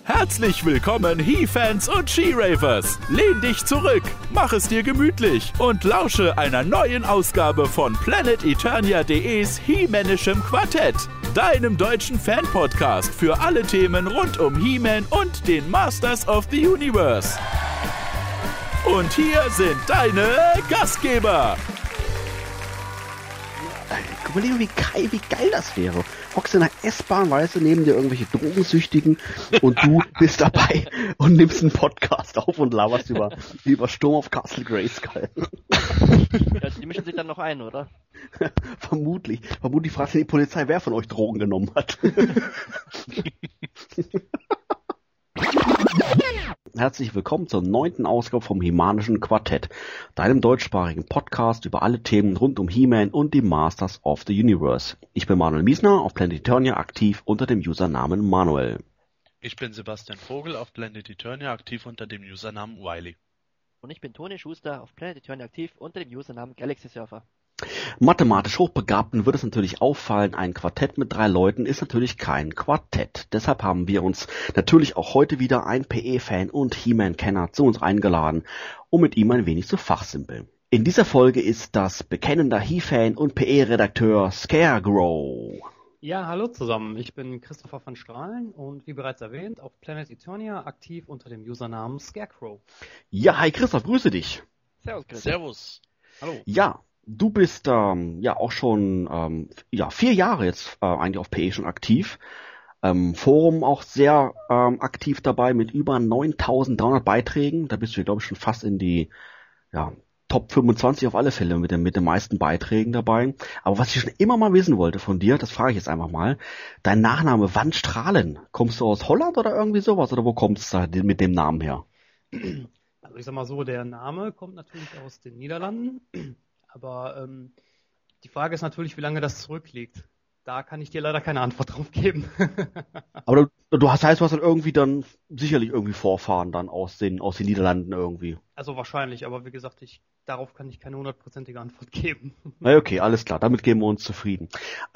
Herzlich willkommen He-Fans und She-Ravers. Lehn dich zurück, mach es dir gemütlich und lausche einer neuen Ausgabe von PlanetEternia.de's He-Manischem Quartett, deinem deutschen Fan-Podcast für alle Themen rund um He-Man und den Masters of the Universe. Und hier sind deine Gastgeber. Überlege, wie geil das wäre. Hockst in der S-Bahn, weißt du, neben dir irgendwelche Drogensüchtigen und du bist dabei und nimmst einen Podcast auf und laberst über Sturm auf Castle Grayskull. Ja, die mischen sich dann noch ein, oder? Vermutlich fragt die Polizei, wer von euch Drogen genommen hat. Herzlich willkommen zur 9. Ausgabe vom He-Manischen Quartett, deinem deutschsprachigen Podcast über alle Themen rund um He-Man und die Masters of the Universe. Ich bin Manuel Miesner, auf Planet Eternia aktiv unter dem Usernamen Manuel. Ich bin Sebastian Vogel, auf Planet Eternia aktiv unter dem Usernamen Wiley. Und ich bin Toni Schuster, auf Planet Eternia aktiv unter dem Usernamen Galaxy Surfer. Mathematisch Hochbegabten wird es natürlich auffallen, ein Quartett mit 3 Leuten ist natürlich kein Quartett. Deshalb haben wir uns natürlich auch heute wieder einen PE-Fan und He-Man-Kenner zu uns eingeladen, um mit ihm ein wenig zu fachsimpeln. In dieser Folge ist das bekennender He-Fan und PE-Redakteur Scarecrow. Ja, hallo zusammen, ich bin Christopher van Strahlen und wie bereits erwähnt, auf Planet Eternia aktiv unter dem Usernamen Scarecrow. Ja, hi Christoph, grüße dich. Servus, Chris. Servus. Hallo. Ja, du bist auch schon 4 Jahre jetzt eigentlich auf PE schon aktiv. Forum auch sehr aktiv dabei mit über 9.300 Beiträgen. Da bist du, glaube ich, schon fast in die Top 25 auf alle Fälle mit den meisten Beiträgen dabei. Aber was ich schon immer mal wissen wollte von dir, das frage ich jetzt einfach mal. Dein Nachname Van Strahlen, kommst du aus Holland oder irgendwie sowas? Oder wo kommst du da mit dem Namen her? Also ich sag mal so, der Name kommt natürlich aus den Niederlanden. Aber die Frage ist natürlich, wie lange das zurückliegt. Da kann ich dir leider keine Antwort drauf geben. Aber du hast dann irgendwie dann sicherlich irgendwie Vorfahren dann aus den Niederlanden irgendwie. Also wahrscheinlich, aber wie gesagt, darauf kann ich keine 100%ige Antwort geben. Na okay, alles klar, damit geben wir uns zufrieden.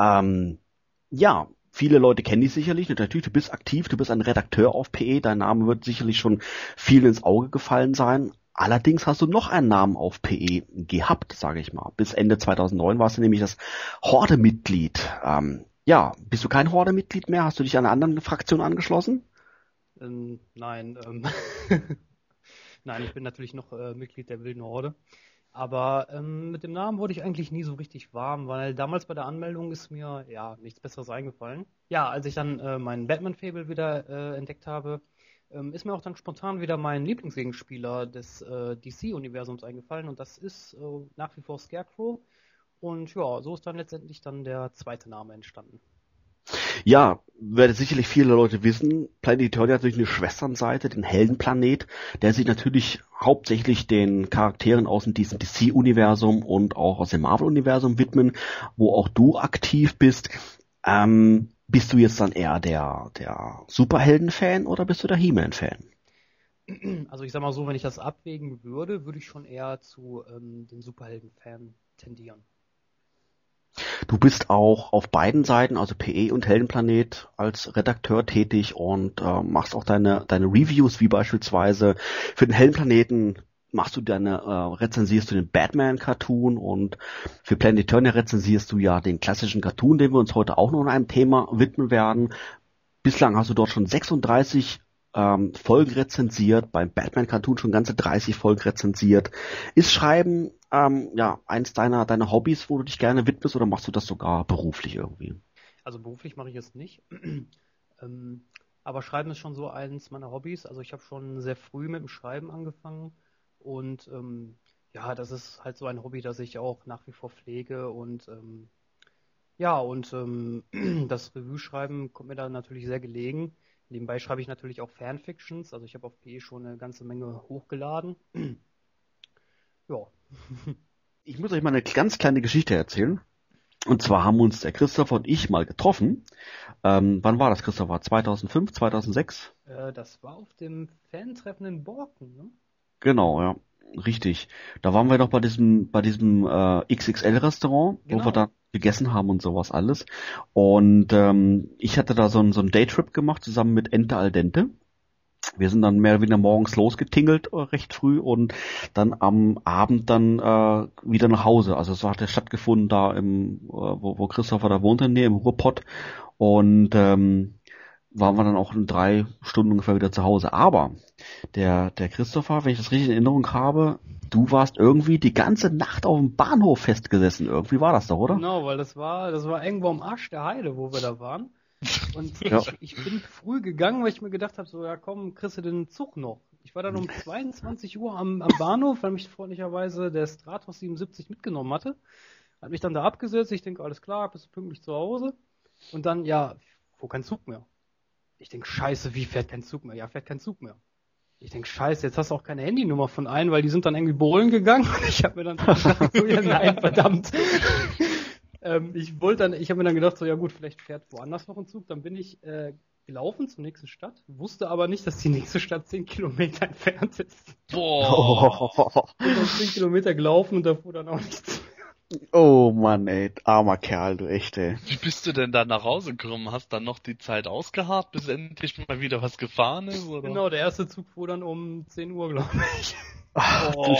Viele Leute kennen dich sicherlich. Natürlich, du bist aktiv, du bist ein Redakteur auf PE, dein Name wird sicherlich schon vielen ins Auge gefallen sein. Allerdings hast du noch einen Namen auf PE gehabt, sage ich mal. Bis Ende 2009 warst du nämlich das Horde-Mitglied. Bist du kein Horde-Mitglied mehr? Hast du dich einer anderen Fraktion angeschlossen? Nein, nein, ich bin natürlich noch Mitglied der Wilden Horde. Aber mit dem Namen wurde ich eigentlich nie so richtig warm, weil damals bei der Anmeldung ist mir nichts Besseres eingefallen. Ja, als ich dann meinen Batman-Fable wieder entdeckt habe, ist mir auch dann spontan wieder mein Lieblingsgegenspieler des DC-Universums eingefallen und das ist nach wie vor Scarecrow und so ist dann letztendlich dann der zweite Name entstanden. Ja, werden sicherlich viele Leute wissen, Planet Eternia hat natürlich eine Schwesternseite, den Heldenplanet, der sich natürlich hauptsächlich den Charakteren aus diesem DC-Universum und auch aus dem Marvel-Universum widmen, wo auch du aktiv bist. Bist du jetzt dann eher der Superhelden-Fan oder bist du der He-Man-Fan? Also ich sag mal so, wenn ich das abwägen würde ich schon eher zu den Superhelden-Fan tendieren. Du bist auch auf beiden Seiten, also PE und Heldenplanet, als Redakteur tätig und machst auch deine Reviews, wie beispielsweise für den Heldenplaneten machst du rezensierst du den Batman-Cartoon und für Planet Eternia rezensierst du ja den klassischen Cartoon, den wir uns heute auch noch in einem Thema widmen werden. Bislang hast du dort schon 36 Folgen rezensiert, beim Batman-Cartoon schon ganze 30 Folgen rezensiert. Ist Schreiben eins deiner Hobbys, wo du dich gerne widmest oder machst du das sogar beruflich irgendwie? Also beruflich mache ich es nicht. Aber Schreiben ist schon so eins meiner Hobbys. Also ich habe schon sehr früh mit dem Schreiben angefangen. Und das ist halt so ein Hobby, das ich auch nach wie vor pflege und das Revue-Schreiben kommt mir da natürlich sehr gelegen. Nebenbei schreibe ich natürlich auch Fanfictions, also ich habe auf PE schon eine ganze Menge hochgeladen. Ja. Ich muss euch mal eine ganz kleine Geschichte erzählen. Und zwar haben uns der Christopher und ich mal getroffen. Wann war das, Christopher? 2005, 2006? Das war auf dem Fan-Treffen in Borken, ne? Genau, ja. Richtig. Da waren wir noch bei diesem XXL-Restaurant, Genau. wo wir da gegessen haben und sowas alles. Und ich hatte da so einen Daytrip gemacht, zusammen mit Ente al Dente. wir sind dann mehr oder weniger morgens losgetingelt, recht früh, und dann am Abend dann wieder nach Hause. Also es hat ja stattgefunden da wo Christopher da wohnte, in der Nähe, im Ruhrpott. Und waren wir dann auch in 3 Stunden ungefähr wieder zu Hause. Aber der Christopher, wenn ich das richtig in Erinnerung habe, du warst irgendwie die ganze Nacht auf dem Bahnhof festgesessen. Irgendwie war das doch, oder? Genau, weil das war irgendwo am Arsch der Heide, wo wir da waren. Und Ja. ich bin früh gegangen, weil ich mir gedacht habe, so, ja komm, kriegst du den Zug noch. Ich war dann um 22 Uhr am Bahnhof, weil mich freundlicherweise der Stratos 77 mitgenommen hatte. Hat mich dann da abgesetzt, ich denke, alles klar, bist du pünktlich zu Hause. Und dann, ja, fuhr kein Zug mehr. Ich denke, scheiße, wie fährt kein Zug mehr? Ja, fährt kein Zug mehr. Ich denke, scheiße, jetzt hast du auch keine Handynummer von einem, weil die sind dann irgendwie bowlen gegangen. Und ich habe mir dann gedacht, so, ja, nein, verdammt. Ich habe mir dann gedacht, so, ja gut, vielleicht fährt woanders noch ein Zug. Dann bin ich gelaufen zur nächsten Stadt, wusste aber nicht, dass die nächste Stadt 10 Kilometer entfernt ist. Boah. Bin dann 10 Kilometer gelaufen und da fuhr dann auch nichts mehr. Oh Mann, ey, armer Kerl, du echt, ey. Wie bist du denn da nach Hause gekommen? Hast dann noch die Zeit ausgeharrt, bis endlich mal wieder was gefahren ist? Oder? Genau, der erste Zug fuhr dann um 10 Uhr, glaube ich. Ach, du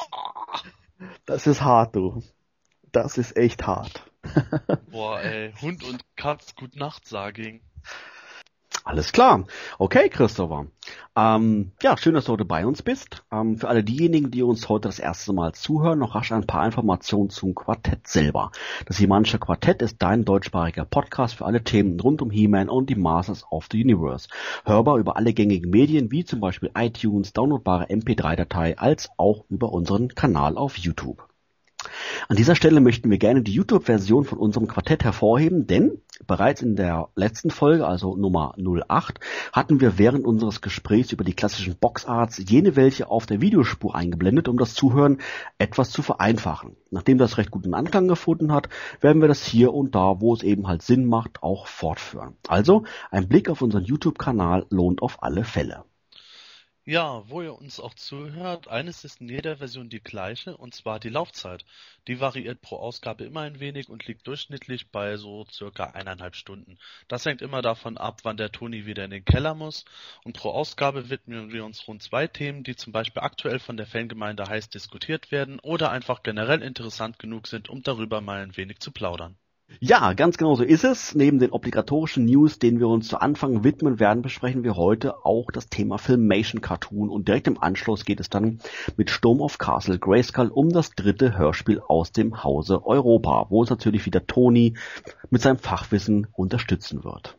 das ist hart, du. Das ist echt hart. Boah, ey, Hund und Katz, gut Nacht, Saging. Alles klar. Okay, Christopher. Ja, schön, dass du heute bei uns bist. Für alle diejenigen, die uns heute das erste Mal zuhören, noch rasch ein paar Informationen zum Quartett selber. Das He-Manische Quartett ist dein deutschsprachiger Podcast für alle Themen rund um He-Man und die Masters of the Universe. Hörbar über alle gängigen Medien, wie zum Beispiel iTunes, downloadbare MP3-Datei, als auch über unseren Kanal auf YouTube. An dieser Stelle möchten wir gerne die YouTube-Version von unserem Quartett hervorheben, denn bereits in der letzten Folge, also Nummer 08, hatten wir während unseres Gesprächs über die klassischen Boxarts jene welche auf der Videospur eingeblendet, um das Zuhören etwas zu vereinfachen. Nachdem das recht guten Anklang gefunden hat, werden wir das hier und da, wo es eben halt Sinn macht, auch fortführen. Also, ein Blick auf unseren YouTube-Kanal lohnt auf alle Fälle. Ja, wo ihr uns auch zuhört, eines ist in jeder Version die gleiche, und zwar die Laufzeit. Die variiert pro Ausgabe immer ein wenig und liegt durchschnittlich bei so circa 1,5 Stunden. Das hängt immer davon ab, wann der Toni wieder in den Keller muss, und pro Ausgabe widmen wir uns rund 2 Themen, die zum Beispiel aktuell von der Fangemeinde heiß diskutiert werden oder einfach generell interessant genug sind, um darüber mal ein wenig zu plaudern. Ja, ganz genau so ist es. Neben den obligatorischen News, denen wir uns zu Anfang widmen werden, besprechen wir heute auch das Thema Filmation Cartoon, und direkt im Anschluss geht es dann mit Storm of Castle Grayskull um das 3. Hörspiel aus dem Hause Europa, wo uns natürlich wieder Toni mit seinem Fachwissen unterstützen wird.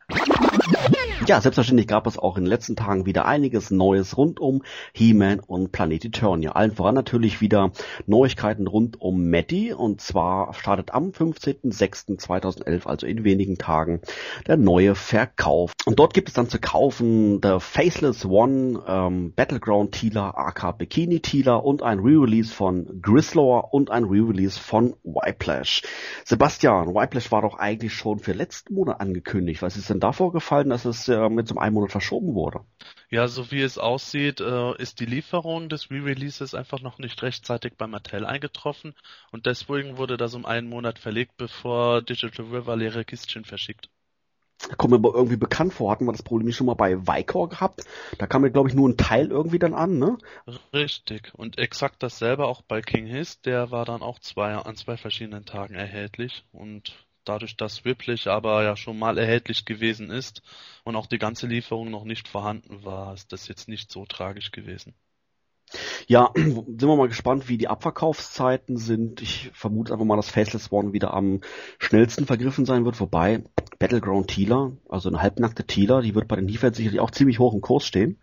Ja, selbstverständlich gab es auch in den letzten Tagen wieder einiges Neues rund um He-Man und Planet Eternia. Allen voran natürlich wieder Neuigkeiten rund um Matty, und zwar startet am 15.06.2011, also in wenigen Tagen, der neue Verkauf. Und dort gibt es dann zu kaufen The Faceless One, Battleground Teela, aka Bikini Teela, und ein Re-Release von Grislaw und ein Re-Release von Whiplash. Sebastian, Whiplash war doch eigentlich schon für letzten Monat angekündigt. Was ist denn da vorgefallen, dass es mit so einem Monat verschoben wurde? Ja, so wie es aussieht, ist die Lieferung des Re-Releases einfach noch nicht rechtzeitig bei Mattel eingetroffen, und deswegen wurde das um einen Monat verlegt, bevor Digital River leere Kistchen verschickt. Kommt mir aber irgendwie bekannt vor. Hatten wir das Problem schon mal bei Vicor gehabt? Da kam mir, glaube ich, nur ein Teil irgendwie dann an, ne? Richtig. Und exakt dasselbe auch bei King Hiss, der war dann auch an 2 verschiedenen Tagen erhältlich, und dadurch, dass Whiplash aber ja schon mal erhältlich gewesen ist und auch die ganze Lieferung noch nicht vorhanden war, ist das jetzt nicht so tragisch gewesen. Ja, sind wir mal gespannt, wie die Abverkaufszeiten sind. Ich vermute einfach mal, dass Faceless One wieder am schnellsten vergriffen sein wird, wobei Battleground Teela, also eine halbnackte Teela, die wird bei den He-Fans sicherlich auch ziemlich hoch im Kurs stehen.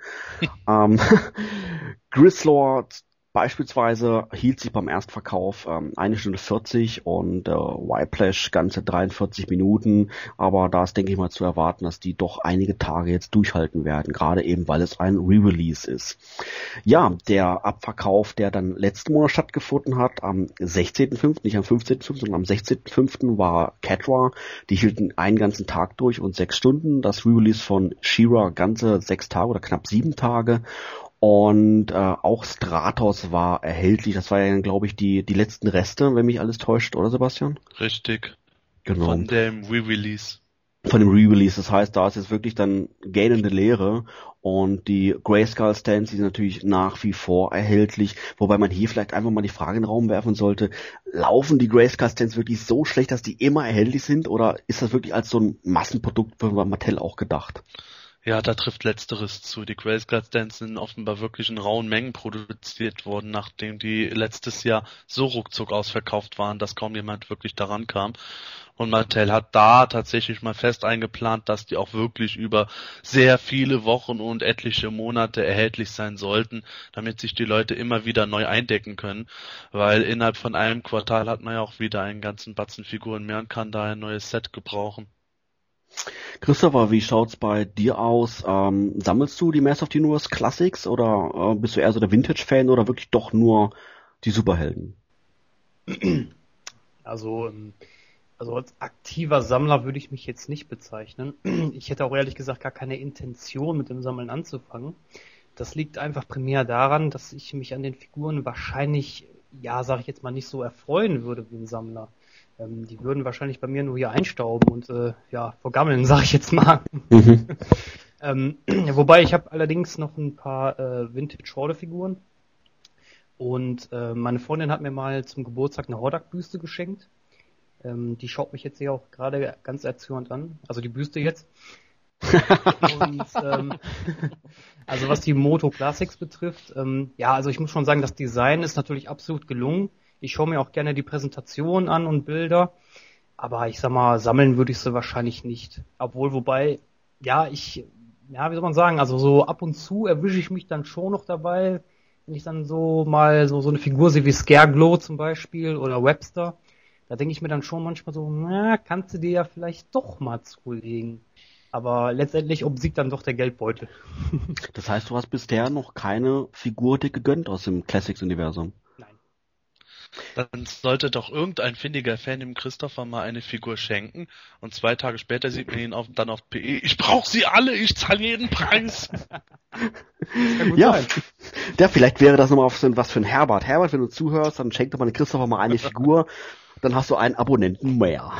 Grislaw beispielsweise hielt sich beim Erstverkauf 1 Stunde 40 und Whiplash ganze 43 Minuten, aber da ist, denke ich mal, zu erwarten, dass die doch einige Tage jetzt durchhalten werden, gerade eben, weil es ein Re-Release ist. Ja, der Abverkauf, der dann letzten Monat stattgefunden hat, am 16.05., nicht am 15.05., sondern am 16.05. war Catra, die hielten einen ganzen Tag durch und 6 Stunden, das Re-Release von She-Ra ganze 6 Tage oder knapp 7 Tage. Und auch Stratos war erhältlich. Das war ja, glaube ich, die letzten Reste, wenn mich alles täuscht, oder Sebastian? Richtig. Genau. Von dem Re-Release. von dem Re-Release. Das heißt, da ist jetzt wirklich dann gähnende Leere und die Grayskull-Stands, die sind natürlich nach wie vor erhältlich, wobei man hier vielleicht einfach mal die Frage in den Raum werfen sollte, laufen die Grayskull-Stands wirklich so schlecht, dass die immer erhältlich sind, oder ist das wirklich als so ein Massenprodukt für Mattel auch gedacht? Ja, da trifft Letzteres zu. Die Grayskull-Stands sind offenbar wirklich in rauen Mengen produziert worden, nachdem die letztes Jahr so ruckzuck ausverkauft waren, dass kaum jemand wirklich daran kam. Und Mattel hat da tatsächlich mal fest eingeplant, dass die auch wirklich über sehr viele Wochen und etliche Monate erhältlich sein sollten, damit sich die Leute immer wieder neu eindecken können, weil innerhalb von einem Quartal hat man ja auch wieder einen ganzen Batzen Figuren mehr und kann da ein neues Set gebrauchen. Christopher, wie schaut's bei dir aus? Sammelst du die Masters of the Universe Classics oder bist du eher so der Vintage-Fan oder wirklich doch nur die Superhelden? Also als aktiver Sammler würde ich mich jetzt nicht bezeichnen. Ich hätte auch ehrlich gesagt gar keine Intention, mit dem Sammeln anzufangen. Das liegt einfach primär daran, dass ich mich an den Figuren wahrscheinlich, ja, sage ich jetzt mal, nicht so erfreuen würde wie ein Sammler. Die würden wahrscheinlich bei mir nur hier einstauben und vergammeln, sage ich jetzt mal. Wobei ich habe allerdings noch ein paar Vintage-Horde-Figuren. Und meine Freundin hat mir mal zum Geburtstag eine Hordak-Büste geschenkt. Die schaut mich jetzt hier auch gerade ganz erzürnt an. Also die Büste jetzt. Und also was die Moto Classics betrifft, also ich muss schon sagen, das Design ist natürlich absolut gelungen. Ich schaue mir auch gerne die Präsentation an und Bilder. Aber ich sag mal, sammeln würde ich sie wahrscheinlich nicht. Wobei, wie soll man sagen, also so ab und zu erwische ich mich dann schon noch dabei, wenn ich dann so mal so eine Figur sehe wie Scareglow zum Beispiel oder Webster. Da denke ich mir dann schon manchmal so, kannst du dir ja vielleicht doch mal zulegen. Aber letztendlich obsiegt dann doch der Geldbeutel. Das heißt, du hast bisher noch keine Figur dir gegönnt aus dem Classics-Universum? Nein. Dann sollte doch irgendein findiger Fan dem Christopher mal eine Figur schenken und 2 Tage später sieht man ihn dann auf PE, ich brauche sie alle, ich zahle jeden Preis. Ja, vielleicht wäre das nochmal was für ein Herbert. Herbert, wenn du zuhörst, dann schenk doch mal den Christopher mal eine Figur. Dann hast du einen Abonnenten mehr.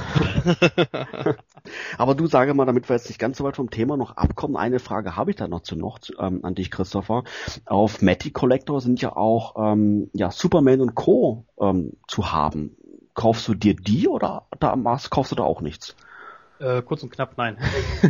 Aber du, sage mal, damit wir jetzt nicht ganz so weit vom Thema noch abkommen, eine Frage habe ich da noch an dich, Christopher. Auf Matty Collector sind ja auch Superman und Co. Zu haben. Kaufst du dir die oder kaufst du da auch nichts? Kurz und knapp, nein.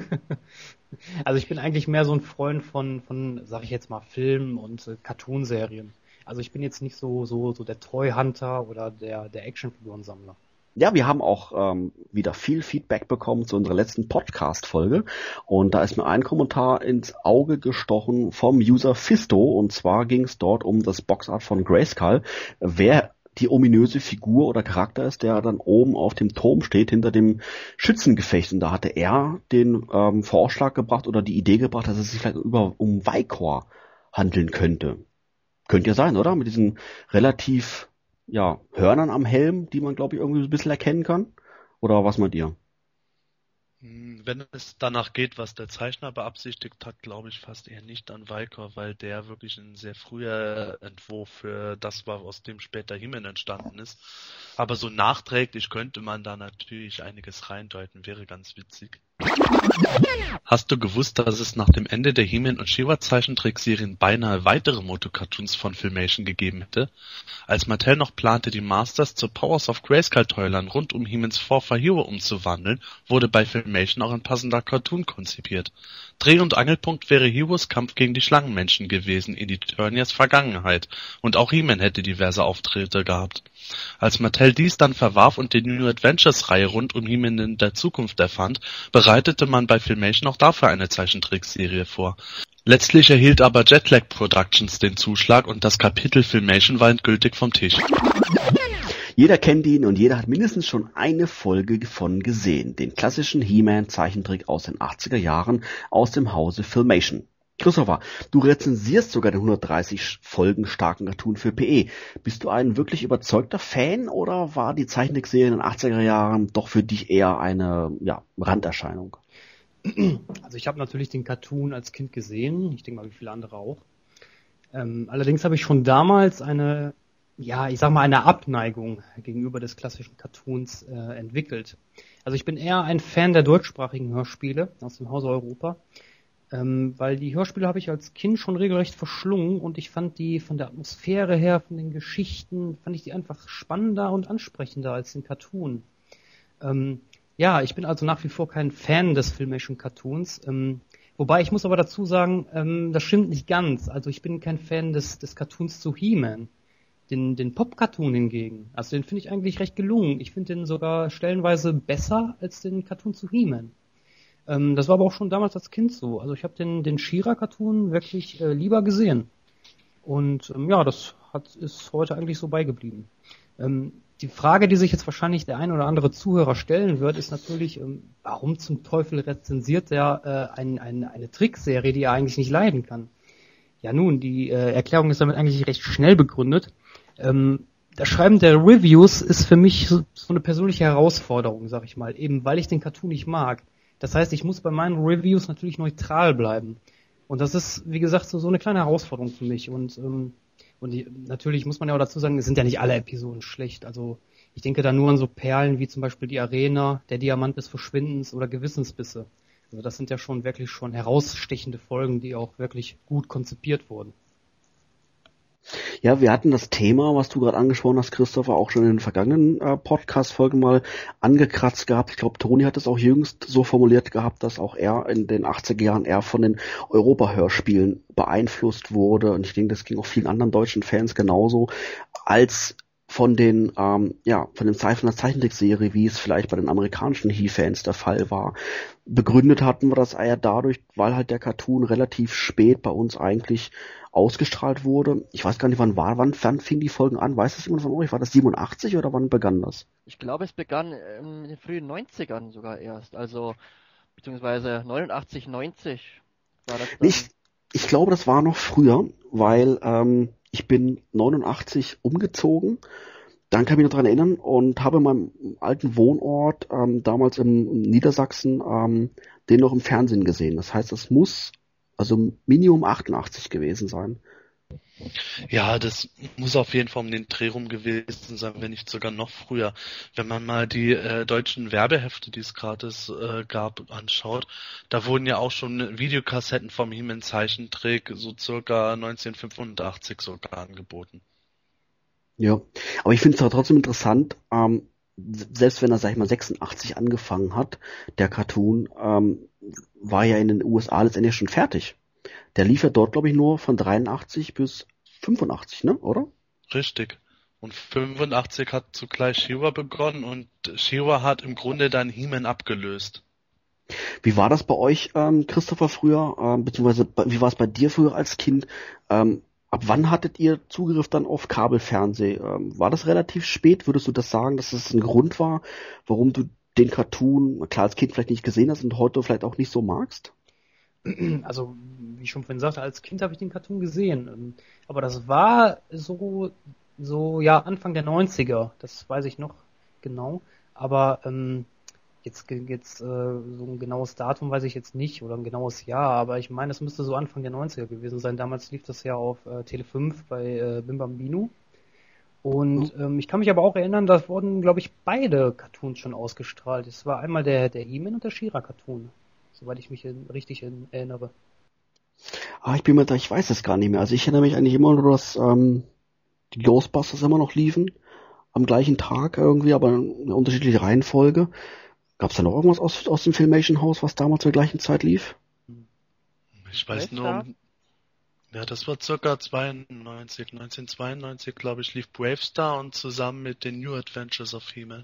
Also ich bin eigentlich mehr so ein Freund von, sag ich jetzt mal, Filmen und Cartoonserien. Also ich bin jetzt nicht so der Toy Hunter oder der Actionfigurensammler. Ja, wir haben auch wieder viel Feedback bekommen zu unserer letzten Podcast-Folge und da ist mir ein Kommentar ins Auge gestochen vom User Fisto und zwar ging es dort um das Boxart von Grayskull, wer die ominöse Figur oder Charakter ist, der dann oben auf dem Turm steht hinter dem Schützengefecht und da hatte er den Vorschlag gebracht oder die Idee gebracht, dass es sich vielleicht um Vicor handeln könnte. Könnte ja sein, oder? Mit diesen relativ, Hörnern am Helm, die man, glaube ich, irgendwie so ein bisschen erkennen kann. Oder was meint ihr? Wenn es danach geht, was der Zeichner beabsichtigt hat, glaube ich fast eher nicht an Vicor, weil der wirklich ein sehr früher Entwurf für das war, aus dem später He-Man entstanden ist. Aber so nachträglich könnte man da natürlich einiges reindeuten, wäre ganz witzig. Hast du gewusst, dass es nach dem Ende der He-Man und She-Ra Zeichentrickserien beinahe weitere Moto-Cartoons von Filmation gegeben hätte? Als Mattel noch plante, die Masters zu Powers of Grayskull-Toylern rund um He-Mans 4 Hero umzuwandeln, wurde bei Filmation auch ein passender Cartoon konzipiert. Dreh- und Angelpunkt wäre Heroes Kampf gegen die Schlangenmenschen gewesen in Eternias Vergangenheit und auch He-Man hätte diverse Auftritte gehabt. Als Mattel dies dann verwarf und die New Adventures-Reihe rund um He-Man in der Zukunft erfand, bereitete man bei Filmation auch dafür eine Zeichentrickserie vor. Letztlich erhielt aber Jetlag Productions den Zuschlag und das Kapitel Filmation war endgültig vom Tisch. Jeder kennt ihn und jeder hat mindestens schon eine Folge von gesehen. Den klassischen He-Man-Zeichentrick aus den 80er Jahren aus dem Hause Filmation. Christopher, du rezensierst sogar den 130 Folgen starken Cartoon für PE. Bist du ein wirklich überzeugter Fan oder war die Zeichentrickserie in den 80er Jahren doch für dich eher eine Randerscheinung? Also ich habe natürlich den Cartoon als Kind gesehen, ich denke mal wie viele andere auch. Allerdings habe ich schon damals eine Abneigung gegenüber des klassischen Cartoons entwickelt. Also ich bin eher ein Fan der deutschsprachigen Hörspiele aus dem Hause Europa, weil die Hörspiele habe ich als Kind schon regelrecht verschlungen und ich fand die von der Atmosphäre her, von den Geschichten, fand ich die einfach spannender und ansprechender als den Cartoon. Ja, ich bin also nach wie vor kein Fan des Filmation Cartoons, wobei ich muss aber dazu sagen, das stimmt nicht ganz. Also ich bin kein Fan des Cartoons zu He-Man. Den Pop-Cartoon hingegen, also den finde ich eigentlich recht gelungen. Ich finde den sogar stellenweise besser als den Cartoon zu He-Man. Das war aber auch schon damals als Kind so. Also ich habe den She-Ra-Cartoon wirklich lieber gesehen. Und ja, das ist heute eigentlich so beigeblieben. Die Frage, die sich jetzt wahrscheinlich der ein oder andere Zuhörer stellen wird, ist natürlich, warum zum Teufel rezensiert der eine Trickserie, die er eigentlich nicht leiden kann? Ja nun, die Erklärung ist damit eigentlich recht schnell begründet. Das Schreiben der Reviews ist für mich so eine persönliche Herausforderung, sag ich mal, eben weil ich den Cartoon nicht mag. Das heißt, ich muss bei meinen Reviews natürlich neutral bleiben. Und das ist, wie gesagt, so eine kleine Herausforderung für mich. Und natürlich muss man ja auch dazu sagen, es sind ja nicht alle Episoden schlecht. Also ich denke da nur an so Perlen wie zum Beispiel die Arena, der Diamant des Verschwindens oder Gewissensbisse. Also das sind ja schon wirklich schon herausstechende Folgen, die auch wirklich gut konzipiert wurden. Ja, wir hatten das Thema, was du gerade angesprochen hast, Christopher, auch schon in den vergangenen Podcast-Folgen mal angekratzt gehabt. Ich glaube, Toni hat es auch jüngst so formuliert gehabt, dass auch er in den 80er Jahren eher von den Europa-Hörspielen beeinflusst wurde. Und ich denke, das ging auch vielen anderen deutschen Fans genauso, als von den von dem Zeichentrickserie, wie es vielleicht bei den amerikanischen He-Fans der Fall war. Begründet hatten wir das eher dadurch, weil halt der Cartoon relativ spät bei uns eigentlich ausgestrahlt wurde. Ich weiß gar nicht, wann fingen die Folgen an? Weiß das jemand von euch? War das 87 oder wann begann das? Ich glaube, es begann in den frühen 90ern sogar erst, also beziehungsweise 89, 90 war das dann. Ich glaube, das war noch früher, weil ich bin 89 umgezogen. Dann kann ich mich noch daran erinnern und habe in meinem alten Wohnort damals im Niedersachsen den noch im Fernsehen gesehen. Das heißt, es muss also Minimum 88 gewesen sein. Ja, das muss auf jeden Fall um den Dreh rum gewesen sein, wenn nicht sogar noch früher. Wenn man mal die deutschen Werbehefte, die es gratis gab, anschaut, da wurden ja auch schon Videokassetten vom He-Man Zeichentrick so circa 1985 sogar angeboten. Ja, aber ich finde es trotzdem interessant, selbst wenn er, sag ich mal, 86 angefangen hat, der Cartoon, war ja in den USA letztendlich schon fertig. Der lief ja dort, glaube ich, nur von 83 bis 85, ne, oder? Richtig. Und 85 hat zugleich She-Ra begonnen und She-Ra hat im Grunde dann He-Man abgelöst. Wie war das bei euch, Christopher, früher, beziehungsweise wie war es bei dir früher als Kind? Ab wann hattet ihr Zugriff dann auf Kabelfernsehen? War das relativ spät? Würdest du das sagen, dass das ein Grund war, warum du den Cartoon, klar als Kind vielleicht nicht gesehen hast und heute vielleicht auch nicht so magst? Also, wie ich schon vorhin sagte, als Kind habe ich den Cartoon gesehen. Aber das war so ja, Anfang der 90er. Das weiß ich noch genau. Aber jetzt so ein genaues Datum weiß ich jetzt nicht oder ein genaues Jahr. Aber ich meine, es müsste so Anfang der 90er gewesen sein. Damals lief das ja auf Tele 5 bei Bim Bambino. Und ich kann mich aber auch erinnern, da wurden, glaube ich, beide Cartoons schon ausgestrahlt. Es war einmal der He-Man und der She-Ra-Cartoon, soweit ich mich richtig erinnere. Ich bin mir da, ich weiß es gar nicht mehr. Also ich erinnere mich eigentlich immer nur, dass die Ghostbusters immer noch liefen, am gleichen Tag irgendwie, aber in einer unterschiedlichen Reihenfolge. Gab es da noch irgendwas aus dem Filmation-Haus, was damals zur gleichen Zeit lief? Ich weiß nur, ja, das war circa 1992, glaube ich, lief Bravestar und zusammen mit den New Adventures of He-Man.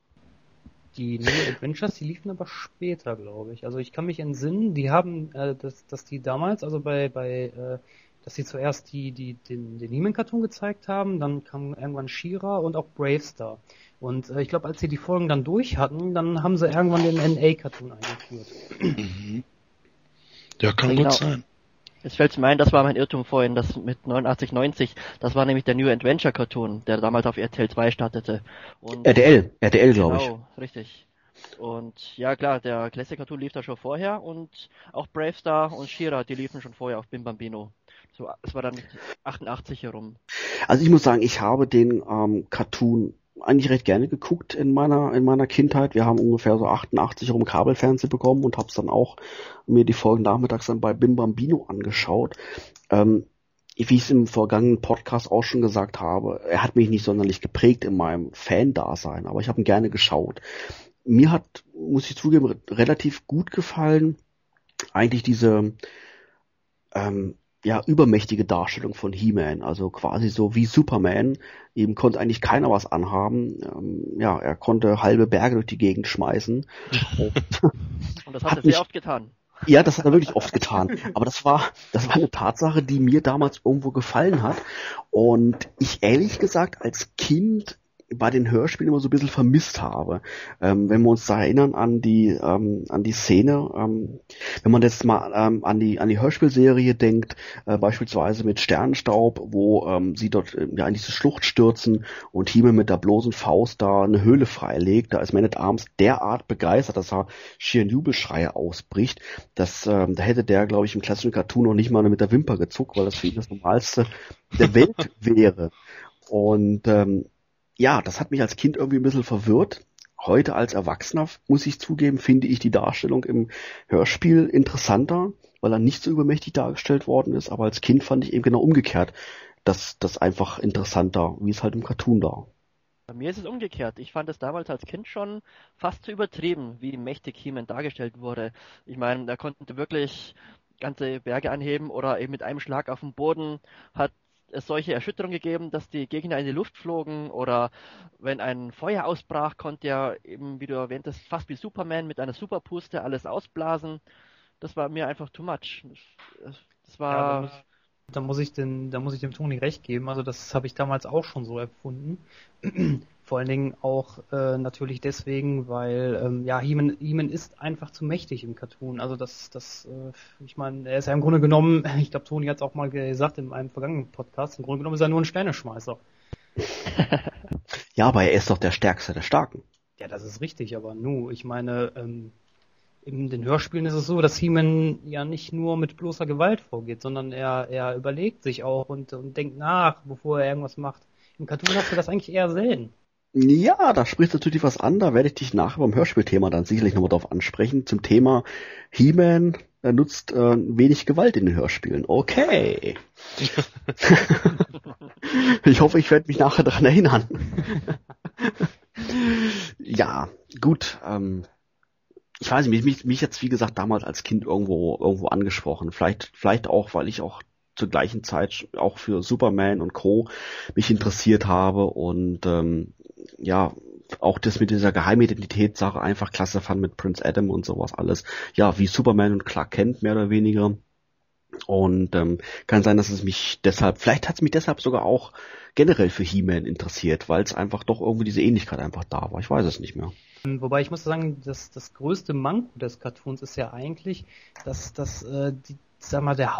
Die New Adventures, die liefen aber später, glaube ich. Also ich kann mich entsinnen, die haben, dass die damals, also dass sie zuerst den He-Man-Cartoon gezeigt haben, dann kam irgendwann She-Ra und auch Bravestar. Und ich glaube, als sie die Folgen dann durch hatten, dann haben sie irgendwann den NA-Cartoon eingeführt. Mhm. Ja, kann gut sein. Es fällt mir ein, das war mein Irrtum vorhin, das mit 89, 90, das war nämlich der New Adventure Cartoon, der damals auf RTL 2 startete. Und RTL, glaube ich. Genau, richtig. Und ja klar, der Classic Cartoon lief da schon vorher und auch Bravestar und She-Ra, die liefen schon vorher auf Bim Bambino. So, es war dann 88 herum. Also ich muss sagen, ich habe den Cartoon eigentlich recht gerne geguckt in meiner Kindheit. Wir haben ungefähr so 88 rum Kabelfernsehen bekommen und hab's dann auch mir die Folgen nachmittags dann bei Bim Bambino angeschaut. Wie ich es im vergangenen Podcast auch schon gesagt habe, er hat mich nicht sonderlich geprägt in meinem Fan-Dasein, aber ich habe ihn gerne geschaut. Mir hat, muss ich zugeben, relativ gut gefallen, eigentlich diese übermächtige Darstellung von He-Man, also quasi so wie Superman, ihm konnte eigentlich keiner was anhaben. Er konnte halbe Berge durch die Gegend schmeißen. Und das hat er sehr oft getan. Ja, das hat er wirklich oft getan. Aber das war eine Tatsache, die mir damals irgendwo gefallen hat. Und ich ehrlich gesagt als Kind bei den Hörspielen immer so ein bisschen vermisst habe. Wenn wir uns da erinnern an die Szene, wenn man jetzt mal an die Hörspielserie denkt, beispielsweise mit Sternenstaub, wo sie dort in diese Schlucht stürzen und He-Man mit der bloßen Faust da eine Höhle freilegt, da ist Man at Arms derart begeistert, dass er schier in Jubelschreie ausbricht. Da hätte der, glaube ich, im klassischen Cartoon noch nicht mal mit der Wimper gezuckt, weil das für ihn das Normalste der Welt wäre. Und das hat mich als Kind irgendwie ein bisschen verwirrt. Heute als Erwachsener, muss ich zugeben, finde ich die Darstellung im Hörspiel interessanter, weil er nicht so übermächtig dargestellt worden ist. Aber als Kind fand ich eben genau umgekehrt, das einfach interessanter, wie es halt im Cartoon war. Bei mir ist es umgekehrt. Ich fand es damals als Kind schon fast zu übertrieben, wie mächtig He-Man dargestellt wurde. Ich meine, er konnte wirklich ganze Berge anheben oder eben mit einem Schlag auf den Boden hat es solche Erschütterungen gegeben, dass die Gegner in die Luft flogen, oder wenn ein Feuer ausbrach, konnte er eben, wie du erwähntest, fast wie Superman mit einer Superpuste alles ausblasen. Das war mir einfach too much. Das war... Ja, da muss ich dem Toni recht geben. Also das habe ich damals auch schon so empfunden. Vor allen Dingen auch natürlich deswegen, weil He-Man ist einfach zu mächtig im Cartoon. Also ich meine, er ist ja im Grunde genommen, ich glaube, Toni hat es auch mal gesagt in einem vergangenen Podcast, im Grunde genommen ist er nur ein Sterneschmeißer. Ja, aber er ist doch der Stärkste der Starken. Ja, das ist richtig, aber ich meine, in den Hörspielen ist es so, dass He-Man ja nicht nur mit bloßer Gewalt vorgeht, sondern er überlegt sich auch und denkt nach, bevor er irgendwas macht. Im Cartoon hast du das eigentlich eher selten. Ja, da sprichst du natürlich was an, da werde ich dich nachher beim Hörspielthema dann sicherlich nochmal drauf ansprechen. Zum Thema He-Man nutzt wenig Gewalt in den Hörspielen. Okay. Ich hoffe, ich werde mich nachher daran erinnern. Ja, gut. Ich weiß nicht, mich jetzt wie gesagt damals als Kind irgendwo angesprochen. Vielleicht auch, weil ich auch zur gleichen Zeit auch für Superman und Co. mich interessiert habe und auch das mit dieser Geheimidentität-Sache einfach klasse fand mit Prince Adam und sowas alles. Ja, wie Superman und Clark Kent mehr oder weniger. Und kann sein, dass vielleicht hat es mich deshalb sogar auch generell für He-Man interessiert, weil es einfach doch irgendwie diese Ähnlichkeit einfach da war. Ich weiß es nicht mehr. Wobei ich muss sagen, das größte Manko des Cartoons ist ja eigentlich, dass der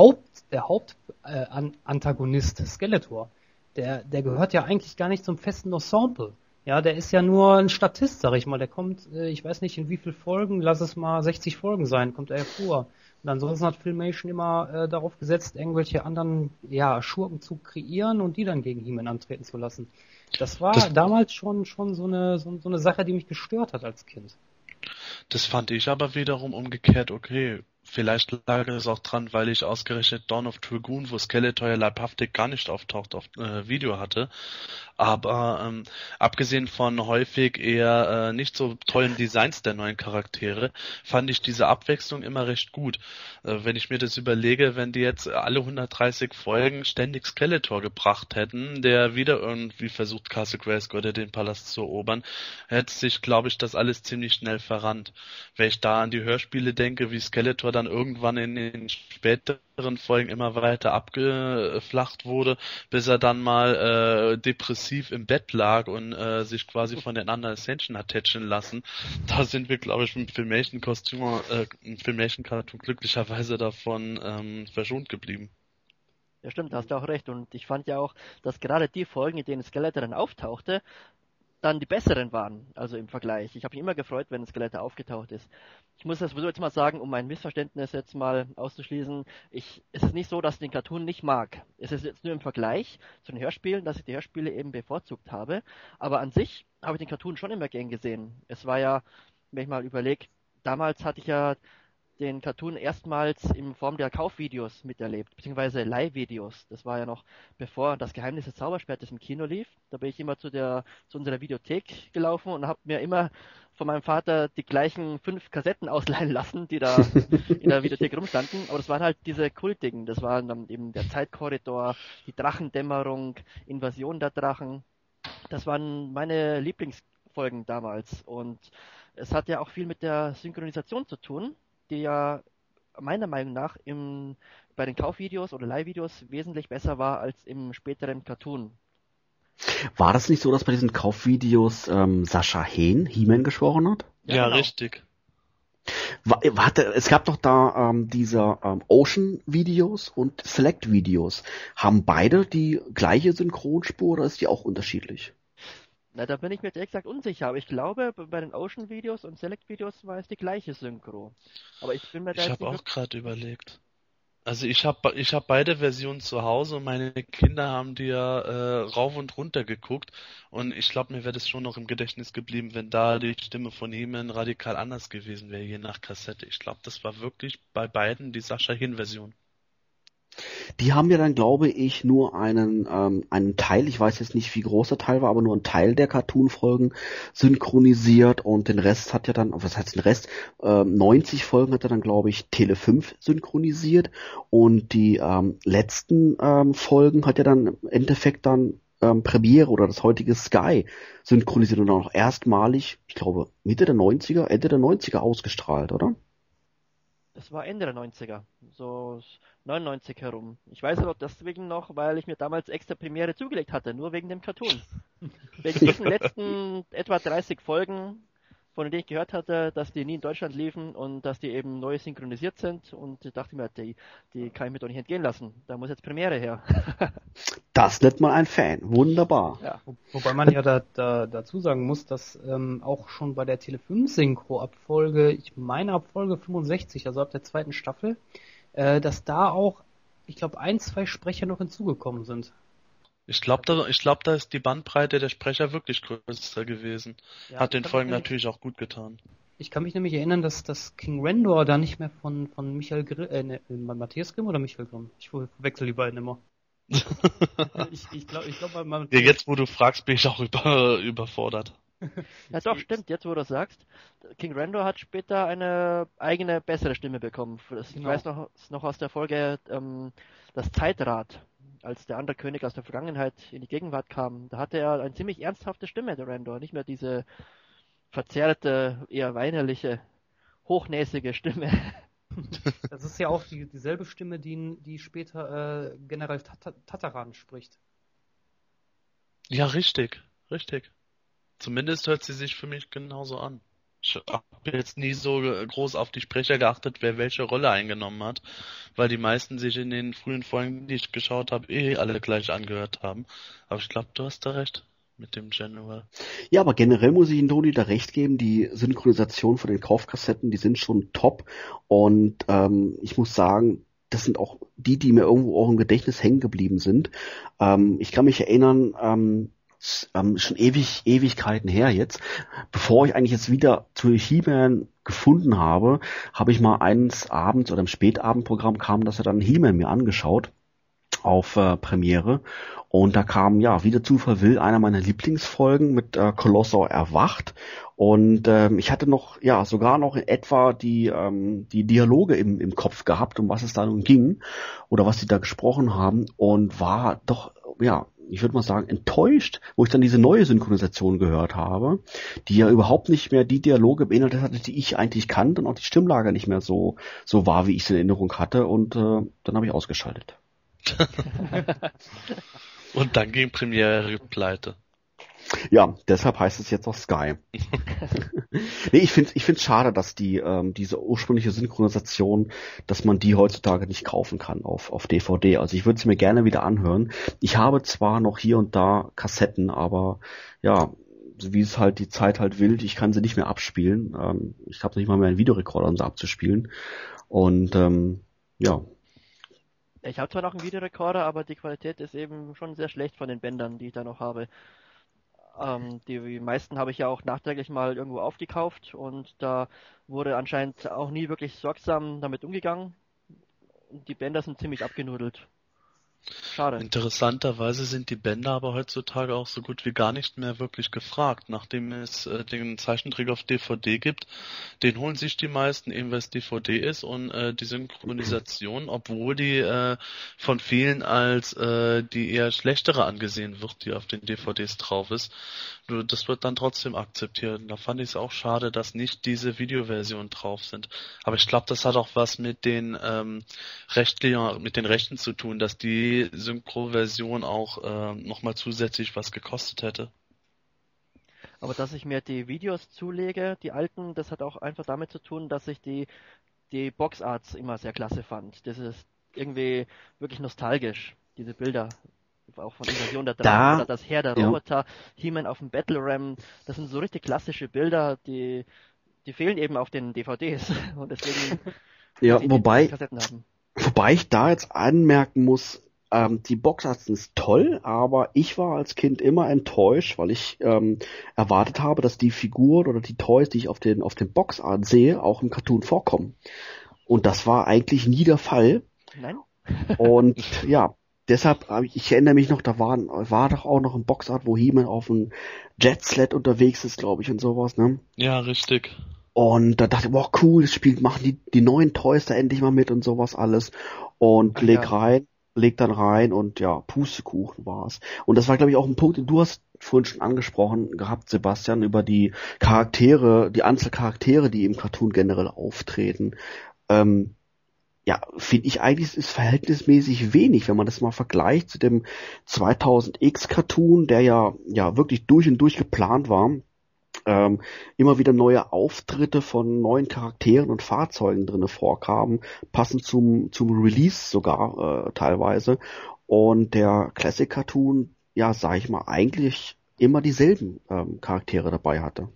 Hauptantagonist Skeletor, der gehört ja eigentlich gar nicht zum festen Ensemble. Ja, der ist ja nur ein Statist, sag ich mal. Der kommt, ich weiß nicht in wie viel Folgen, lass es mal 60 Folgen sein, kommt er vor. Und ansonsten hat Filmation immer darauf gesetzt, irgendwelche anderen Schurken zu kreieren und die dann gegen He-Man antreten zu lassen. Das war damals schon so eine Sache, die mich gestört hat als Kind. Das fand ich aber wiederum umgekehrt okay. Vielleicht lag es auch dran, weil ich ausgerechnet Dawn of Dragoon, wo Skeletor ja leibhaftig gar nicht auftaucht, auf Video hatte. Aber abgesehen von häufig eher nicht so tollen Designs der neuen Charaktere, fand ich diese Abwechslung immer recht gut. Wenn ich mir das überlege, wenn die jetzt alle 130 Folgen ständig Skeletor gebracht hätten, der wieder irgendwie versucht, Castle Grayskull oder den Palast zu erobern, hätte sich, glaube ich, das alles ziemlich schnell verrannt. Wenn ich da an die Hörspiele denke, wie Skeletor dann irgendwann in den späteren Folgen immer weiter abgeflacht wurde, bis er dann mal depressiv im Bett lag und sich quasi von den anderen Ascension hat tätscheln lassen. Da sind wir, glaube ich, mit Filmation-Cartoon glücklicherweise davon verschont geblieben. Ja stimmt, da hast du auch recht. Und ich fand ja auch, dass gerade die Folgen, in denen Skeletor dann auftauchte, dann die besseren waren, also im Vergleich. Ich habe mich immer gefreut, wenn ein Skeletor aufgetaucht ist. Ich muss das sowieso jetzt mal sagen, um mein Missverständnis jetzt mal auszuschließen, es ist nicht so, dass ich den Cartoon nicht mag. Es ist jetzt nur im Vergleich zu den Hörspielen, dass ich die Hörspiele eben bevorzugt habe. Aber an sich habe ich den Cartoon schon immer gern gesehen. Es war ja, wenn ich mal überlege, damals hatte ich ja den Cartoon erstmals in Form der Kaufvideos miterlebt, beziehungsweise Leihvideos. Das war ja noch bevor das Geheimnis des Zauberschwertes im Kino lief. Da bin ich immer zu unserer Videothek gelaufen und habe mir immer von meinem Vater die gleichen 5 Kassetten ausleihen lassen, die da in der Videothek rumstanden. Aber das waren halt diese kultigen. Das waren dann eben der Zeitkorridor, die Drachendämmerung, Invasion der Drachen. Das waren meine Lieblingsfolgen damals. Und es hat ja auch viel mit der Synchronisation zu tun, die ja meiner Meinung nach bei den Kaufvideos oder Leihvideos wesentlich besser war als im späteren Cartoon. War das nicht so, dass bei diesen Kaufvideos Sascha Hehn He-Man geschworen hat? Ja, genau. Richtig. Es gab doch da diese Ocean-Videos und Select-Videos. Haben beide die gleiche Synchronspur oder ist die auch unterschiedlich? Na, da bin ich mir jetzt ehrlich gesagt unsicher, aber ich glaube, bei den Ocean-Videos und Select-Videos war es die gleiche Synchro. Aber ich bin mir da Ich jetzt habe nicht auch gerade überlegt. Also ich hab beide Versionen zu Hause und meine Kinder haben die ja rauf und runter geguckt und ich glaube, mir wäre das schon noch im Gedächtnis geblieben, wenn da die Stimme von He-Man radikal anders gewesen wäre, je nach Kassette. Ich glaube, das war wirklich bei beiden die Sascha Hehn-Version. Die haben ja dann, glaube ich, nur einen Teil, ich weiß jetzt nicht, wie groß der Teil war, aber nur einen Teil der Cartoon-Folgen synchronisiert und den Rest hat ja dann, was heißt den Rest? 90 Folgen hat er dann, glaube ich, Tele 5 synchronisiert und die letzten Folgen hat er dann im Endeffekt dann Premiere oder das heutige Sky synchronisiert und auch erstmalig, ich glaube, Ende der 90er ausgestrahlt, oder? Das war Ende der 90er, so 99 herum. Ich weiß aber deswegen noch, weil ich mir damals extra Premiere zugelegt hatte, nur wegen dem Cartoon. Wegen diesen letzten etwa 30 Folgen, von denen ich gehört hatte, dass die nie in Deutschland liefen und dass die eben neu synchronisiert sind und ich dachte mir, die kann ich mir doch nicht entgehen lassen. Da muss jetzt Premiere her. Das nennt man ein Fan. Wunderbar. Ja. Wobei man ja dazu sagen muss, dass auch schon bei der Tele 5 Synchro ab Folge 65, also ab der 2. Staffel, dass da auch, ich glaube, 1-2 Sprecher noch hinzugekommen sind. Ich glaube, da ist die Bandbreite der Sprecher wirklich größer gewesen. Ja, Hat den Folgen natürlich auch gut getan. Ich kann mich nämlich erinnern, dass King Randor da nicht mehr von Michael Grimm, Matthias Grimm oder Michael Grimm? Ich verwechsel die beiden immer. ich glaube, man. Ja, jetzt, wo du fragst, bin ich auch überfordert. Ja doch, stimmt, jetzt wo du sagst. King Randor hat später eine eigene, bessere Stimme bekommen. Ich weiß noch aus der Folge das Zeitrad, als der andere König aus der Vergangenheit in die Gegenwart kam. Da hatte er eine ziemlich ernsthafte Stimme, der Randor. Nicht mehr diese verzerrte, eher weinerliche, hochnäsige Stimme. Das ist ja auch dieselbe Stimme, die später General Tataran spricht. Ja, richtig. Zumindest hört sie sich für mich genauso an. Ich habe jetzt nie so groß auf die Sprecher geachtet, wer welche Rolle eingenommen hat, weil die meisten sich in den frühen Folgen, die ich geschaut habe, alle gleich angehört haben. Aber ich glaube, du hast da recht mit dem General. Ja, aber generell muss ich Ihnen, Toni, da recht geben, die Synchronisation von den Kaufkassetten, die sind schon top und ich muss sagen, das sind auch die mir irgendwo auch im Gedächtnis hängen geblieben sind. Ich kann mich erinnern, schon Ewigkeiten her jetzt, bevor ich eigentlich jetzt wieder zu He-Man gefunden habe ich mal eines Abends oder im Spätabendprogramm kam, dass er dann He-Man mir angeschaut auf Premiere und da kam, ja, wie der Zufall will, einer meiner Lieblingsfolgen mit Kolossor erwacht und ich hatte noch, ja, sogar noch in etwa die Dialoge im Kopf gehabt, um was es da nun ging oder was sie da gesprochen haben und war doch, ja, ich würde mal sagen, enttäuscht, wo ich dann diese neue Synchronisation gehört habe, die ja überhaupt nicht mehr die Dialoge beinhaltet hatte, die ich eigentlich kannte und auch die Stimmlage nicht mehr so war, wie ich es in Erinnerung hatte und dann habe ich ausgeschaltet. Und dann ging Premiere pleite. Ja, deshalb heißt es jetzt auch Sky. Nee, ich find's schade, dass diese ursprüngliche Synchronisation, dass man die heutzutage nicht kaufen kann auf DVD. Also ich würde sie mir gerne wieder anhören. Ich habe zwar noch hier und da Kassetten, aber ja, wie es halt die Zeit halt will, ich kann sie nicht mehr abspielen. Ich habe nicht mal mehr einen Videorekorder, um sie abzuspielen. Und ja. Ich habe zwar noch einen Videorekorder, aber die Qualität ist eben schon sehr schlecht von den Bändern, die ich da noch habe. Die meisten habe ich ja auch nachträglich mal irgendwo aufgekauft und da wurde anscheinend auch nie wirklich sorgsam damit umgegangen. Die Bänder sind ziemlich abgenudelt. Schade. Interessanterweise sind die Bänder aber heutzutage auch so gut wie gar nicht mehr wirklich gefragt. Nachdem es den Zeichentrick auf DVD gibt, den holen sich die meisten eben, weil es DVD ist und die Synchronisation, obwohl die von vielen als die eher schlechtere angesehen wird, die auf den DVDs drauf ist, das wird dann trotzdem akzeptiert. Und da fand ich es auch schade, dass nicht diese Videoversionen drauf sind. Aber ich glaube, das hat auch was mit den Rechten zu tun, dass die Synchro-Version auch nochmal zusätzlich was gekostet hätte. Aber dass ich mir die Videos zulege, die alten, das hat auch einfach damit zu tun, dass ich die Boxarts immer sehr klasse fand. Das ist irgendwie wirklich nostalgisch, diese Bilder. Auch von Invasion der Drachen oder das Heer der Roboter, He-Man auf dem Battle Ram, das sind so richtig klassische Bilder, die fehlen eben auf den DVDs und deswegen wobei Kassetten haben. Wobei ich da jetzt anmerken muss, die Boxarts sind toll, aber ich war als Kind immer enttäuscht, weil ich erwartet habe, dass die Figuren oder die Toys, die ich auf den Boxart sehe, auch im Cartoon vorkommen. Und das war eigentlich nie der Fall. Nein. Und ja, deshalb, ich erinnere mich noch, da war doch auch noch ein Boxart, wo He-Man auf einem Jet-Sled unterwegs ist, glaube ich, und sowas, ne? Ja, richtig. Und da dachte ich, boah, cool, das Spiel, machen die neuen Toys da endlich mal mit und sowas alles. Und leg dann rein und ja, Pustekuchen war's. Und das war, glaube ich, auch ein Punkt, den du hast vorhin schon angesprochen gehabt, Sebastian, über die Charaktere, die Anzahl Charaktere, die im Cartoon generell auftreten. Ja, finde ich eigentlich, ist verhältnismäßig wenig, wenn man das mal vergleicht zu dem 2000X Cartoon, der ja wirklich durch und durch geplant war. Immer wieder neue Auftritte von neuen Charakteren und Fahrzeugen drinne vorkamen, passend zum Release sogar teilweise. Und der Classic Cartoon, ja, sag ich mal, eigentlich immer dieselben Charaktere dabei hatte.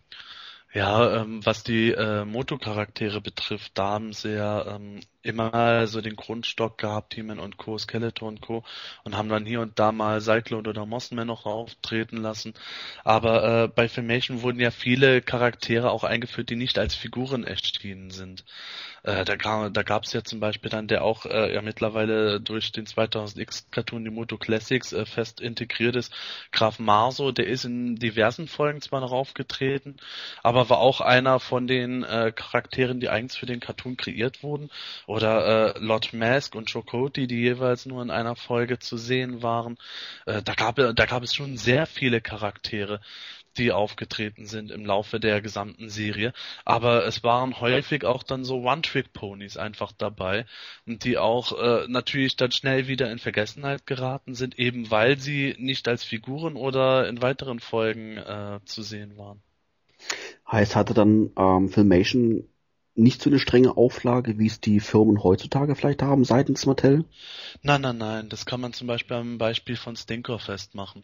Ja, was die Moto-Charaktere betrifft, da haben sie ja immer so den Grundstock gehabt, He-Man und Co., Skeletor und Co. und haben dann hier und da mal Cyclone oder Mossman noch auftreten lassen. Aber bei Filmation wurden ja viele Charaktere auch eingeführt, die nicht als Figuren erschienen sind. Da gab's ja zum Beispiel dann, der auch ja mittlerweile durch den 2000X-Cartoon, die Moto Classics, fest integriert ist, Graf Marso, der ist in diversen Folgen zwar noch aufgetreten, aber war auch einer von den Charakteren, die eigens für den Cartoon kreiert wurden. Oder Lord Mask und Chakotay, die jeweils nur in einer Folge zu sehen waren. Da gab es schon sehr viele Charaktere, die aufgetreten sind im Laufe der gesamten Serie. Aber es waren häufig auch dann so One-Trick-Ponys einfach dabei und die auch natürlich dann schnell wieder in Vergessenheit geraten sind, eben weil sie nicht als Figuren oder in weiteren Folgen zu sehen waren. Heißt, hatte dann Filmation nicht so eine strenge Auflage, wie es die Firmen heutzutage vielleicht haben seitens Mattel? Nein, das kann man zum Beispiel am Beispiel von Stinkor festmachen.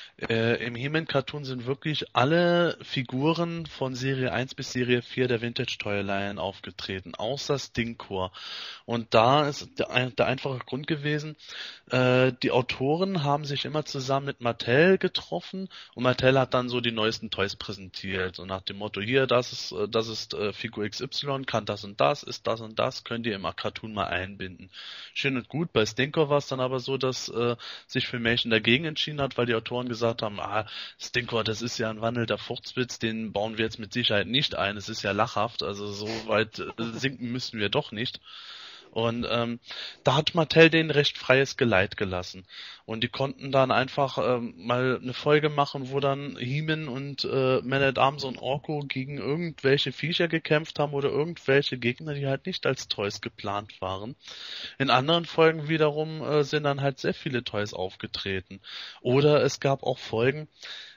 Im He-Man-Cartoon sind wirklich alle Figuren von Serie 1 bis Serie 4 der Vintage-Toy-Line aufgetreten, außer Stinkor. Und da ist der einfache Grund gewesen, die Autoren haben sich immer zusammen mit Mattel getroffen und Mattel hat dann so die neuesten Toys präsentiert. So nach dem Motto, hier, das ist Figur XY, kann das und das, ist das und das, könnt ihr im Cartoon mal einbinden. Schön und gut, bei Stinkor war es dann aber so, dass sich Filmation dagegen entschieden hat, weil die Autoren gesagt haben, Stinkor, das ist ja ein wandelnder Furzwitz, den bauen wir jetzt mit Sicherheit nicht ein, es ist ja lachhaft, also so weit sinken müssen wir doch nicht. Und da hat Mattel denen recht freies Geleit gelassen. Und die konnten dann einfach mal eine Folge machen, wo dann He-Man und Man-at-Arms und Orko gegen irgendwelche Viecher gekämpft haben oder irgendwelche Gegner, die halt nicht als Toys geplant waren. In anderen Folgen wiederum sind dann halt sehr viele Toys aufgetreten. Oder es gab auch Folgen,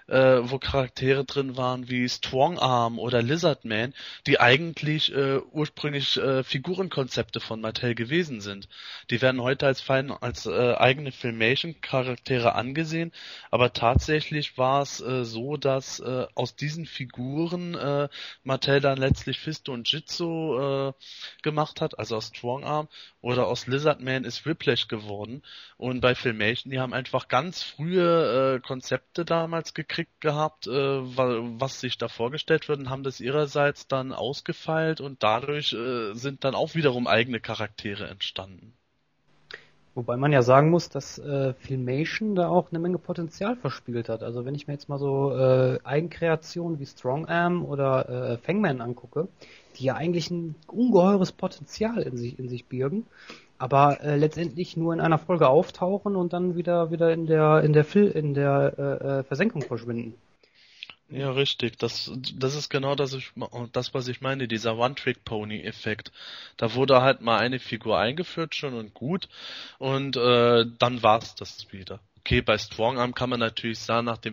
wo Charaktere drin waren wie Strongarm oder Lizardman, die eigentlich ursprünglich Figurenkonzepte von Mattel gewesen sind. Die werden heute als eigene Filmation-Charaktere angesehen, aber tatsächlich war es so, dass aus diesen Figuren Mattel dann letztlich Fisto und Jitsu gemacht hat, also aus Strongarm, oder aus Lizardman ist Whiplash geworden. Und bei Filmation, die haben einfach ganz frühe Konzepte damals gekriegt gehabt, was sich da vorgestellt wird, und haben das ihrerseits dann ausgefeilt und dadurch sind dann auch wiederum eigene Charaktere entstanden. Wobei man ja sagen muss, dass Filmation da auch eine Menge Potenzial verspielt hat. Also wenn ich mir jetzt mal so Eigenkreationen wie Strongarm oder Fangman angucke, die ja eigentlich ein ungeheures Potenzial in sich birgen, aber letztendlich nur in einer Folge auftauchen und dann wieder in der Versenkung verschwinden. Ja, richtig. Das ist genau das, was ich meine, dieser One-Trick-Pony-Effekt. Da wurde halt mal eine Figur eingeführt schon und gut und dann war's das wieder. Okay, bei Strongarm kann man natürlich sagen, nachdem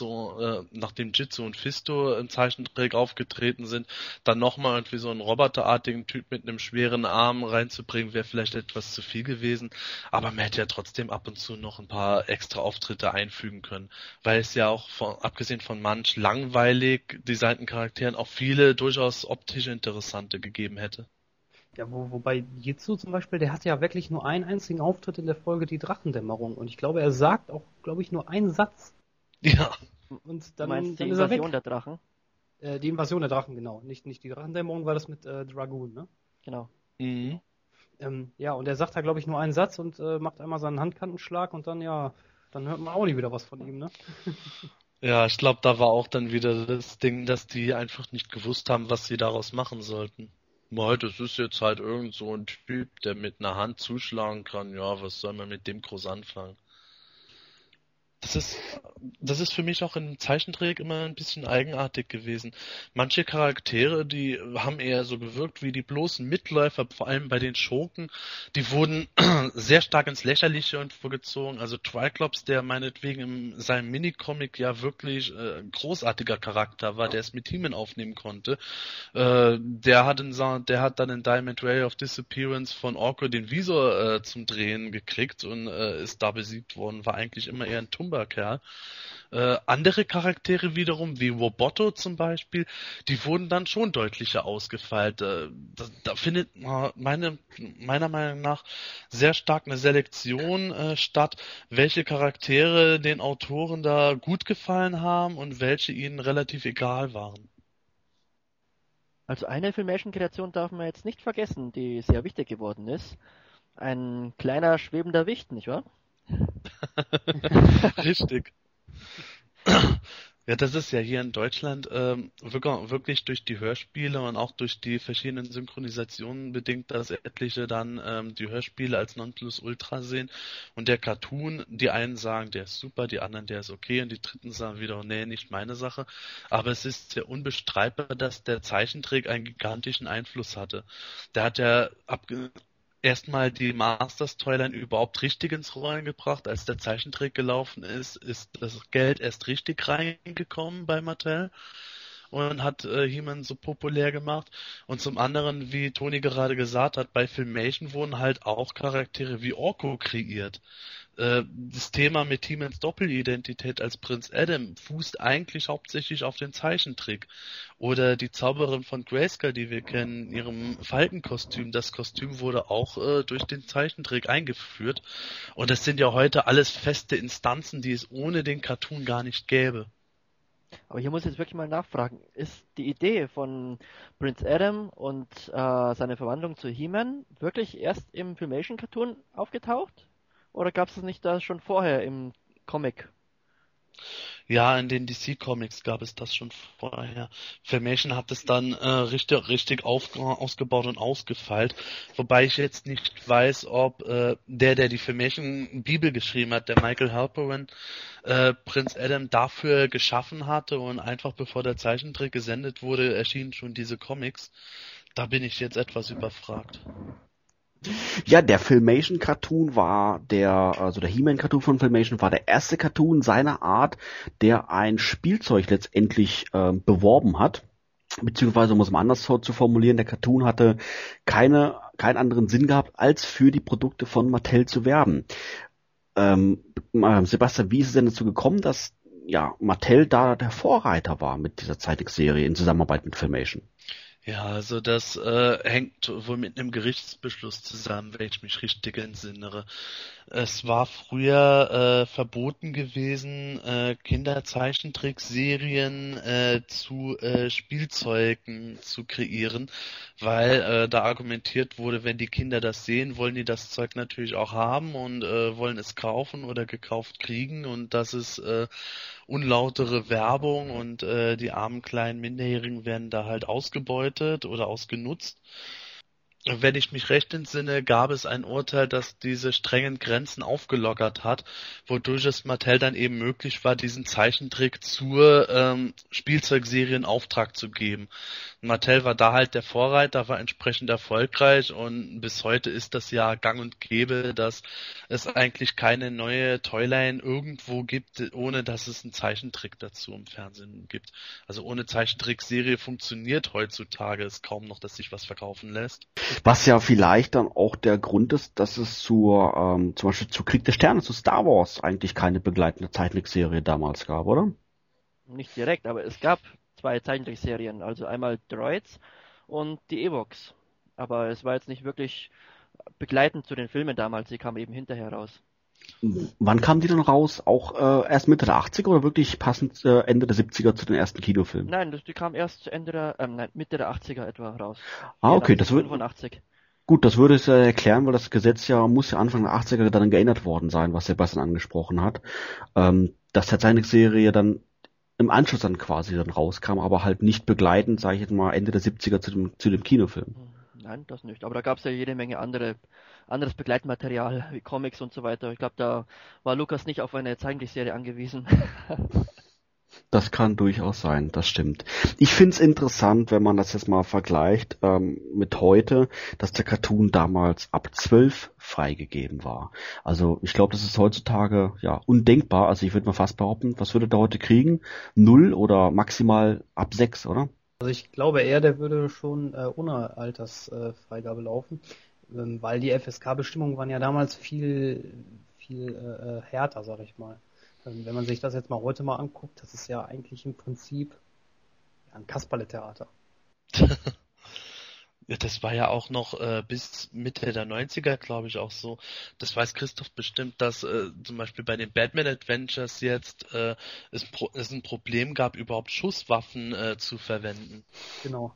Jitsu und Fisto im Zeichentrick aufgetreten sind, dann nochmal irgendwie so einen roboterartigen Typ mit einem schweren Arm reinzubringen, wäre vielleicht etwas zu viel gewesen. Aber man hätte ja trotzdem ab und zu noch ein paar extra Auftritte einfügen können, weil es ja auch abgesehen von manch langweilig designten Charakteren auch viele durchaus optisch interessante gegeben hätte. Ja, wobei Jitsu zum Beispiel, der hat ja wirklich nur einen einzigen Auftritt in der Folge Die Drachendämmerung. Und ich glaube, er sagt auch, nur einen Satz. Ja. Und dann, du meinst dann die ist er Invasion weg. der Drachen? Die Invasion der Drachen, genau. Nicht die Drachendämmerung, war das mit Dragoon, ne? Genau. Mhm. Ja, und er sagt da, glaube ich, nur einen Satz und macht einmal seinen Handkantenschlag und dann, dann hört man auch nie wieder was von ihm, ne? Ja, ich glaube, da war auch dann wieder das Ding, dass die einfach nicht gewusst haben, was sie daraus machen sollten. Das ist jetzt halt irgend so ein Typ, der mit einer Hand zuschlagen kann. Ja, was soll man mit dem groß anfangen? Das ist für mich auch in Zeichentrick immer ein bisschen eigenartig gewesen. Manche Charaktere, die haben eher so gewirkt wie die bloßen Mitläufer, vor allem bei den Schurken. Die wurden sehr stark ins Lächerliche irgendwo gezogen. Also Triclops, der meinetwegen in seinem Minicomic ja wirklich großartiger Charakter war, der es mit He-Man aufnehmen konnte. Der hat dann in Diamond Ray of Disappearance von Orko den Visor zum Drehen gekriegt und ist da besiegt worden, war eigentlich immer eher ein Kerl. Andere Charaktere wiederum, wie Roboto zum Beispiel, die wurden dann schon deutlicher ausgefeilt. Da findet meiner Meinung nach sehr stark eine Selektion statt, welche Charaktere den Autoren da gut gefallen haben und welche ihnen relativ egal waren. Also eine Filmation-Kreation darf man jetzt nicht vergessen, die sehr wichtig geworden ist. Ein kleiner schwebender Wicht, nicht wahr? Richtig. Ja, das ist ja hier in Deutschland wirklich durch die Hörspiele und auch durch die verschiedenen Synchronisationen bedingt, dass etliche dann die Hörspiele als Nonplusultra sehen und der Cartoon, die einen sagen, der ist super, die anderen, der ist okay und die dritten sagen wieder, nee, nicht meine Sache. Aber es ist sehr unbestreitbar, dass der Zeichentrick einen gigantischen Einfluss hatte. Der hat ja erstmal die Masters-Toyline überhaupt richtig ins Rollen gebracht. Als der Zeichentrick gelaufen ist das Geld erst richtig reingekommen bei Mattel und hat He-Man so populär gemacht. Und zum anderen, wie Toni gerade gesagt hat, bei Filmation wurden halt auch Charaktere wie Orko kreiert. Das Thema mit He-Mans Doppelidentität als Prinz Adam fußt eigentlich hauptsächlich auf den Zeichentrick. Oder die Zauberin von Grayskull, die wir kennen, in ihrem Falkenkostüm. Das Kostüm wurde auch durch den Zeichentrick eingeführt. Und das sind ja heute alles feste Instanzen, die es ohne den Cartoon gar nicht gäbe. Aber hier muss ich jetzt wirklich mal nachfragen, ist die Idee von Prince Adam und seine Verwandlung zu He-Man wirklich erst im Filmation-Cartoon aufgetaucht? Oder gab es das nicht da schon vorher im Comic? Ja, in den DC-Comics gab es das schon vorher. Filmation hat es dann richtig ausgebaut und ausgefeilt. Wobei ich jetzt nicht weiß, ob der die Filmation-Bibel geschrieben hat, der Michael Halperin, Prinz Adam dafür geschaffen hatte und einfach bevor der Zeichentrick gesendet wurde, erschienen schon diese Comics. Da bin ich jetzt etwas überfragt. Ja, der Filmation-Cartoon war der He-Man-Cartoon von Filmation war der erste Cartoon seiner Art, der ein Spielzeug letztendlich beworben hat. Beziehungsweise, um es mal anders zu formulieren, der Cartoon hatte keinen anderen Sinn gehabt, als für die Produkte von Mattel zu werben. Sebastian, wie ist es denn dazu gekommen, dass Mattel da der Vorreiter war mit dieser Zeichentrickserie in Zusammenarbeit mit Filmation? Ja, also das hängt wohl mit einem Gerichtsbeschluss zusammen, wenn ich mich richtig entsinnere. Es war früher verboten gewesen, Kinderzeichentrickserien zu Spielzeugen zu kreieren, weil da argumentiert wurde, wenn die Kinder das sehen, wollen die das Zeug natürlich auch haben und wollen es kaufen oder gekauft kriegen, und das ist unlautere Werbung, und die armen kleinen Minderjährigen werden da halt ausgebeutet oder ausgenutzt. Wenn ich mich recht entsinne, gab es ein Urteil, das diese strengen Grenzen aufgelockert hat, wodurch es Mattel dann eben möglich war, diesen Zeichentrick zur Spielzeugserie in Auftrag zu geben. Mattel war da halt der Vorreiter, war entsprechend erfolgreich, und bis heute ist das ja gang und gäbe, dass es eigentlich keine neue Toyline irgendwo gibt, ohne dass es einen Zeichentrick dazu im Fernsehen gibt. Also ohne Zeichentrickserie funktioniert heutzutage es kaum noch, dass sich was verkaufen lässt. Was ja vielleicht dann auch der Grund ist, dass es zum Beispiel zu Krieg der Sterne, zu Star Wars eigentlich keine begleitende Zeichentrickserie damals gab, oder? Nicht direkt, aber es gab 2 Zeichentrickserien, also einmal Droids und die Ewoks. Aber es war jetzt nicht wirklich begleitend zu den Filmen damals, sie kamen eben hinterher raus. Wann kamen die dann raus? Auch erst Mitte der 80er oder wirklich passend Ende der 70er zu den ersten Kinofilmen? Nein, die kamen erst Mitte der 80er etwa raus. Okay, das wird 85. Gut, das würde es ja erklären, weil das Gesetz muss ja Anfang der 80er dann geändert worden sein, was Sebastian angesprochen hat. Dass der Zeichentrickserie dann im Anschluss dann quasi dann rauskam, aber halt nicht begleitend, sage ich jetzt mal, Ende der 70er zu dem Kinofilm. Nein, das nicht. Aber da gab es ja jede Menge anderes Begleitmaterial, wie Comics und so weiter. Ich glaube, da war Lucas nicht auf eine Zeichentrickserie angewiesen. Das kann durchaus sein, das stimmt. Ich find's interessant, wenn man das jetzt mal vergleicht mit heute, dass der Cartoon damals ab 12 freigegeben war. Also ich glaube, das ist heutzutage undenkbar. Also ich würde mal fast behaupten, was würde der heute kriegen? 0 oder maximal ab 6, oder? Also ich glaube eher, der würde schon ohne Altersfreigabe laufen, weil die FSK-Bestimmungen waren ja damals viel härter, sag ich mal. Wenn man sich das jetzt mal heute mal anguckt, das ist ja eigentlich im Prinzip ein Kasperle-Theater. Ja, das war ja auch noch bis Mitte der 90er, glaube ich, auch so. Das weiß Christoph bestimmt, dass zum Beispiel bei den Batman Adventures jetzt es ein Problem gab, überhaupt Schusswaffen zu verwenden. Genau,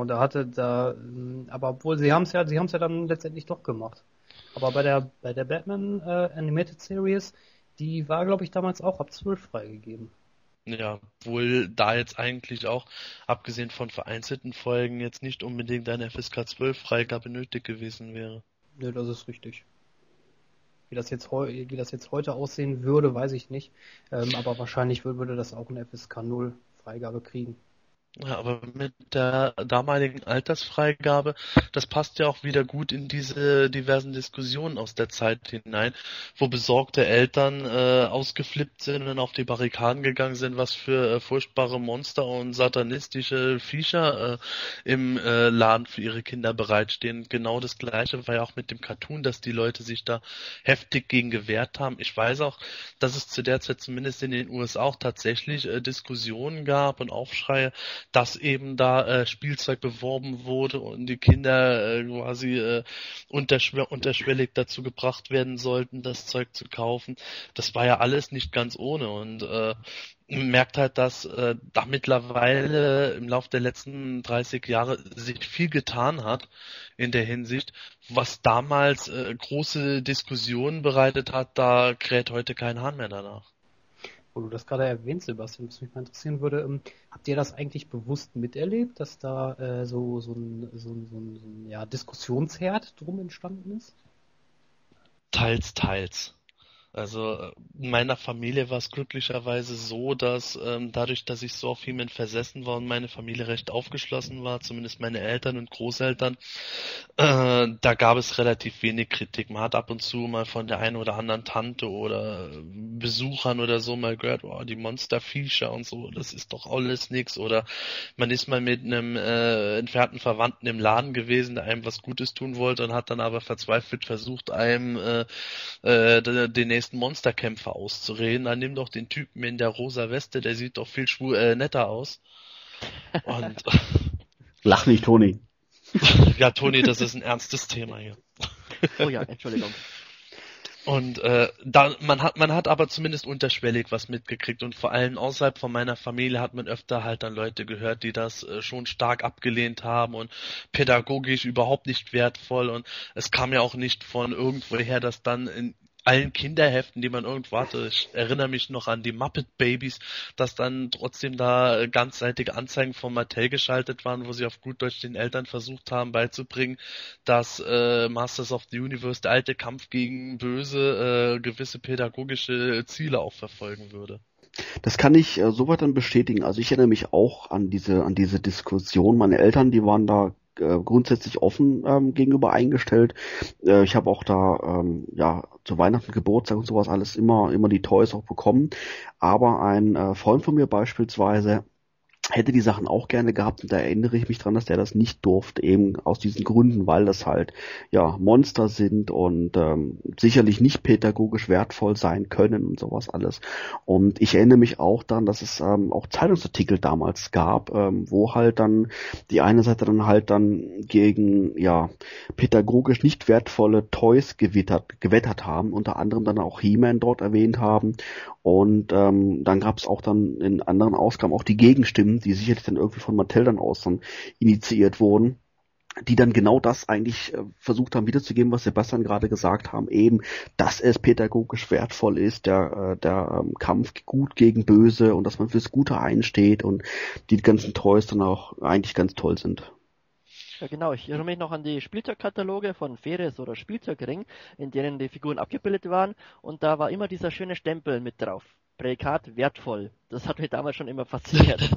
aber obwohl sie haben es ja dann letztendlich doch gemacht. Aber bei der Batman Animated Series, die war, glaube ich, damals auch ab 12 freigegeben. Ja, wohl da jetzt eigentlich auch, abgesehen von vereinzelten Folgen, jetzt nicht unbedingt eine FSK 12 Freigabe nötig gewesen wäre. Ja, das ist richtig. Wie das jetzt heute aussehen würde, weiß ich nicht. Aber wahrscheinlich würde das auch eine FSK 0 Freigabe kriegen. Ja, aber mit der damaligen Altersfreigabe, das passt ja auch wieder gut in diese diversen Diskussionen aus der Zeit hinein, wo besorgte Eltern ausgeflippt sind und auf die Barrikaden gegangen sind, was für furchtbare Monster und satanistische Viecher im Laden für ihre Kinder bereitstehen. Genau das Gleiche war ja auch mit dem Cartoon, dass die Leute sich da heftig gegen gewehrt haben. Ich weiß auch, dass es zu der Zeit zumindest in den USA auch tatsächlich Diskussionen gab und Aufschreie, dass eben da Spielzeug beworben wurde und die Kinder quasi unterschwellig dazu gebracht werden sollten, das Zeug zu kaufen. Das war ja alles nicht ganz ohne, und man merkt halt, dass da mittlerweile im Laufe der letzten 30 Jahre sich viel getan hat in der Hinsicht, was damals große Diskussionen bereitet hat, da kräht heute kein Hahn mehr danach. Wo du das gerade erwähnt, Sebastian, was mich mal interessieren würde, habt ihr das eigentlich bewusst miterlebt, dass da so ein Diskussionsherd drum entstanden ist? Teils. Also in meiner Familie war es glücklicherweise so, dass dadurch, dass ich so auf He-Man versessen war und meine Familie recht aufgeschlossen war, zumindest meine Eltern und Großeltern, da gab es relativ wenig Kritik. Man hat ab und zu mal von der einen oder anderen Tante oder Besuchern oder so mal gehört, oh, die Monsterviecher und so, das ist doch alles nix. Oder man ist mal mit einem entfernten Verwandten im Laden gewesen, der einem was Gutes tun wollte und hat dann aber verzweifelt versucht, einem den nächsten Monsterkämpfer auszureden. Dann nimm doch den Typen in der rosa Weste, der sieht doch viel netter aus. Und Lach nicht, Toni. ja, Toni, das ist ein ernstes Thema hier. Oh ja, Entschuldigung. Und man hat aber zumindest unterschwellig was mitgekriegt und vor allem außerhalb von meiner Familie hat man öfter halt dann Leute gehört, die das schon stark abgelehnt haben und pädagogisch überhaupt nicht wertvoll, und es kam ja auch nicht von irgendwoher, dass dann in allen Kinderheften, die man irgendwo hatte, ich erinnere mich noch an die Muppet Babies, dass dann trotzdem da ganzseitige Anzeigen von Mattel geschaltet waren, wo sie auf gut Deutsch den Eltern versucht haben beizubringen, dass Masters of the Universe, der alte Kampf gegen Böse, gewisse pädagogische Ziele auch verfolgen würde. Das kann ich soweit dann bestätigen. Also ich erinnere mich auch an diese Diskussion. Meine Eltern, die waren da grundsätzlich offen gegenüber eingestellt. Ich habe auch da zu Weihnachten, Geburtstag und sowas alles immer die Toys auch bekommen. Aber ein Freund von mir beispielsweise hätte die Sachen auch gerne gehabt, und da erinnere ich mich dran, dass der das nicht durfte, eben aus diesen Gründen, weil das halt Monster sind und sicherlich nicht pädagogisch wertvoll sein können und sowas alles. Und ich erinnere mich auch daran, dass es auch Zeitungsartikel damals gab, wo halt dann die eine Seite dann gegen pädagogisch nicht wertvolle Toys gewettert haben, unter anderem dann auch He-Man dort erwähnt haben. Und dann gab es auch dann in anderen Ausgaben auch die Gegenstimmen, die sicherlich dann irgendwie von Mattel dann aus dann initiiert wurden, die dann genau das eigentlich versucht haben wiederzugeben, was Sebastian gerade gesagt haben, eben, dass es pädagogisch wertvoll ist, der Kampf gut gegen böse, und dass man fürs Gute einsteht und die ganzen Toys dann auch eigentlich ganz toll sind. Ja, genau. Ich erinnere mich noch an die Spielzeugkataloge von Feres oder Spielzeugring, in denen die Figuren abgebildet waren, und da war immer dieser schöne Stempel mit drauf. Prädikat wertvoll. Das hat mich damals schon immer fasziniert.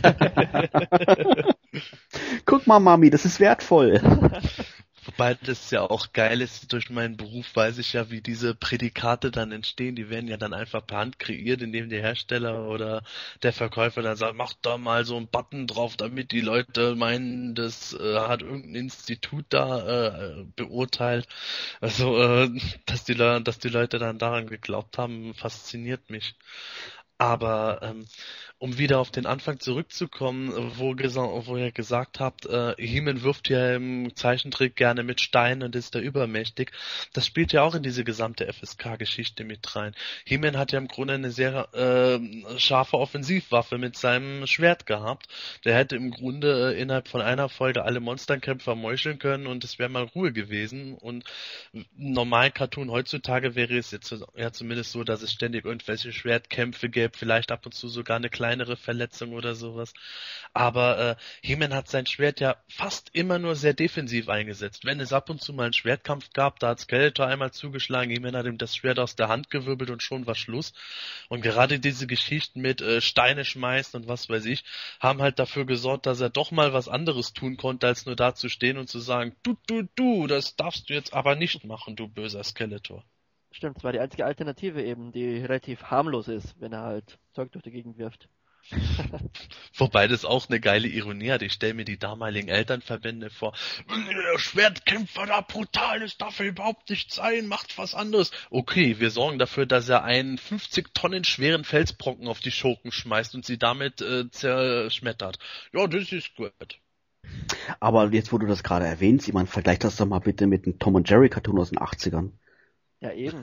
Guck mal, Mami, das ist wertvoll. Wobei das ja auch geil ist, durch meinen Beruf weiß ich ja, wie diese Prädikate dann entstehen. Die werden ja dann einfach per Hand kreiert, indem der Hersteller oder der Verkäufer dann sagt, mach da mal so einen Button drauf, damit die Leute meinen, das hat irgendein Institut da beurteilt. Also, dass die Leute dann daran geglaubt haben, fasziniert mich. Aber um wieder auf den Anfang zurückzukommen, wo ihr gesagt habt, He-Man wirft ja im Zeichentrick gerne mit Steinen und ist da übermächtig. Das spielt ja auch in diese gesamte FSK-Geschichte mit rein. He-Man hat ja im Grunde eine sehr scharfe Offensivwaffe mit seinem Schwert gehabt. Der hätte im Grunde innerhalb von einer Folge alle Monsterkämpfer meucheln können und es wäre mal Ruhe gewesen. Und im normalen Cartoon heutzutage wäre es jetzt ja zumindest so, dass es ständig irgendwelche Schwertkämpfe gäbe, vielleicht ab und zu sogar eine kleinere Verletzung oder sowas. Aber He-Man hat sein Schwert ja fast immer nur sehr defensiv eingesetzt. Wenn es ab und zu mal einen Schwertkampf gab, da hat Skeletor einmal zugeschlagen, He-Man hat ihm das Schwert aus der Hand gewirbelt und schon war Schluss. Und gerade diese Geschichten mit Steine schmeißen und was weiß ich, haben halt dafür gesorgt, dass er doch mal was anderes tun konnte, als nur da zu stehen und zu sagen, du, das darfst du jetzt aber nicht machen, du böser Skeletor. Stimmt, das war die einzige Alternative eben, die relativ harmlos ist, wenn er halt Zeug durch die Gegend wirft. Wobei das auch eine geile Ironie hat. Ich stelle mir die damaligen Elternverbände vor. Wenn der Schwertkämpfer da brutal ist, darf er überhaupt nicht sein, macht was anderes. Okay, wir sorgen dafür, dass er einen 50 Tonnen schweren Felsbrocken auf die Schurken schmeißt und sie damit zerschmettert. Ja, das ist gut. Aber jetzt, wo du das gerade erwähnst, ich meine, vergleich das doch mal bitte mit einem Tom und Jerry Cartoon aus den 80ern. Ja, eben.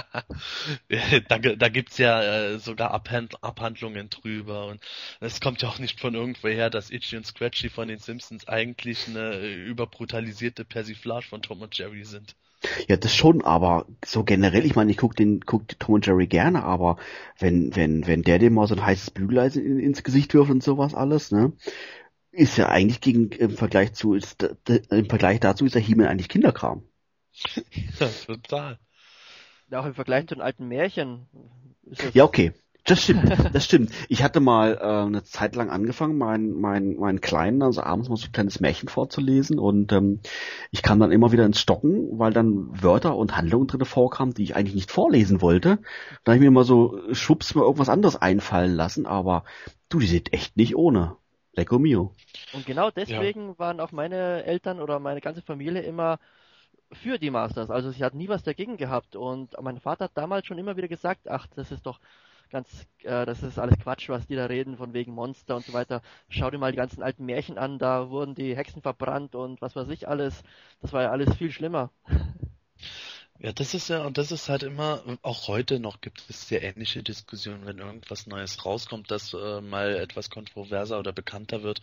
Da gibt's ja sogar Abhandlungen drüber, und es kommt ja auch nicht von irgendwoher, dass Itchy und Scratchy von den Simpsons eigentlich eine überbrutalisierte Persiflage von Tom und Jerry sind. Ja, das schon, aber so generell, ich meine, ich guck Tom und Jerry gerne, aber wenn der dem mal so ein heißes Bügeleisen ins Gesicht wirft und sowas alles, ne, ist ja eigentlich im Vergleich dazu ist der He-Man eigentlich Kinderkram. Ja, total. Ja, auch im Vergleich zu den alten Märchen ist es... Ja, okay. Das stimmt, das stimmt. Ich hatte mal eine Zeit lang angefangen, meinen Kleinen, also abends mal so ein kleines Märchen vorzulesen und ich kam dann immer wieder ins Stocken, weil dann Wörter und Handlungen drin vorkamen, die ich eigentlich nicht vorlesen wollte. Da habe ich mir mal so schwupps mal irgendwas anderes einfallen lassen, aber du, die sind echt nicht ohne. Lecco mio. Und genau deswegen waren auch meine Eltern oder meine ganze Familie immer für die Masters. Also sie hat nie was dagegen gehabt. Und mein Vater hat damals schon immer wieder gesagt, ach, das ist doch das ist alles Quatsch, was die da reden, von wegen Monster und so weiter. Schau dir mal die ganzen alten Märchen an, da wurden die Hexen verbrannt und was weiß ich alles. Das war ja alles viel schlimmer. Ja, das ist halt immer, auch heute noch gibt es sehr ähnliche Diskussionen, wenn irgendwas Neues rauskommt, das mal etwas kontroverser oder bekannter wird.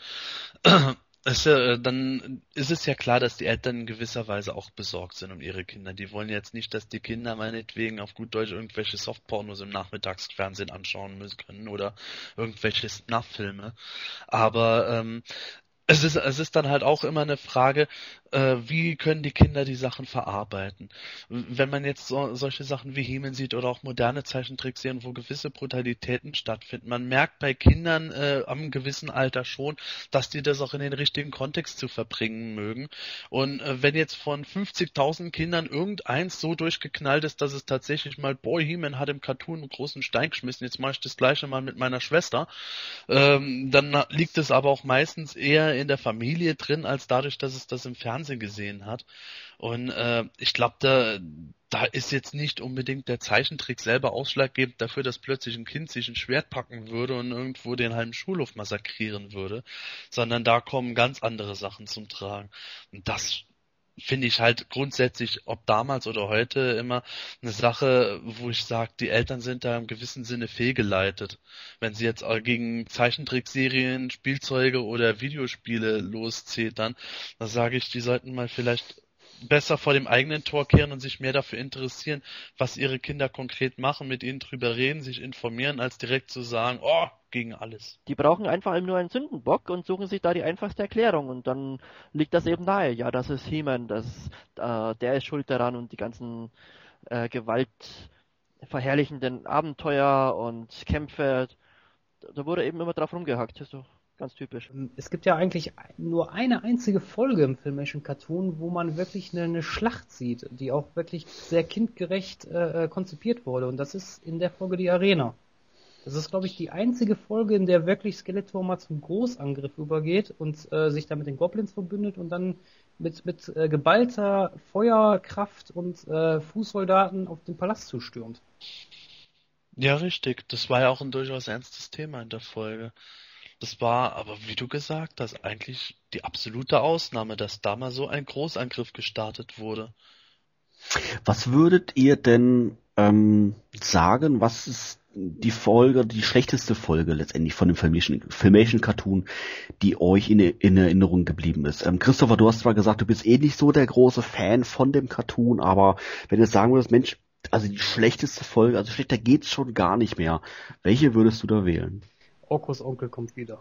Dann ist es ja klar, dass die Eltern in gewisser Weise auch besorgt sind um ihre Kinder. Die wollen jetzt nicht, dass die Kinder meinetwegen auf gut Deutsch irgendwelche Softpornos im Nachmittagsfernsehen anschauen müssen können oder irgendwelche Snuff-Filme. Aber es ist dann halt auch immer eine Frage, wie können die Kinder die Sachen verarbeiten? Wenn man jetzt solche Sachen wie He-Man sieht oder auch moderne Zeichentrickserien, wo gewisse Brutalitäten stattfinden, man merkt bei Kindern am gewissen Alter schon, dass die das auch in den richtigen Kontext zu verbringen mögen. Und wenn jetzt von 50.000 Kindern irgendeins so durchgeknallt ist, dass es tatsächlich mal, boy, He-Man hat im Cartoon einen großen Stein geschmissen, jetzt mache ich das gleiche mal mit meiner Schwester, dann liegt es aber auch meistens eher in der Familie drin, als dadurch, dass es das im Fernsehen gesehen hat. Und ich glaube, da ist jetzt nicht unbedingt der Zeichentrick selber ausschlaggebend dafür, dass plötzlich ein Kind sich ein Schwert packen würde und irgendwo den halben Schulhof massakrieren würde, sondern da kommen ganz andere Sachen zum Tragen. Und das finde ich halt grundsätzlich, ob damals oder heute, immer eine Sache, wo ich sage, die Eltern sind da im gewissen Sinne fehlgeleitet. Wenn sie jetzt gegen Zeichentrickserien, Spielzeuge oder Videospiele loszetern, dann sage ich, die sollten mal vielleicht besser vor dem eigenen Tor kehren und sich mehr dafür interessieren, was ihre Kinder konkret machen, mit ihnen drüber reden, sich informieren, als direkt zu sagen, oh, gegen alles. Die brauchen einfach nur einen Sündenbock und suchen sich da die einfachste Erklärung und dann liegt das eben nahe. Ja, das ist He-Man, der ist schuld daran und die ganzen gewaltverherrlichenden Abenteuer und Kämpfe, da wurde eben immer drauf rumgehackt. Das ist doch ganz typisch. Es gibt ja eigentlich nur eine einzige Folge im filmischen Cartoon, wo man wirklich eine Schlacht sieht, die auch wirklich sehr kindgerecht konzipiert wurde. Und das ist in der Folge die Arena. Das ist, glaube ich, die einzige Folge, in der wirklich Skeletor mal zum Großangriff übergeht und sich dann mit den Goblins verbündet und dann mit geballter Feuerkraft und Fußsoldaten auf den Palast zustürmt. Ja, richtig. Das war ja auch ein durchaus ernstes Thema in der Folge. Das war aber, wie du gesagt hast, eigentlich die absolute Ausnahme, dass da mal so ein Großangriff gestartet wurde. Was würdet ihr denn sagen, was ist die schlechteste Folge letztendlich von dem Filmation Cartoon, die euch in Erinnerung geblieben ist? Christopher, du hast zwar gesagt, du bist eh nicht so der große Fan von dem Cartoon, aber wenn du jetzt sagen würdest, Mensch, also die schlechteste Folge, also schlechter geht's schon gar nicht mehr. Welche würdest du da wählen? Orkos Onkel kommt wieder.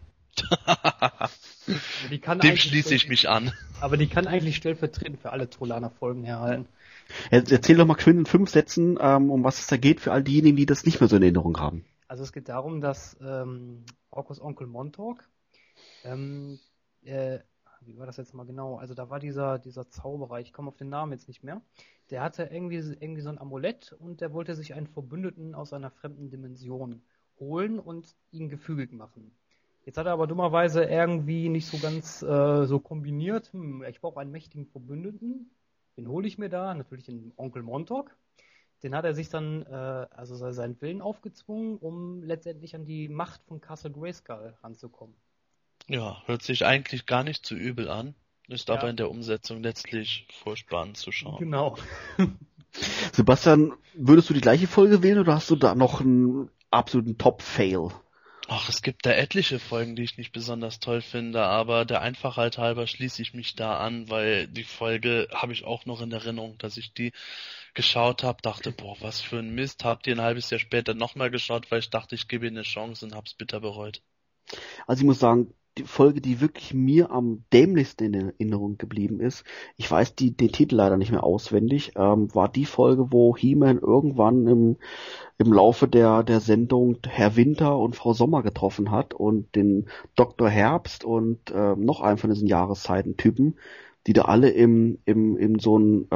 Dem schließe ich mich an. Aber die kann eigentlich stellvertretend für alle Trollaner-Folgen herhalten. Erzähl doch mal schön in 5 Sätzen, um was es da geht für all diejenigen, die das nicht mehr so in Erinnerung haben. Also es geht darum, dass Orkos Onkel Montauk, wie war das jetzt mal genau? Also da war dieser Zauberer, ich komme auf den Namen jetzt nicht mehr, der hatte irgendwie so ein Amulett und der wollte sich einen Verbündeten aus einer fremden Dimension holen und ihn gefügig machen. Jetzt hat er aber dummerweise irgendwie nicht so ganz so kombiniert, ich brauche einen mächtigen Verbündeten, den hole ich mir da, natürlich den Onkel Montauk. Den hat er sich dann, seinen Willen aufgezwungen, um letztendlich an die Macht von Castle Grayskull ranzukommen. Ja, hört sich eigentlich gar nicht so übel an, ist aber in der Umsetzung letztlich furchtbar anzuschauen. Genau. Sebastian, würdest du die gleiche Folge wählen oder hast du da noch einen absoluten Top-Fail? Ach, es gibt da etliche Folgen, die ich nicht besonders toll finde, aber der Einfachheit halber schließe ich mich da an, weil die Folge habe ich auch noch in Erinnerung, dass ich die geschaut habe, dachte, boah, was für ein Mist, hab die ein halbes Jahr später nochmal geschaut, weil ich dachte, ich gebe ihr eine Chance und hab's bitter bereut. Also ich muss sagen, die Folge, die wirklich mir am dämlichsten in Erinnerung geblieben ist, ich weiß den Titel leider nicht mehr auswendig, war die Folge, wo He-Man irgendwann im Laufe der Sendung Herr Winter und Frau Sommer getroffen hat und den Dr. Herbst und noch einen von diesen Jahreszeiten-Typen, die da alle im so ein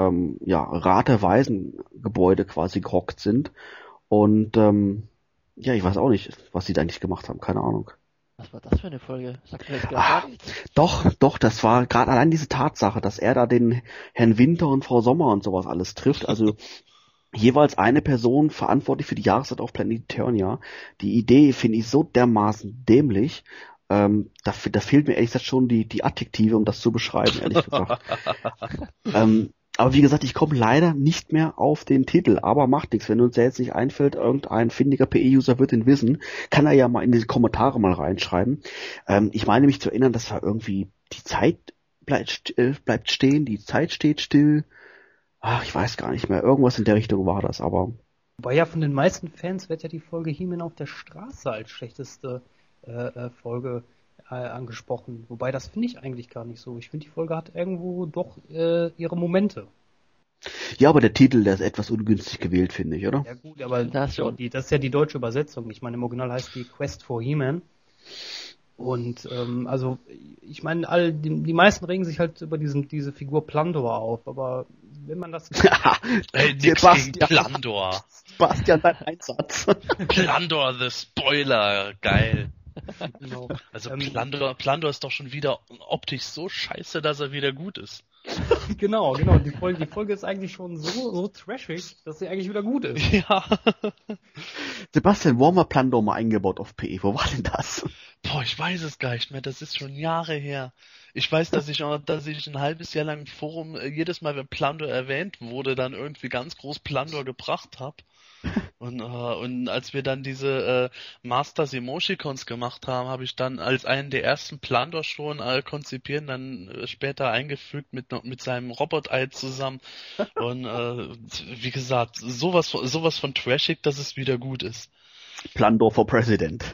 Rat-der-Waisen-Gebäude quasi gehockt sind. Und ich weiß auch nicht, was die da eigentlich gemacht haben, keine Ahnung. Was war das für eine Folge? Sagt mir jetzt gar nichts. Doch, das war gerade allein diese Tatsache, dass er da den Herrn Winter und Frau Sommer und sowas alles trifft, also jeweils eine Person verantwortlich für die Jahreszeit auf Planet Eternia. Die Idee finde ich so dermaßen dämlich, da fehlt mir ehrlich gesagt schon die Adjektive, um das zu beschreiben, ehrlich gesagt. Aber wie gesagt, ich komme leider nicht mehr auf den Titel, aber macht nichts. Wenn uns der jetzt nicht einfällt, irgendein findiger PE-User wird ihn wissen, kann er ja mal in die Kommentare mal reinschreiben. Ich meine mich zu erinnern, das war irgendwie, die Zeit bleibt stehen, die Zeit steht still. Ach, ich weiß gar nicht mehr. Irgendwas in der Richtung war das, aber... Wobei ja von den meisten Fans wird ja die Folge He-Man auf der Straße als schlechteste Folge angesprochen. Wobei, das finde ich eigentlich gar nicht so. Ich finde, die Folge hat irgendwo doch ihre Momente. Ja, aber der Titel, der ist etwas ungünstig gewählt, finde ich, oder? Ja gut, aber Das schon. das ist ja die deutsche Übersetzung. Ich meine, im Original heißt die Quest for He-Man. Und also, ich meine, die meisten regen sich halt über diese Figur Plandor auf, aber wenn man das... Nix gegen Plandor. Sebastian, dein Einsatz. Plandor, the Spoiler, geil. Genau. Also Plandor ist doch schon wieder optisch so scheiße, dass er wieder gut ist. Genau. Die Folge ist eigentlich schon so trashig, dass sie eigentlich wieder gut ist. Ja. Sebastian, wo haben wir Plandor mal eingebaut auf PE? Wo war denn das? Boah, ich weiß es gar nicht mehr. Das ist schon Jahre her. Ich weiß, dass ich ein halbes Jahr lang im Forum jedes Mal, wenn Plandor erwähnt wurde, dann irgendwie ganz groß Plandor gebracht habe. Und als wir dann diese Masters Emoticons gemacht haben, habe ich dann als einen der ersten Plandor schon konzipieren, dann später eingefügt mit seinem Robot-Ei zusammen. Und wie gesagt, sowas von trashig, dass es wieder gut ist. Plandor for President.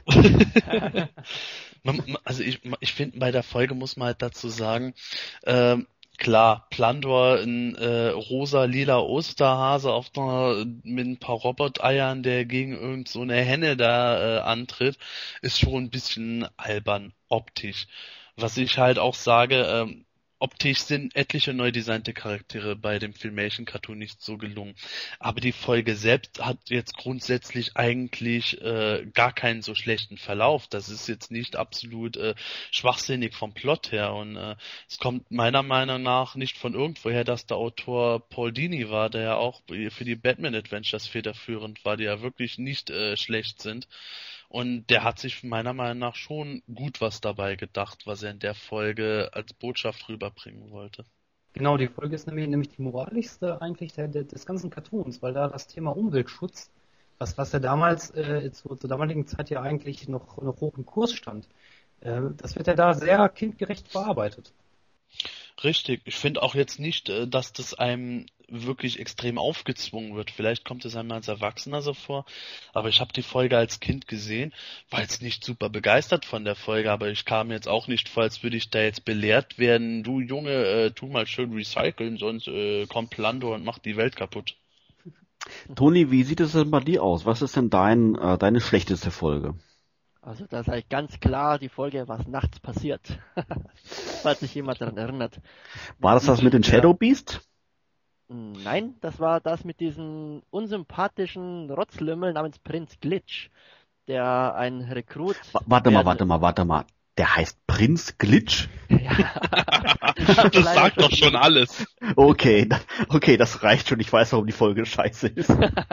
Also ich finde, bei der Folge muss man halt dazu sagen, klar, Plandor, ein rosa-lila Osterhase mit ein paar Roboteiern, der gegen irgend so eine Henne da antritt, ist schon ein bisschen albern optisch. Was ich halt auch sage, optisch sind etliche neu designte Charaktere bei dem Filmation-Cartoon nicht so gelungen. Aber die Folge selbst hat jetzt grundsätzlich eigentlich gar keinen so schlechten Verlauf. Das ist jetzt nicht absolut schwachsinnig vom Plot her. Und es kommt meiner Meinung nach nicht von irgendwoher, dass der Autor Paul Dini war, der ja auch für die Batman Adventures federführend war, die ja wirklich nicht schlecht sind. Und der hat sich meiner Meinung nach schon gut was dabei gedacht, was er in der Folge als Botschaft rüberbringen wollte. Genau, die Folge ist nämlich die moralischste eigentlich des ganzen Cartoons, weil da das Thema Umweltschutz, was ja damals zur damaligen Zeit ja eigentlich noch hoch im Kurs stand, das wird ja da sehr kindgerecht verarbeitet. Richtig. Ich finde auch jetzt nicht, dass das einem wirklich extrem aufgezwungen wird. Vielleicht kommt es einem als Erwachsener so vor, aber ich habe die Folge als Kind gesehen, war jetzt nicht super begeistert von der Folge, aber ich kam jetzt auch nicht vor, als würde ich da jetzt belehrt werden, du Junge, tu mal schön recyceln, sonst kommt Plandor und macht die Welt kaputt. Toni, wie sieht es denn bei dir aus? Was ist denn deine schlechteste Folge? Also da ist eigentlich ganz klar die Folge, was nachts passiert. Falls sich jemand daran erinnert. War das mit den Shadow Beast? Nein, das war das mit diesem unsympathischen Rotzlümmel namens Prinz Glitch, der ein Rekrut... Warte mal. Der heißt Prinz Glitch? Ja. Das sagt doch schon alles. Okay, das reicht schon. Ich weiß, warum die Folge scheiße ist.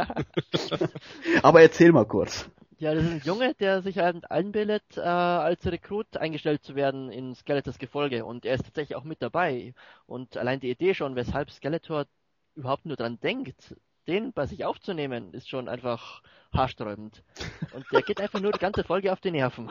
Aber erzähl mal kurz. Ja, das ist ein Junge, der sich halt einbildet, als Rekrut eingestellt zu werden in Skeletors Gefolge. Und er ist tatsächlich auch mit dabei. Und allein die Idee schon, weshalb Skeletor überhaupt nur dran denkt, den bei sich aufzunehmen, ist schon einfach haarsträubend. Und der geht einfach nur die ganze Folge auf die Nerven.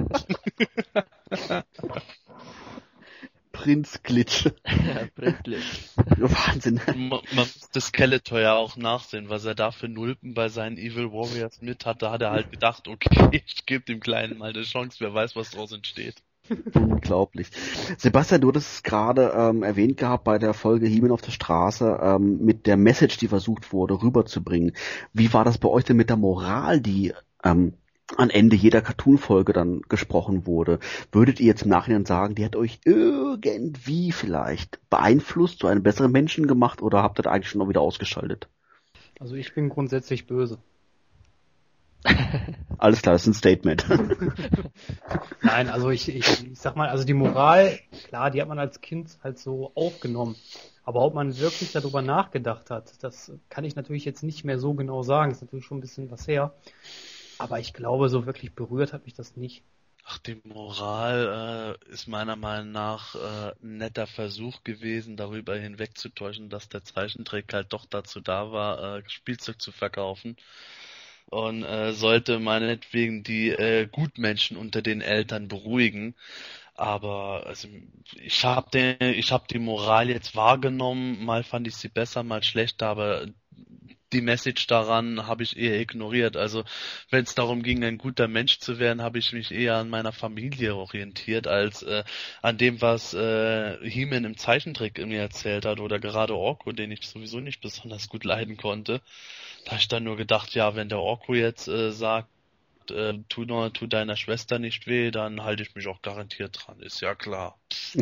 Prinz Glitch. Ja, Prinz Glitch. Wahnsinn. Man muss das Skeletor ja auch nachsehen, was er da für Nulpen bei seinen Evil Warriors mit hat. Da hat er halt gedacht, okay, ich gebe dem Kleinen mal eine Chance, wer weiß, was draus entsteht. Unglaublich. Sebastian, du hattest es gerade erwähnt gehabt bei der Folge He-Man auf der Straße mit der Message, die versucht wurde, rüberzubringen. Wie war das bei euch denn mit der Moral, die am Ende jeder Cartoon-Folge dann gesprochen wurde? Würdet ihr jetzt im Nachhinein sagen, die hat euch irgendwie vielleicht beeinflusst, zu einem besseren Menschen gemacht, oder habt ihr das eigentlich schon noch wieder ausgeschaltet? Also ich bin grundsätzlich böse. Alles klar, das ist ein Statement. Nein, also ich sag mal, also die Moral, klar, die hat man als Kind halt so aufgenommen. Aber ob man wirklich darüber nachgedacht hat, das kann ich natürlich jetzt nicht mehr so genau sagen. Das ist natürlich schon ein bisschen was her. Aber ich glaube, so wirklich berührt hat mich das nicht. Ach, die Moral ist meiner Meinung nach ein netter Versuch gewesen, darüber hinwegzutäuschen, dass der Zeichentrick halt doch dazu da war, Spielzeug zu verkaufen. Und sollte meinetwegen die Gutmenschen unter den Eltern beruhigen. Aber also, ich hab die Moral jetzt wahrgenommen, mal fand ich sie besser, mal schlechter, aber die Message daran habe ich eher ignoriert. Also wenn es darum ging, ein guter Mensch zu werden, habe ich mich eher an meiner Familie orientiert, als an dem, was He-Man im Zeichentrick mir erzählt hat, oder gerade Orko, den ich sowieso nicht besonders gut leiden konnte. Da habe ich dann nur gedacht, ja, wenn der Orko jetzt sagt, tu deiner Schwester nicht weh, dann halte ich mich auch garantiert dran, ist ja klar.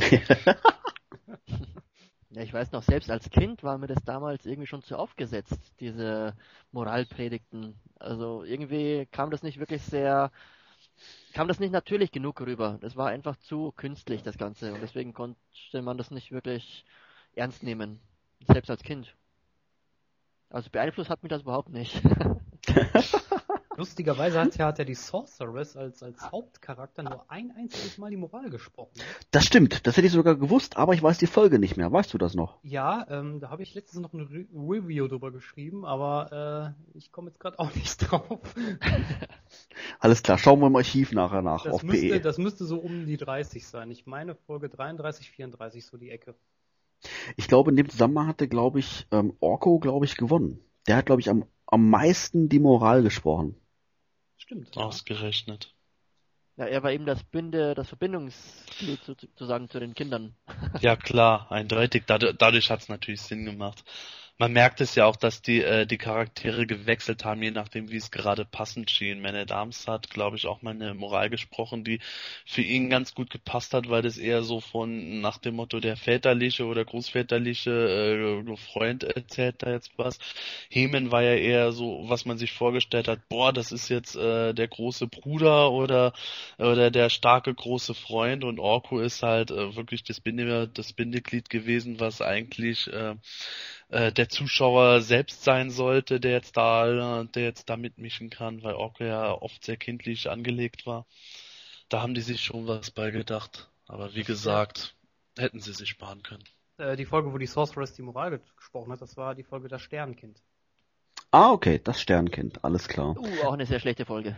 Ja, ich weiß noch, selbst als Kind war mir das damals irgendwie schon zu aufgesetzt, diese Moralpredigten. Also irgendwie kam das nicht natürlich genug rüber. Das war einfach zu künstlich, das Ganze. Und deswegen konnte man das nicht wirklich ernst nehmen. Selbst als Kind. Also beeinflusst hat mich das überhaupt nicht. Lustigerweise hat ja die Sorceress als Hauptcharakter nur ein einziges Mal die Moral gesprochen. Das stimmt, das hätte ich sogar gewusst, aber ich weiß die Folge nicht mehr. Weißt du das noch? Ja, da habe ich letztens noch ein Review drüber geschrieben, aber ich komme jetzt gerade auch nicht drauf. Alles klar, schauen wir im Archiv nachher nach auf PE. Das müsste so um die 30 sein. Ich meine Folge 33, 34, so die Ecke. Ich glaube, in dem Zusammenhang hatte, Orko, gewonnen. Der hat, am meisten die Moral gesprochen. Stimmt. Ausgerechnet. Ja, er war eben das Verbindungsglied sozusagen zu den Kindern. Ja klar, eindeutig. Dadurch hat es natürlich Sinn gemacht. Man merkt es ja auch, dass die Charaktere gewechselt haben, je nachdem, wie es gerade passend schien. Man at Arms hat, glaube ich, auch mal eine Moral gesprochen, die für ihn ganz gut gepasst hat, weil das eher so nach dem Motto der väterliche oder großväterliche Freund erzählt da jetzt was. He-Man war ja eher so, was man sich vorgestellt hat, boah, das ist jetzt der große Bruder oder der starke große Freund, und Orko ist halt wirklich das Bindeglied gewesen, was eigentlich der Zuschauer selbst sein sollte, der jetzt da mitmischen kann, weil Orko ja oft sehr kindlich angelegt war. Da haben die sich schon was bei gedacht. Aber wie gesagt, hätten sie sich sparen können. Die Folge, wo die Sorceress die Moral gesprochen hat, das war die Folge Das Sternkind. Ah, okay, das Sternkind, alles klar. Auch eine sehr schlechte Folge.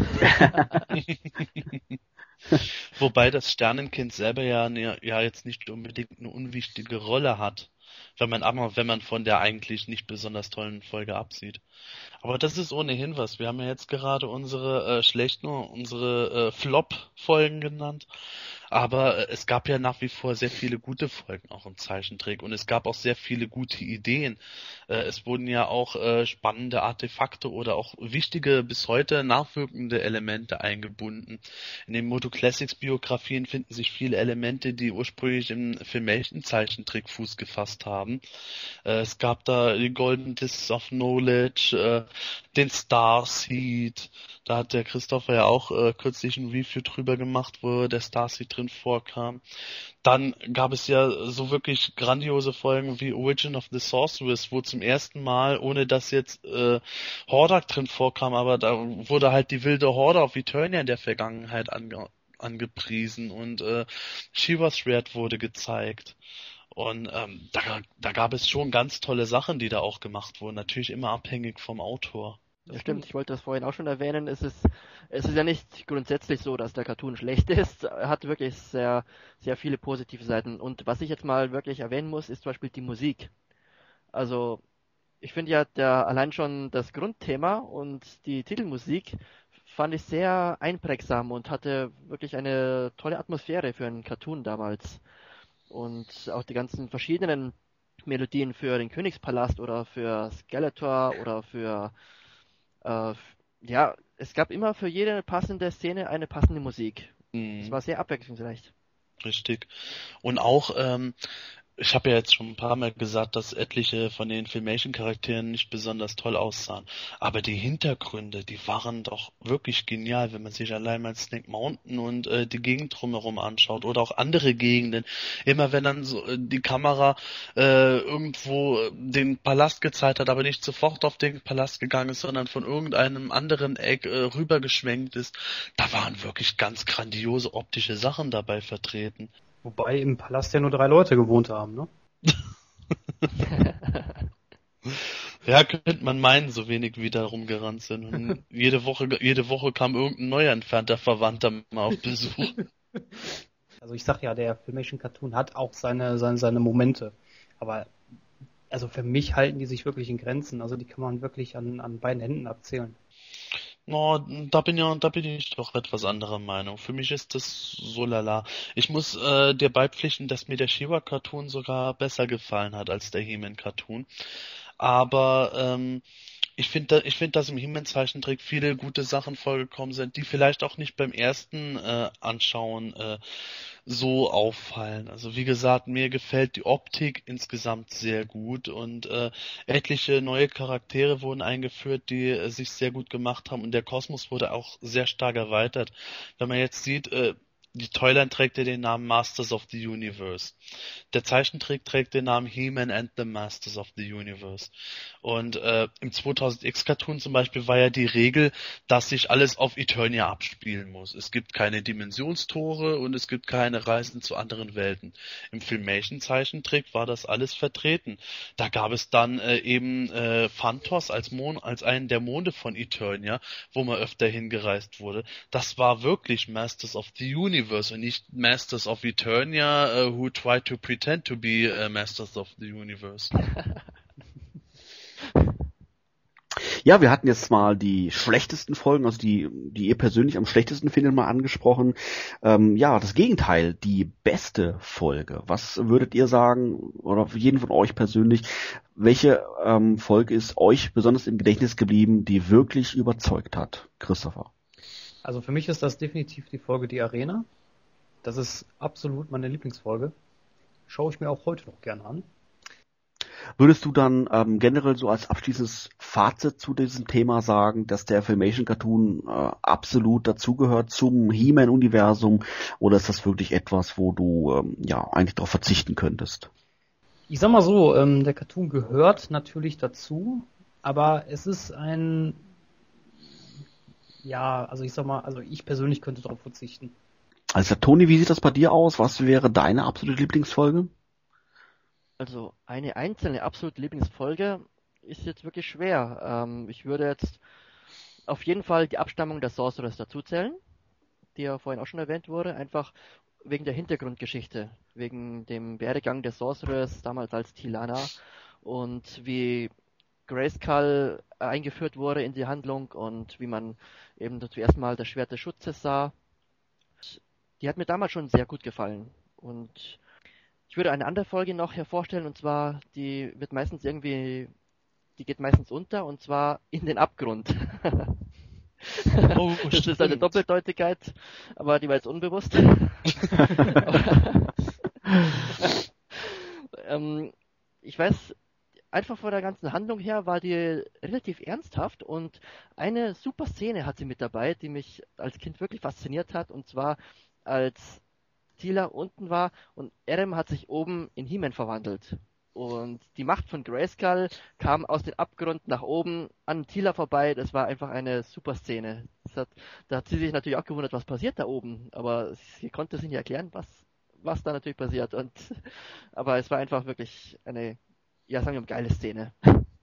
Wobei das Sternenkind selber ja jetzt nicht unbedingt eine unwichtige Rolle hat, wenn man von der eigentlich nicht besonders tollen Folge absieht. Aber das ist ohnehin was. Wir haben ja jetzt gerade unsere Flop-Folgen genannt. Aber es gab ja nach wie vor sehr viele gute Folgen auch im Zeichentrick, und es gab auch sehr viele gute Ideen. Es wurden ja auch spannende Artefakte oder auch wichtige, bis heute nachwirkende Elemente eingebunden. In den Moto Classics Biografien finden sich viele Elemente, die ursprünglich im Filmation-Zeichentrick Fuß gefasst haben. Es gab da die Golden Discs of Knowledge, den Starseed. Da hat der Christopher ja auch kürzlich ein Review drüber gemacht, wo der Starseed drin vorkam. Dann gab es ja so wirklich grandiose Folgen wie Origin of the Sorceress, wo zum ersten Mal, ohne dass jetzt Hordak drin vorkam, aber da wurde halt die wilde Horde auf Eternia in der Vergangenheit angepriesen, und Shiva's Schwert wurde gezeigt. Und da gab es schon ganz tolle Sachen, die da auch gemacht wurden, natürlich immer abhängig vom Autor. Ja, stimmt, ich wollte das vorhin auch schon erwähnen. Es ist ja nicht grundsätzlich so, dass der Cartoon schlecht ist. Er hat wirklich sehr, sehr viele positive Seiten. Und was ich jetzt mal wirklich erwähnen muss, ist zum Beispiel die Musik. Also, ich finde ja allein schon das Grundthema und die Titelmusik fand ich sehr einprägsam und hatte wirklich eine tolle Atmosphäre für einen Cartoon damals. Und auch die ganzen verschiedenen Melodien für den Königspalast oder für Skeletor oder für, äh, ja, es gab immer für jede passende Szene eine passende Musik. Es war sehr abwechslungsreich. Richtig. Und auch, ich habe ja jetzt schon ein paar Mal gesagt, dass etliche von den Filmation-Charakteren nicht besonders toll aussahen. Aber die Hintergründe, die waren doch wirklich genial, wenn man sich allein mal Snake Mountain und die Gegend drumherum anschaut oder auch andere Gegenden. Immer wenn dann so die Kamera irgendwo den Palast gezeigt hat, aber nicht sofort auf den Palast gegangen ist, sondern von irgendeinem anderen Eck rübergeschwenkt ist, da waren wirklich ganz grandiose optische Sachen dabei vertreten. Wobei im Palast ja nur 3 Leute gewohnt haben, ne? Ja, könnte man meinen, so wenig wie da rumgerannt sind. Und jede Woche kam irgendein neuer entfernter Verwandter mal auf Besuch. Also ich sag ja, der Filmation Cartoon hat auch seine Momente. Aber also für mich halten die sich wirklich in Grenzen. Also die kann man wirklich an beiden Händen abzählen. No, da bin ich doch etwas anderer Meinung. Für mich ist das so lala. Ich muss dir beipflichten, dass mir der She-Ra-Cartoon sogar besser gefallen hat als der He-Man-Cartoon. Aber ich finde, dass im He-Man-Zeichentrick viele gute Sachen vorgekommen sind, die vielleicht auch nicht beim ersten Anschauen so auffallen. Also wie gesagt, mir gefällt die Optik insgesamt sehr gut und etliche neue Charaktere wurden eingeführt, die sich sehr gut gemacht haben und der Kosmos wurde auch sehr stark erweitert. Wenn man jetzt sieht, die Toyland trägt ja den Namen Masters of the Universe. Der Zeichentrick trägt den Namen He-Man and the Masters of the Universe. Und im 2000X Cartoon zum Beispiel war ja die Regel, dass sich alles auf Eternia abspielen muss. Es gibt keine Dimensionstore und es gibt keine Reisen zu anderen Welten. Im Filmation Zeichentrick war das alles vertreten. Da gab es dann eben Phantos als einen der Monde von Eternia, wo man öfter hingereist wurde. Das war wirklich Masters of the Universe und nicht Masters of Eternia, who try to pretend to be Masters of the Universe. Ja, wir hatten jetzt mal die schlechtesten Folgen, also die ihr persönlich am schlechtesten findet, mal angesprochen. Ja, das Gegenteil, die beste Folge. Was würdet ihr sagen, oder für jeden von euch persönlich, welche Folge ist euch besonders im Gedächtnis geblieben, die wirklich überzeugt hat? Christopher. Also für mich ist das definitiv die Folge Die Arena. Das ist absolut meine Lieblingsfolge. Schaue ich mir auch heute noch gerne an. Würdest du dann generell so als abschließendes Fazit zu diesem Thema sagen, dass der Filmation Cartoon absolut dazugehört zum He-Man-Universum, oder ist das wirklich etwas, wo du ja eigentlich darauf verzichten könntest? Ich sag mal so, der Cartoon gehört natürlich dazu, aber es ist also ich sag mal, also ich persönlich könnte darauf verzichten. Also Toni, wie sieht das bei dir aus? Was wäre deine absolute Lieblingsfolge? Also eine einzelne absolute Lieblingsfolge ist jetzt wirklich schwer. Ich würde jetzt auf jeden Fall die Abstammung der Sorceress dazuzählen, die ja vorhin auch schon erwähnt wurde, einfach wegen der Hintergrundgeschichte, wegen dem Werdegang der Sorceress damals als Tilana und wie Grayskull eingeführt wurde in die Handlung und wie man eben zuerst mal das Schwert des Schutzes sah. Die hat mir damals schon sehr gut gefallen. Und ich würde eine andere Folge noch hervorstellen, und zwar, die geht meistens unter, und zwar in den Abgrund. Oh, das ist eine Doppeldeutigkeit, aber die war jetzt unbewusst. Ich weiß, einfach von der ganzen Handlung her war die relativ ernsthaft und eine super Szene hat sie mit dabei, die mich als Kind wirklich fasziniert hat, und zwar als Teela unten war und Aram hat sich oben in He-Man verwandelt. Und die Macht von Grayskull kam aus dem Abgrund nach oben an Teela vorbei. Das war einfach eine super Szene. Da hat sie sich natürlich auch gewundert, was passiert da oben. Aber sie konnte sich nicht erklären, was da natürlich passiert. Aber es war einfach wirklich eine, ja, sagen wir mal, geile Szene.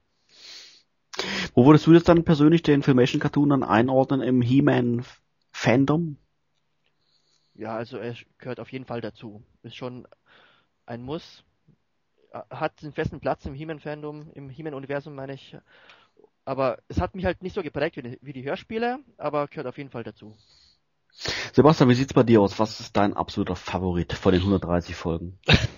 Wo würdest du jetzt dann persönlich den Filmation Cartoon dann einordnen im He-Man-Fandom? Ja, also er gehört auf jeden Fall dazu. Ist schon ein Muss. Hat einen festen Platz im He-Man-Fandom, im He-Man-Universum, meine ich. Aber es hat mich halt nicht so geprägt wie die Hörspiele, aber gehört auf jeden Fall dazu. Sebastian, wie sieht's bei dir aus? Was ist dein absoluter Favorit von den 130 Folgen?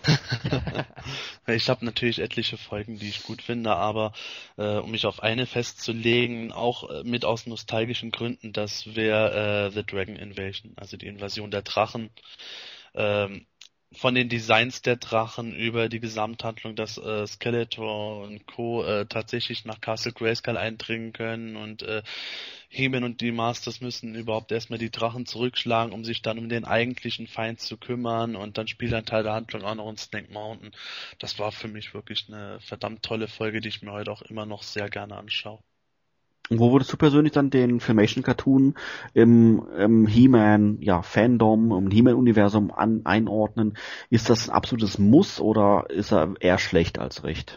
Ich habe natürlich etliche Folgen, die ich gut finde, aber um mich auf eine festzulegen, auch mit aus nostalgischen Gründen, das wäre The Dragon Invasion, also die Invasion der Drachen. Von den Designs der Drachen über die Gesamthandlung, dass Skeletor und Co. Tatsächlich nach Castle Grayskull eindringen können und He-Man und die Masters müssen überhaupt erstmal die Drachen zurückschlagen, um sich dann um den eigentlichen Feind zu kümmern, und dann spielt ein Teil der Handlung auch noch in Snake Mountain. Das war für mich wirklich eine verdammt tolle Folge, die ich mir heute auch immer noch sehr gerne anschaue. Und wo würdest du persönlich dann den Filmation-Cartoon im He-Man, Fandom, im He-Man-Universum einordnen? Ist das ein absolutes Muss oder ist er eher schlecht als recht?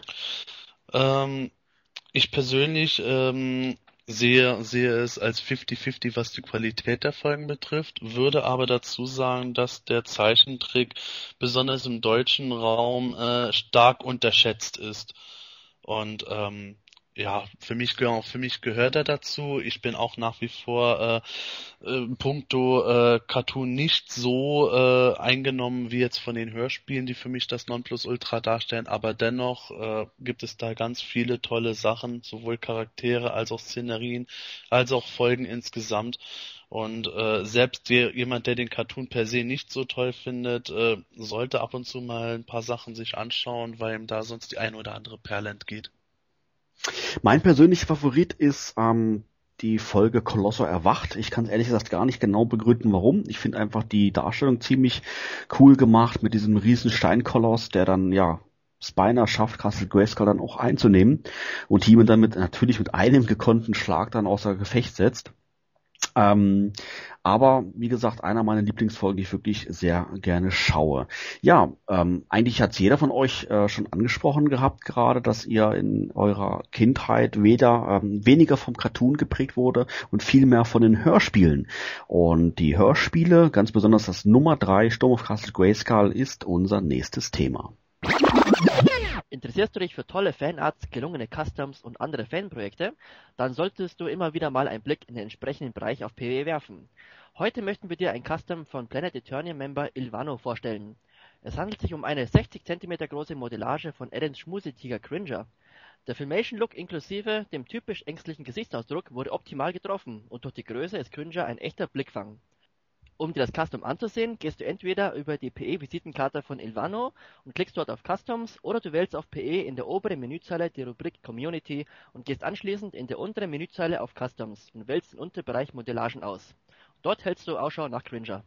Ich persönlich sehe es als 50-50, was die Qualität der Folgen betrifft, würde aber dazu sagen, dass der Zeichentrick besonders im deutschen Raum stark unterschätzt ist. Und für mich gehört er dazu. Ich bin auch nach wie vor puncto Cartoon nicht so eingenommen wie jetzt von den Hörspielen, die für mich das Nonplusultra darstellen, aber dennoch gibt es da ganz viele tolle Sachen, sowohl Charaktere als auch Szenerien, als auch Folgen insgesamt. Und selbst jemand, der den Cartoon per se nicht so toll findet, sollte ab und zu mal ein paar Sachen sich anschauen, weil ihm da sonst die eine oder andere Perle entgeht. Mein persönlicher Favorit ist die Folge Kolossor erwacht. Ich kann es ehrlich gesagt gar nicht genau begründen, warum. Ich finde einfach die Darstellung ziemlich cool gemacht mit diesem riesen Steinkoloss, der dann, Spiner schafft, Castle Grayskull dann auch einzunehmen und He-Man dann natürlich mit einem gekonnten Schlag dann außer Gefecht setzt. Aber wie gesagt, einer meiner Lieblingsfolgen, die ich wirklich sehr gerne schaue. Eigentlich hat jeder von euch schon angesprochen gehabt gerade, dass ihr in eurer Kindheit weniger vom Cartoon geprägt wurde und viel mehr von den Hörspielen. Und die Hörspiele, ganz besonders das Nummer 3, Sturm auf Castle Grayskull, ist unser nächstes Thema. Interessierst du dich für tolle Fanarts, gelungene Customs und andere Fanprojekte? Dann solltest du immer wieder mal einen Blick in den entsprechenden Bereich auf PW werfen. Heute möchten wir dir ein Custom von Planet Eternia-Member Ilvano vorstellen. Es handelt sich um eine 60 cm große Modellage von Edens Schmusetiger Cringer. Der Filmation-Look inklusive dem typisch ängstlichen Gesichtsausdruck wurde optimal getroffen und durch die Größe ist Cringer ein echter Blickfang. Um dir das Custom anzusehen, gehst du entweder über die PE-Visitenkarte von Ilvano und klickst dort auf Customs, oder du wählst auf PE in der oberen Menüzeile die Rubrik Community und gehst anschließend in der unteren Menüzeile auf Customs und wählst den Unterbereich Modellagen aus. Dort hältst du Ausschau nach Cringer.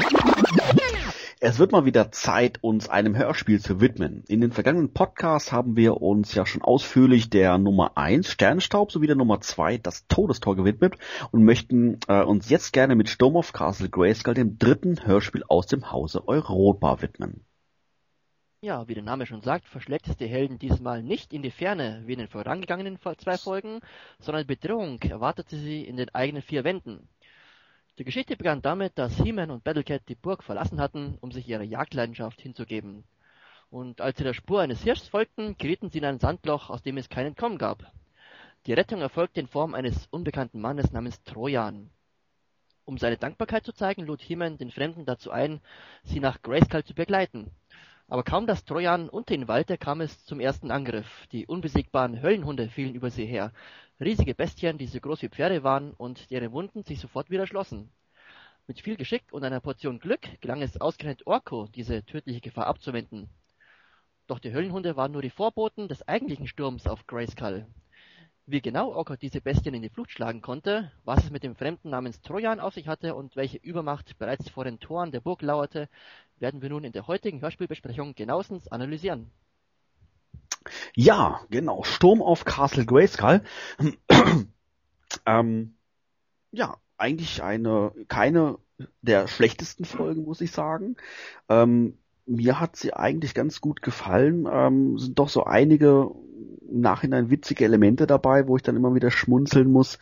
Es wird mal wieder Zeit, uns einem Hörspiel zu widmen. In den vergangenen Podcasts haben wir uns ja schon ausführlich der Nummer 1 Sternenstaub sowie der Nummer 2 das Todestor gewidmet und möchten uns jetzt gerne mit Sturm auf Castle Grayskull, dem dritten Hörspiel aus dem Hause Europa, widmen. Ja, wie der Name schon sagt, verschlägt es die Helden diesmal nicht in die Ferne wie in den vorangegangenen 2 Folgen, sondern Bedrohung erwartete sie in den eigenen 4 Wänden. Die Geschichte begann damit, dass He-Man und Battlecat die Burg verlassen hatten, um sich ihrer Jagdleidenschaft hinzugeben. Und als sie der Spur eines Hirschs folgten, gerieten sie in ein Sandloch, aus dem es kein Entkommen gab. Die Rettung erfolgte in Form eines unbekannten Mannes namens Trojan. Um seine Dankbarkeit zu zeigen, lud He-Man den Fremden dazu ein, sie nach Grayskull zu begleiten. Aber kaum dass Trojan unter ihnen weilte, kam es zum ersten Angriff. Die unbesiegbaren Höllenhunde fielen über sie her. Riesige Bestien, die so groß wie Pferde waren und deren Wunden sich sofort wieder schlossen. Mit viel Geschick und einer Portion Glück gelang es ausgerechnet Orko, diese tödliche Gefahr abzuwenden. Doch die Höllenhunde waren nur die Vorboten des eigentlichen Sturms auf Grayskull. Wie genau Orko diese Bestien in die Flucht schlagen konnte, was es mit dem Fremden namens Trojan auf sich hatte und welche Übermacht bereits vor den Toren der Burg lauerte, werden wir nun in der heutigen Hörspielbesprechung genauestens analysieren. Ja, genau. Sturm auf Castle Grayskull. Eigentlich keine der schlechtesten Folgen, muss ich sagen. Mir hat sie eigentlich ganz gut gefallen. Sind doch so einige im Nachhinein witzige Elemente dabei, wo ich dann immer wieder schmunzeln muss.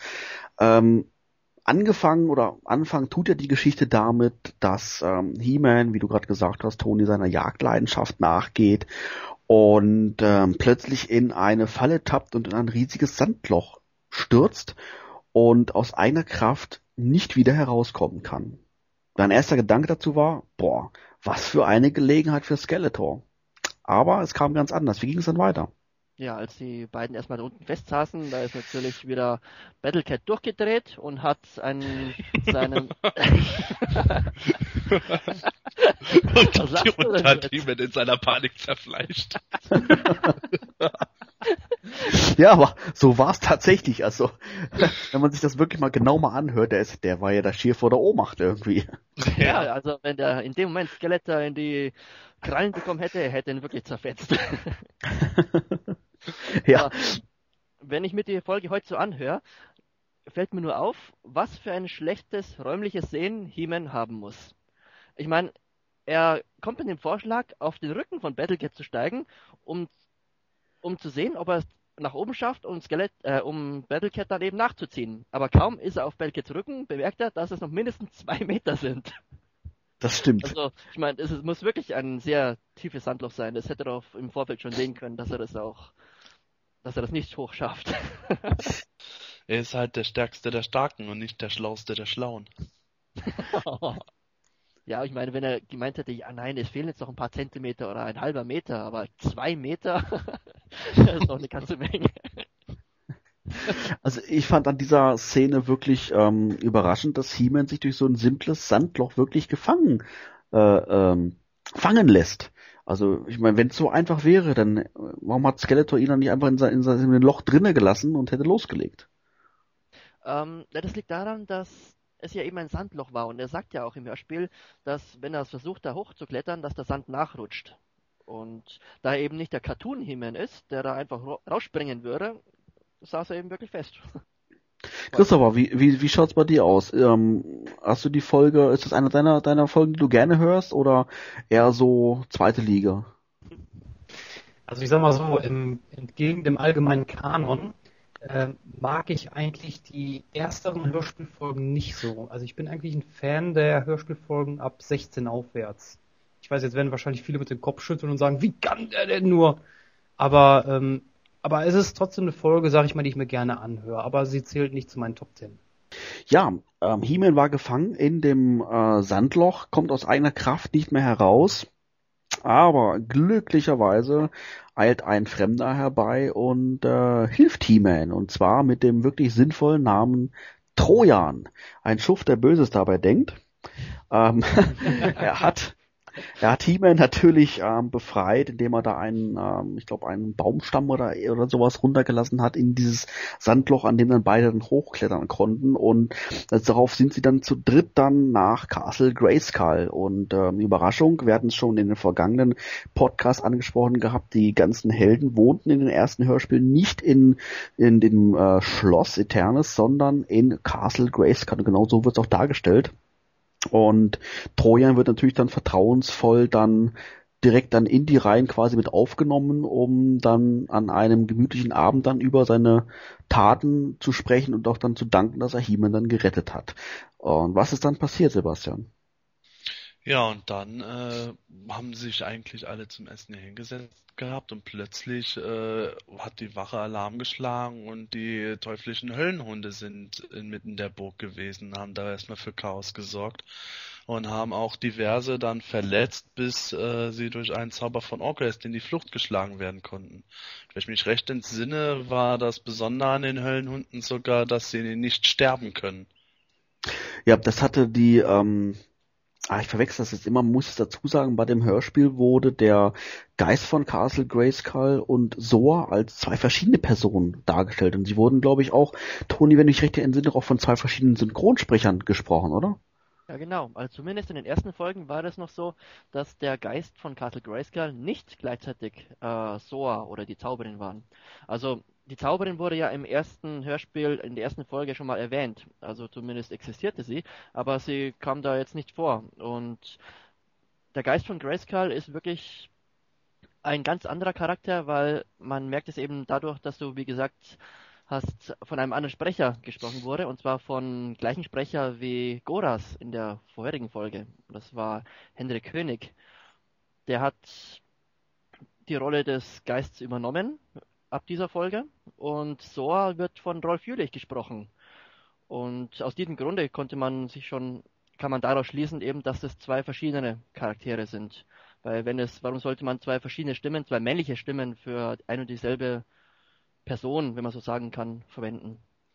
Anfangen tut ja die Geschichte damit, dass He-Man, wie du gerade gesagt hast, Tony, seiner Jagdleidenschaft nachgeht und plötzlich in eine Falle tappt und in ein riesiges Sandloch stürzt und aus eigener Kraft nicht wieder herauskommen kann. Dein erster Gedanke dazu war, boah, was für eine Gelegenheit für Skeletor. Aber es kam ganz anders. Wie ging es dann weiter? Ja, als die beiden erstmal da unten festsaßen, da ist natürlich wieder Battlecat durchgedreht und hat seinem... und hat He-Man in seiner Panik zerfleischt. Ja, aber so war es tatsächlich. Also, wenn man sich das wirklich mal genau mal anhört, der war ja da schier vor der Ohnmacht irgendwie. Ja, also wenn der in dem Moment Skeletor in die Krallen bekommen hätte, er hätte ihn wirklich zerfetzt. Ja. Aber wenn ich mir die Folge heute so anhöre, fällt mir nur auf, was für ein schlechtes räumliches Sehen He-Man haben muss. Ich meine, er kommt mit dem Vorschlag, auf den Rücken von Battlecat zu steigen, um zu sehen, ob er es nach oben schafft, um Battlecat dann eben nachzuziehen. Aber kaum ist er auf Battlecats Rücken, bemerkt er, dass es noch mindestens 2 Meter sind. Das stimmt. Also, ich meine, es muss wirklich ein sehr tiefes Sandloch sein. Das hätte er doch im Vorfeld schon sehen können, dass er das nicht hoch schafft. Er ist halt der Stärkste der Starken und nicht der Schlauste der Schlauen. Ja, ich meine, wenn er gemeint hätte, ja nein, es fehlen jetzt noch ein paar Zentimeter oder ein halber Meter, aber 2 Meter, das ist doch eine ganze Menge. Also ich fand an dieser Szene wirklich überraschend, dass He-Man sich durch so ein simples Sandloch wirklich fangen lässt. Also ich meine, wenn es so einfach wäre, dann warum hat Skeletor ihn dann nicht einfach in dem Loch drinnen gelassen und hätte losgelegt? Das liegt daran, dass es ja eben ein Sandloch war und er sagt ja auch im Hörspiel, dass wenn er es versucht, da hochzuklettern, dass der Sand nachrutscht. Und da er eben nicht der Cartoon He-Man ist, der da einfach rausspringen würde, saß er eben wirklich fest. Christopher, wie schaut's bei dir aus? Hast du die Folge, ist das eine deiner Folgen, die du gerne hörst, oder eher so zweite Liga? Also ich sag mal so, entgegen dem allgemeinen Kanon mag ich eigentlich die ersteren Hörspielfolgen nicht so. Also ich bin eigentlich ein Fan der Hörspielfolgen ab 16 aufwärts. Ich weiß, jetzt werden wahrscheinlich viele mit dem Kopf schütteln und sagen, wie kann der denn nur? Aber es ist trotzdem eine Folge, sag ich mal, die ich mir gerne anhöre. Aber sie zählt nicht zu meinen Top 10. Ja, He-Man war gefangen in dem Sandloch, kommt aus eigener Kraft nicht mehr heraus. Aber glücklicherweise eilt ein Fremder herbei und hilft He-Man. Und zwar mit dem wirklich sinnvollen Namen Trojan. Ein Schuft, der Böses dabei denkt. Er hat He-Man natürlich befreit, indem er da einen Baumstamm oder sowas runtergelassen hat in dieses Sandloch, an dem dann beide dann hochklettern konnten. Und darauf sind sie dann zu dritt dann nach Castle Grayskull. Und Überraschung, wir hatten es schon in den vergangenen Podcasts angesprochen gehabt, die ganzen Helden wohnten in den ersten Hörspielen nicht in dem Schloss Eternis, sondern in Castle Grayskull. Und genau so wird es auch dargestellt. Und Trojan wird natürlich dann vertrauensvoll dann direkt dann in die Reihen quasi mit aufgenommen, um dann an einem gemütlichen Abend dann über seine Taten zu sprechen und auch dann zu danken, dass er He-Man dann gerettet hat. Und was ist dann passiert, Sebastian? Ja, und dann haben sich eigentlich alle zum Essen hingesetzt gehabt und plötzlich hat die Wache Alarm geschlagen und die teuflischen Höllenhunde sind inmitten der Burg gewesen, haben da erstmal für Chaos gesorgt und haben auch diverse dann verletzt, bis sie durch einen Zauber von Orchrest in die Flucht geschlagen werden konnten. Wenn ich mich recht entsinne, war das Besondere an den Höllenhunden sogar, dass sie nicht sterben können. Ja, das hatte die ich verwechsel das jetzt immer, muss ich dazu sagen, bei dem Hörspiel wurde der Geist von Castle Grayskull und Soa als 2 verschiedene Personen dargestellt. Und sie wurden, glaube ich, auch, Toni, wenn ich richtig entsinne, auch von 2 verschiedenen Synchronsprechern gesprochen, oder? Ja, genau. Also zumindest in den ersten Folgen war das noch so, dass der Geist von Castle Grayskull nicht gleichzeitig Soa oder die Zauberin waren. Also die Zauberin wurde ja im ersten Hörspiel, in der ersten Folge schon mal erwähnt. Also zumindest existierte sie, aber sie kam da jetzt nicht vor. Und der Geist von Grayskull ist wirklich ein ganz anderer Charakter, weil man merkt es eben dadurch, dass du, wie gesagt, hast von einem anderen Sprecher gesprochen wurde, und zwar von gleichen Sprecher wie Goras in der vorherigen Folge. Das war Hendrik König. Der hat die Rolle des Geists übernommen ab dieser Folge. Und Sora wird von Rolf Jülich gesprochen. Und aus diesem Grunde kann man daraus schließen eben, dass es zwei verschiedene Charaktere sind. Weil warum sollte man zwei männliche Stimmen für ein und dieselbe Person, wenn man so sagen kann, verwenden?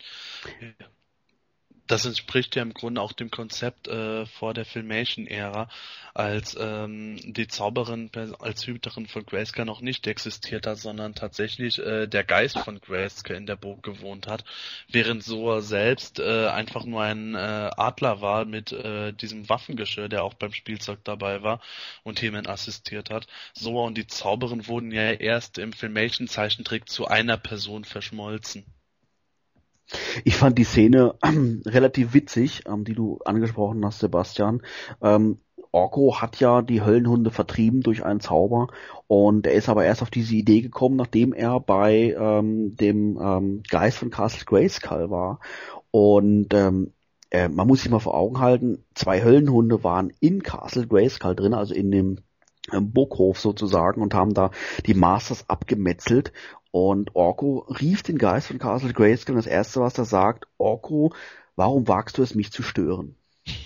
Das entspricht ja im Grunde auch dem Konzept vor der Filmation-Ära, als die Zauberin als Hüterin von Grayskull noch nicht existiert hat, sondern tatsächlich der Geist von Grayskull in der Burg gewohnt hat, während Sora selbst einfach nur ein Adler war mit diesem Waffengeschirr, der auch beim Spielzeug dabei war und He-Man assistiert hat. Sora und die Zauberin wurden ja erst im Filmation-Zeichentrick zu einer Person verschmolzen. Ich fand die Szene relativ witzig, die du angesprochen hast, Sebastian. Orko hat ja die Höllenhunde vertrieben durch einen Zauber und er ist aber erst auf diese Idee gekommen, nachdem er bei dem Geist von Castle Grayskull war. Und man muss sich mal vor Augen halten, 2 Höllenhunde waren in Castle Grayskull drin, also in dem Burghof sozusagen, und haben da die Masters abgemetzelt. Und Orko rief den Geist von Castle Grayskull und das Erste, was er sagt: Orko, warum wagst du es, mich zu stören?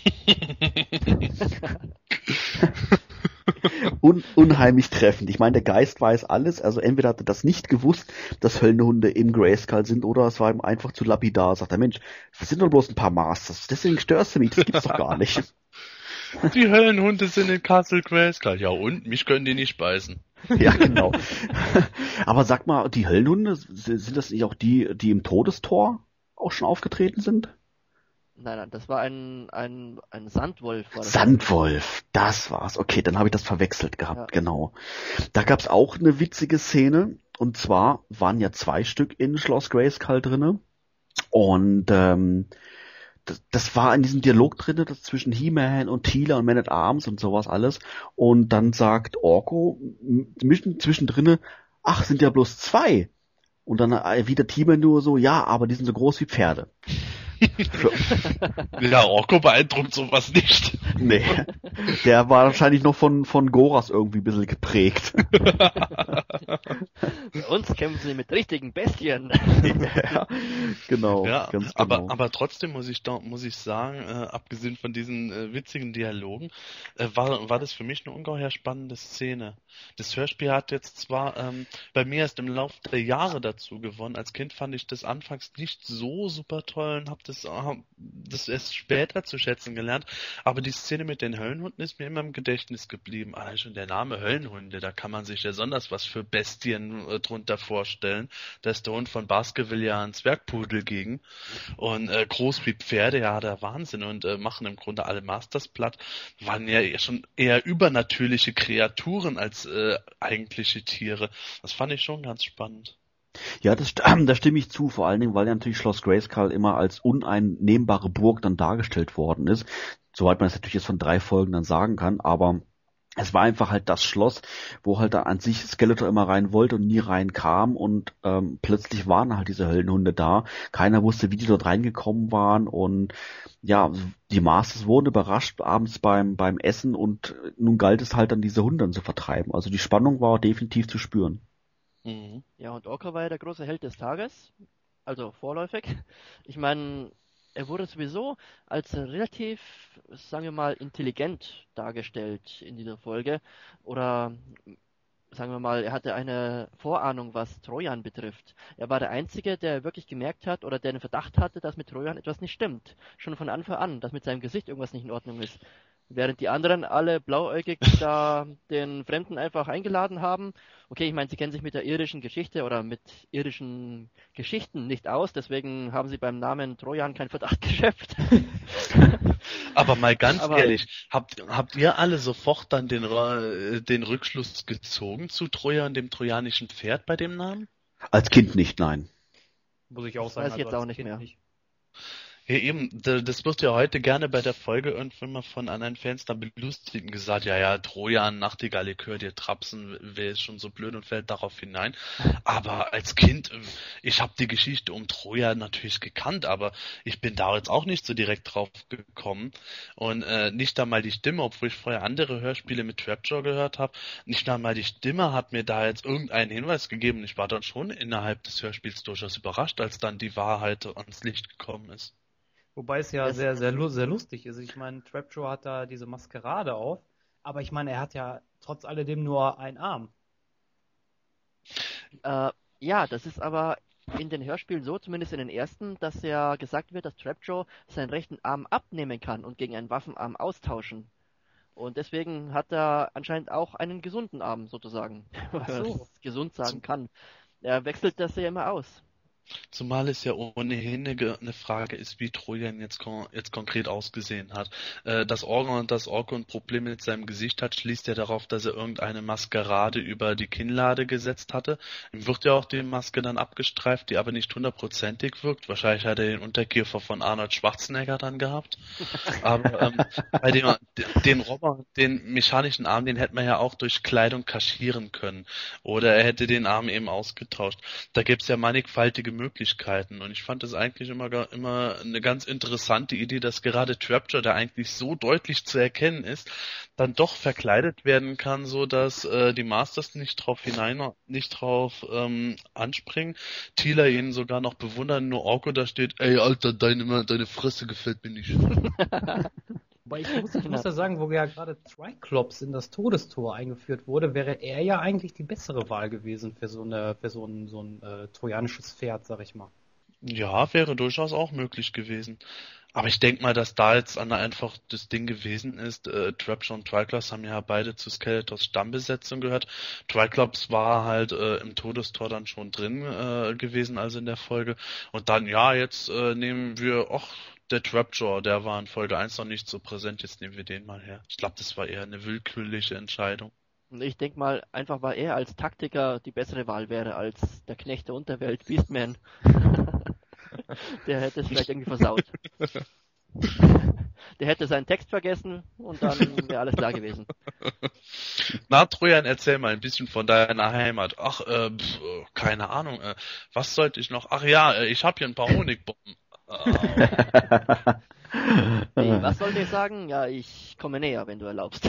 Unheimlich treffend. Ich meine, der Geist weiß alles, also entweder hat er das nicht gewusst, dass Höllenhunde im Grayskull sind, oder es war ihm einfach zu lapidar. Sagt er: Mensch, das sind doch bloß ein paar Masters, deswegen störst du mich, das gibt's doch gar nicht. Die Höllenhunde sind in Castle Grayskull. Ja und? Mich können die nicht beißen. Ja, genau. Aber sag mal, die Höllenhunde, sind das nicht auch die im Todestor auch schon aufgetreten sind? Nein, das war ein Sandwolf. War das Sandwolf, das war's. Okay, dann habe ich das verwechselt gehabt, genau. Da gab's auch eine witzige Szene, und zwar waren ja 2 Stück in Schloss Grayskull drinne, und das war in diesem Dialog drinne, das zwischen He-Man und Teela und Man-at-Arms und sowas alles. Und dann sagt Orko zwischendrin: Ach, sind ja bloß 2. Und dann erwidert He-Man nur so: Ja, aber die sind so groß wie Pferde. Ja, Orko beeindruckt sowas nicht. Nee, der war wahrscheinlich noch von Goras irgendwie ein bisschen geprägt. Bei uns kämpfen sie mit richtigen Bestien. Ja, genau. Ja, ganz genau. aber trotzdem muss ich sagen, abgesehen von diesen witzigen Dialogen, war das für mich eine ungeheuer spannende Szene. Das Hörspiel hat jetzt zwar bei mir erst im Laufe der Jahre dazu gewonnen. Als Kind fand ich das anfangs nicht so super toll und habe das erst später zu schätzen gelernt. Aber die Szene mit den Höllenhunden ist mir immer im Gedächtnis geblieben. Allein schon der Name Höllenhunde, da kann man sich ja besonders was für Bestien drunter vorstellen. Da ist der Hund von Baskerville ja ein Zwergpudel gegen. Und groß wie Pferde, ja, der Wahnsinn. Und machen im Grunde alle Masters platt. Waren ja schon eher übernatürliche Kreaturen als eigentliche Tiere. Das fand ich schon ganz spannend. Ja, da stimme ich zu, vor allen Dingen, weil ja natürlich Schloss Grayskull immer als uneinnehmbare Burg dann dargestellt worden ist. Soweit man es natürlich jetzt von 3 Folgen dann sagen kann, aber es war einfach halt das Schloss, wo halt da an sich Skeletor immer rein wollte und nie reinkam, und plötzlich waren halt diese Höllenhunde da. Keiner wusste, wie die dort reingekommen waren, und ja, die Masters wurden überrascht abends beim Essen, und nun galt es halt dann, diese Hunde dann zu vertreiben. Also die Spannung war definitiv zu spüren. Mhm. Ja, und Orko war ja der große Held des Tages, also vorläufig. Ich meine, er wurde sowieso als relativ, sagen wir mal, intelligent dargestellt in dieser Folge. Oder sagen wir mal, er hatte eine Vorahnung, was Trojan betrifft. Er war der Einzige, der wirklich gemerkt hat oder der den Verdacht hatte, dass mit Trojan etwas nicht stimmt. Schon von Anfang an, dass mit seinem Gesicht irgendwas nicht in Ordnung ist. Während die anderen alle blauäugig da den Fremden einfach eingeladen haben. Okay, ich meine, sie kennen sich mit der irischen Geschichte oder mit irischen Geschichten nicht aus, deswegen haben sie beim Namen Trojan keinen Verdacht geschöpft. Aber mal ganz ehrlich, habt ihr alle sofort dann den Rückschluss gezogen zu Trojan, dem trojanischen Pferd bei dem Namen? Als Kind nicht, nein. Muss ich auch Das sagen. weiß ich jetzt als auch nicht Kind mehr. Nicht. Ja, eben, das wird ja heute gerne bei der Folge irgendwann mal von anderen Fans dann belustigen gesagt, ja, Trojan, Nachtigall, ich höre dir trapsen, wer ist schon so blöd und fällt darauf hinein. Aber als Kind, ich habe die Geschichte um Troja natürlich gekannt, aber ich bin da jetzt auch nicht so direkt drauf gekommen. Und nicht einmal die Stimme, obwohl ich vorher andere Hörspiele mit Trapjaw gehört habe, nicht einmal die Stimme hat mir da jetzt irgendeinen Hinweis gegeben. Ich war dann schon innerhalb des Hörspiels durchaus überrascht, als dann die Wahrheit ans Licht gekommen ist. Wobei es ja sehr, sehr, sehr lustig ist. Ich meine, Trapjaw hat da diese Maskerade auf, aber ich meine, er hat ja trotz alledem nur einen Arm. Ja, das ist aber in den Hörspielen so, zumindest in den ersten, dass ja gesagt wird, dass Trapjaw seinen rechten Arm abnehmen kann und gegen einen Waffenarm austauschen. Und deswegen hat er anscheinend auch einen gesunden Arm, sozusagen. Ach so. Gesund sagen kann. Er wechselt das ja immer aus. Zumal es ja ohnehin eine Frage ist, wie Trojan jetzt konkret ausgesehen hat. Dass Orko ein Problem mit seinem Gesicht hat, schließt ja darauf, dass er irgendeine Maskerade über die Kinnlade gesetzt hatte. Ihm wird ja auch die Maske dann abgestreift, die aber nicht 100%ig wirkt. Wahrscheinlich hat er den Unterkiefer von Arnold Schwarzenegger dann gehabt. Aber bei den mechanischen Arm, den hätte man ja auch durch Kleidung kaschieren können. Oder er hätte den Arm eben ausgetauscht. Da gibt's ja mannigfaltige Möglichkeiten und ich fand es eigentlich immer eine ganz interessante Idee, dass gerade Trapjaw, der eigentlich so deutlich zu erkennen ist, dann doch verkleidet werden kann, so dass die Masters nicht drauf anspringen, Teela ihn sogar noch bewundern, nur Orko da steht, ey Alter, deine Fresse gefällt mir nicht. Aber ich muss ja sagen, wo ja gerade Triclops in das Todestor eingeführt wurde, wäre er ja eigentlich die bessere Wahl gewesen für so ein trojanisches Pferd, sag ich mal. Ja, wäre durchaus auch möglich gewesen. Aber ich denke mal, dass da jetzt einfach das Ding gewesen ist, Trapjaw und Triclops haben ja beide zu Skeletors Stammbesetzung gehört. Triclops war halt im Todestor dann schon drin gewesen, also in der Folge. Und dann, jetzt nehmen wir, der Trapjaw, der war in Folge 1 noch nicht so präsent, jetzt nehmen wir den mal her. Ich glaube, das war eher eine willkürliche Entscheidung. Und ich denke mal, einfach weil er als Taktiker die bessere Wahl wäre als der Knecht der Unterwelt, Beastman. Der hätte es vielleicht irgendwie versaut. Der hätte seinen Text vergessen und dann wäre alles klar gewesen. Na, Trojan, erzähl mal ein bisschen von deiner Heimat. Ach, keine Ahnung. Was sollte ich noch? Ach ja, ich habe hier ein paar Honigbomben. Hey, was soll ich sagen? Ja, ich komme näher, wenn du erlaubst.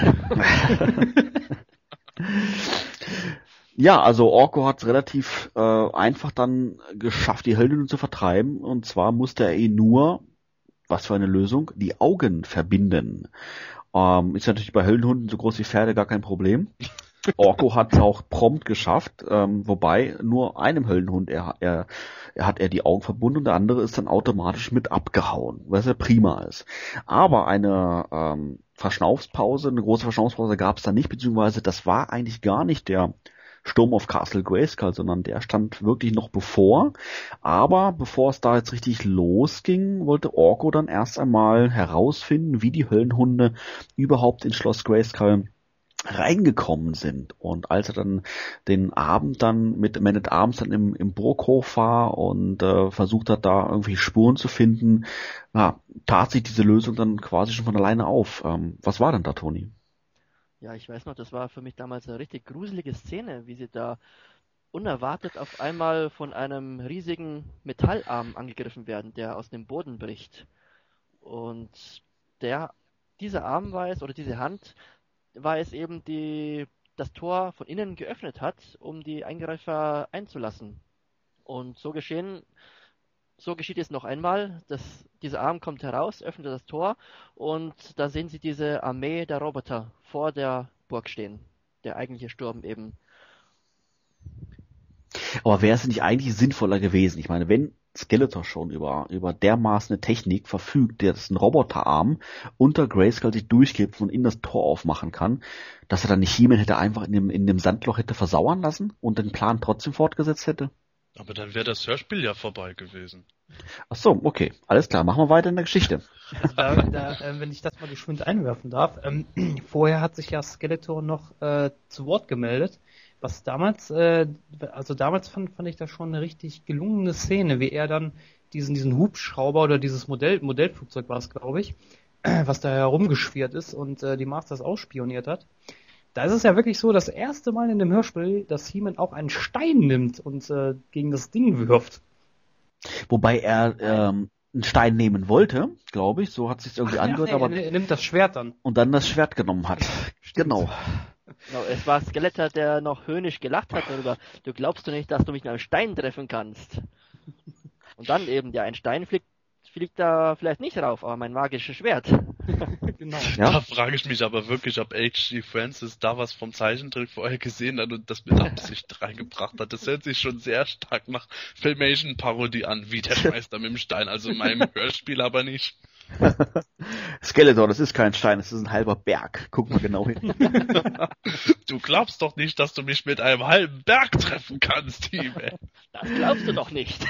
Ja, also Orko hat es relativ einfach dann geschafft, die Höllenhunde zu vertreiben. Und zwar musste er ihnen nur, was für eine Lösung, die Augen verbinden. Ist natürlich bei Höllenhunden so groß wie Pferde gar kein Problem. Orko hat es auch prompt geschafft, wobei nur einem Höllenhund hat die Augen verbunden und der andere ist dann automatisch mit abgehauen, was ja prima ist. Aber eine eine große Verschnaufspause gab es da nicht, beziehungsweise das war eigentlich gar nicht der Sturm auf Castle Grayskull, sondern der stand wirklich noch bevor. Aber bevor es da jetzt richtig losging, wollte Orko dann erst einmal herausfinden, wie die Höllenhunde überhaupt ins Schloss Grayskull reingekommen sind. Und als er dann den Abend dann mit Man at Arms dann im Burghof war und versucht hat, da irgendwie Spuren zu finden, tat sich diese Lösung dann quasi schon von alleine auf. Was war denn da, Toni? Ja, ich weiß noch, das war für mich damals eine richtig gruselige Szene, wie sie da unerwartet auf einmal von einem riesigen Metallarm angegriffen werden, der aus dem Boden bricht. Und dieser Arm war es, oder diese Hand war es eben, die das Tor von innen geöffnet hat, um die Angreifer einzulassen. Und so geschieht es noch einmal, dieser Arm kommt heraus, öffnet das Tor und da sehen sie diese Armee der Roboter vor der Burg stehen. Der eigentliche Sturm eben. Aber wäre es nicht eigentlich sinnvoller gewesen? Ich meine, wenn Skeletor schon über dermaßen eine Technik verfügt, der das ein Roboterarm unter Grayskull sich durchgibt und in das Tor aufmachen kann, dass er dann nicht He-Man hätte einfach in dem Sandloch hätte versauern lassen und den Plan trotzdem fortgesetzt hätte? Aber dann wäre das Hörspiel ja vorbei gewesen. Ach so, okay. Alles klar, machen wir weiter in der Geschichte. Also wenn ich das mal geschwind einwerfen darf, vorher hat sich ja Skeletor noch zu Wort gemeldet, was damals fand ich das schon eine richtig gelungene Szene, wie er dann diesen Hubschrauber oder dieses Modellflugzeug war es, glaube ich, was da herumgeschwirrt ist und die Masters ausspioniert hat. Da ist es ja wirklich so, das erste Mal in dem Hörspiel, dass He-Man auch einen Stein nimmt und gegen das Ding wirft. Wobei er einen Stein nehmen wollte, glaube ich, so hat sich irgendwie angehört, aber er nimmt das Schwert dann. und dann das Schwert genommen hat. Genau. Genau, es war Skeletor, der noch höhnisch gelacht hat darüber. Du glaubst doch nicht, dass du mich mit einem Stein treffen kannst. Und dann eben, ja, ein Stein fliegt da vielleicht nicht rauf, aber mein magisches Schwert. Genau. Ja. Da frage ich mich aber wirklich, ob H.G. Francis da was vom Zeichentrick vorher gesehen hat und das mit Absicht reingebracht hat. Das hört sich schon sehr stark nach Filmation-Parodie an, wie der Meister mit dem Stein. Also in meinem Hörspiel aber nicht. Skeletor, das ist kein Stein, das ist ein halber Berg. Guck mal genau hin. Du glaubst doch nicht, dass du mich mit einem halben Berg treffen kannst, He-Man. Das glaubst du doch nicht.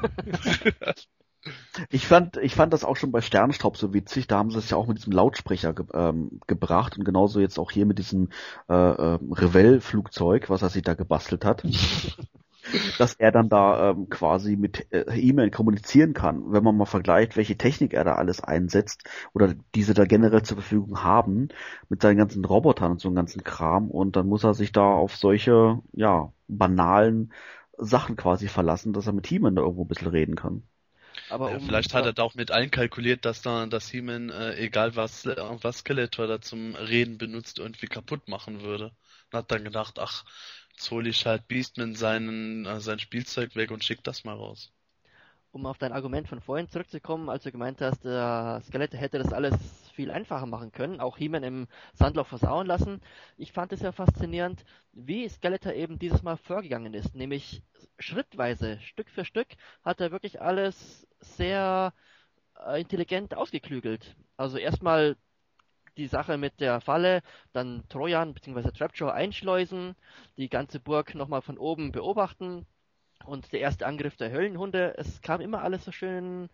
Ich fand das auch schon bei Sternstaub so witzig, da haben sie es ja auch mit diesem Lautsprecher gebracht und genauso jetzt auch hier mit diesem Revell-Flugzeug, was er sich da gebastelt hat. Dass er dann da quasi mit E-Mail kommunizieren kann, wenn man mal vergleicht, welche Technik er da alles einsetzt oder diese da generell zur Verfügung haben, mit seinen ganzen Robotern und so einem ganzen Kram, und dann muss er sich da auf solche, ja, banalen Sachen quasi verlassen, dass er mit He-Man da irgendwo ein bisschen reden kann. Aber Vielleicht hat er da auch mit einkalkuliert, dass He-Man, egal was Skeletor da zum Reden benutzt, irgendwie kaputt machen würde. Und hat dann gedacht, ach, jetzt hole ich halt Beastman sein Spielzeug weg und schick das mal raus. Um auf dein Argument von vorhin zurückzukommen, als du gemeint hast, der Skeletor hätte das alles viel einfacher machen können, auch He-Man im Sandloch versauen lassen. Ich fand es ja faszinierend, wie Skeletor eben dieses Mal vorgegangen ist, nämlich schrittweise, Stück für Stück, hat er wirklich alles sehr intelligent ausgeklügelt. Also erstmal die Sache mit der Falle, dann Trojan bzw. Trapjaw einschleusen, die ganze Burg nochmal von oben beobachten und der erste Angriff der Höllenhunde. Es kam immer alles so schön,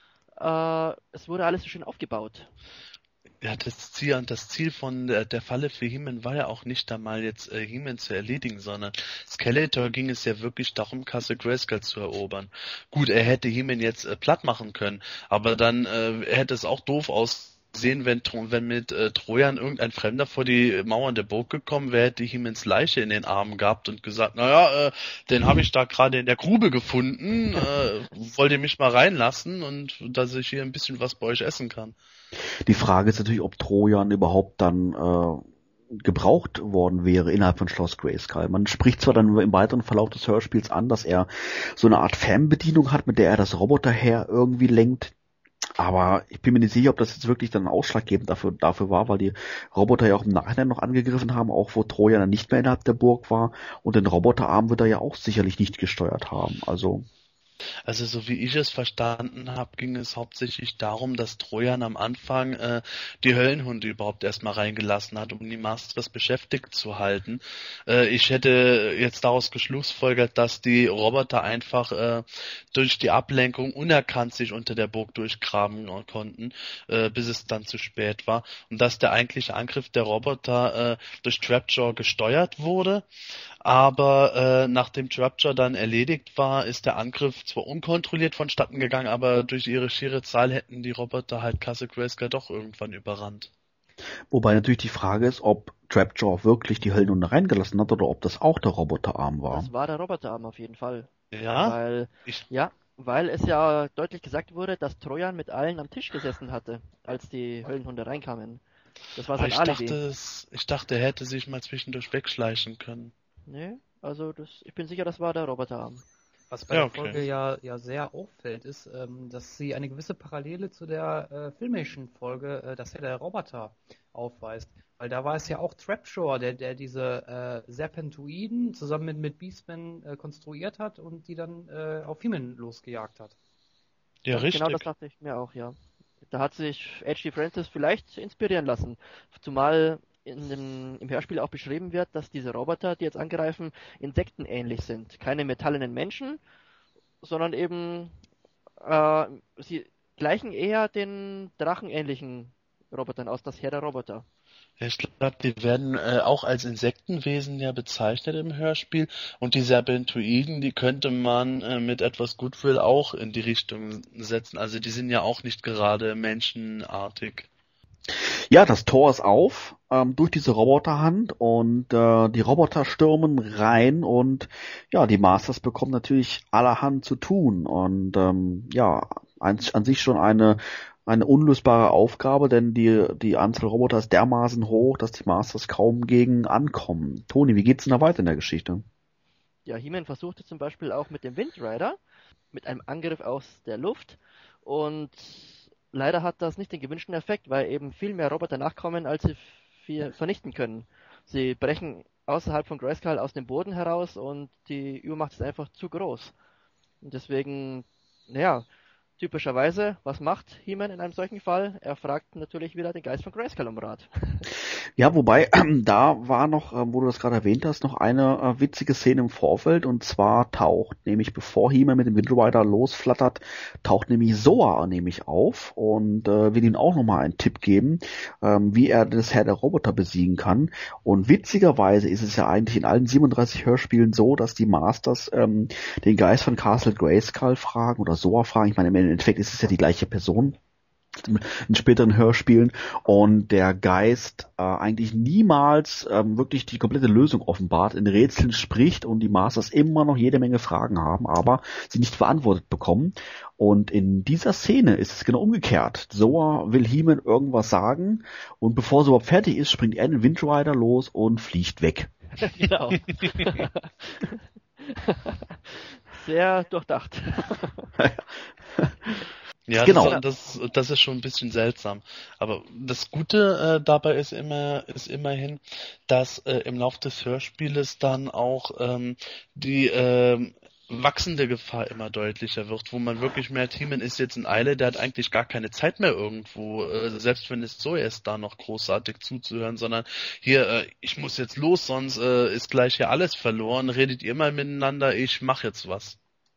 es wurde alles so schön aufgebaut. Ja, das Ziel von der Falle für He-Man war ja auch nicht da mal jetzt He-Man zu erledigen, sondern Skeletor ging es ja wirklich darum, Castle Grayskull zu erobern. Gut, er hätte He-Man jetzt platt machen können, aber dann hätte es auch doof ausgesehen, wenn mit Trojan irgendein Fremder vor die Mauern der Burg gekommen wäre, hätte He-Mans Leiche in den Armen gehabt und gesagt, naja, den habe ich da gerade in der Grube gefunden, wollt ihr mich mal reinlassen und dass ich hier ein bisschen was bei euch essen kann. Die Frage ist natürlich, ob Trojan überhaupt dann gebraucht worden wäre innerhalb von Schloss Grayskull. Man spricht zwar dann im weiteren Verlauf des Hörspiels an, dass er so eine Art Fernbedienung hat, mit der er das Roboterheer irgendwie lenkt, aber ich bin mir nicht sicher, ob das jetzt wirklich dann ausschlaggebend dafür war, weil die Roboter ja auch im Nachhinein noch angegriffen haben, auch wo Trojan dann nicht mehr innerhalb der Burg war, und den Roboterarm wird er ja auch sicherlich nicht gesteuert haben. Also so wie ich es verstanden habe, ging es hauptsächlich darum, dass Trojan am Anfang die Höllenhunde überhaupt erstmal reingelassen hat, um die Masters beschäftigt zu halten. Ich hätte jetzt daraus geschlussfolgert, dass die Roboter einfach durch die Ablenkung unerkannt sich unter der Burg durchgraben konnten, bis es dann zu spät war. Und dass der eigentliche Angriff der Roboter durch Trapjaw gesteuert wurde. Aber nachdem Trapjaw dann erledigt war, ist der Angriff zwar unkontrolliert vonstatten gegangen, aber durch ihre schiere Zahl hätten die Roboter halt Castle Grayskull doch irgendwann überrannt. Wobei natürlich die Frage ist, ob Trapjaw wirklich die Höllenhunde reingelassen hat oder ob das auch der Roboterarm war. Das war der Roboterarm auf jeden Fall. Ja? Weil es ja deutlich gesagt wurde, dass Trojan mit allen am Tisch gesessen hatte, als die Höllenhunde reinkamen. Das war sein Alibi. Ich dachte, er hätte sich mal zwischendurch wegschleichen können. Nee, also ich bin sicher, das war der Roboterarm. Was bei der Folge ja sehr auffällt, ist, dass sie eine gewisse Parallele zu der Filmation-Folge, das der Roboter aufweist. Weil da war es ja auch Trapjaw, der diese Serpentoiden zusammen mit Beastman konstruiert hat und die dann auf He-Man losgejagt hat. Ja, richtig. Genau, das dachte ich mir auch, ja. Da hat sich H.G. Francis vielleicht inspirieren lassen. Zumal im Hörspiel auch beschrieben wird, dass diese Roboter, die jetzt angreifen, insektenähnlich sind. Keine metallenen Menschen, sondern eben sie gleichen eher den drachenähnlichen Robotern aus, das Heer der Roboter. Ja, ich glaube, die werden auch als Insektenwesen ja bezeichnet im Hörspiel und die Serpentoiden, die könnte man mit etwas Goodwill auch in die Richtung setzen. Also die sind ja auch nicht gerade menschenartig. Ja, das Tor ist auf durch diese Roboterhand und die Roboter stürmen rein und ja, die Masters bekommen natürlich allerhand zu tun und ja, an sich schon eine unlösbare Aufgabe, denn die Anzahl Roboter ist dermaßen hoch, dass die Masters kaum gegen ankommen. Toni, wie geht's denn da weiter in der Geschichte? Ja, He-Man versuchte zum Beispiel auch mit dem Windrider, mit einem Angriff aus der Luft und leider hat das nicht den gewünschten Effekt, weil eben viel mehr Roboter nachkommen, als sie vernichten können. Sie brechen außerhalb von Grayskull aus dem Boden heraus und die Übermacht ist einfach zu groß. Und deswegen, naja, typischerweise, was macht He-Man in einem solchen Fall? Er fragt natürlich wieder den Geist von Grayskull um Rat. Ja, wobei, da war noch, wo du das gerade erwähnt hast, noch eine witzige Szene im Vorfeld und zwar taucht, nämlich bevor He-Man mit dem Windrider losflattert, taucht nämlich Zoa nämlich auf und will ihm auch nochmal einen Tipp geben, wie er das Heer der Roboter besiegen kann. Und witzigerweise ist es ja eigentlich in allen 37 Hörspielen so, dass die Masters den Geist von Castle Grayskull fragen oder Zoa fragen. Ich meine, im Endeffekt ist es ja die gleiche Person in späteren Hörspielen und der Geist eigentlich niemals wirklich die komplette Lösung offenbart, in Rätseln spricht und die Masters immer noch jede Menge Fragen haben, aber sie nicht beantwortet bekommen. Und in dieser Szene ist es genau umgekehrt. Zoa will He-Man irgendwas sagen und bevor sie überhaupt fertig ist, springt er in den Windrider los und fliegt weg. Genau. Sehr durchdacht. Ja, genau. Das ist schon ein bisschen seltsam. Aber das Gute dabei ist immerhin, dass im Lauf des Hörspieles dann auch die wachsende Gefahr immer deutlicher wird, wo man wirklich merkt, He-Man ist jetzt in Eile, der hat eigentlich gar keine Zeit mehr irgendwo, selbst wenn es so ist, da noch großartig zuzuhören, sondern hier, ich muss jetzt los, sonst ist gleich hier alles verloren, redet ihr mal miteinander, ich mach jetzt was.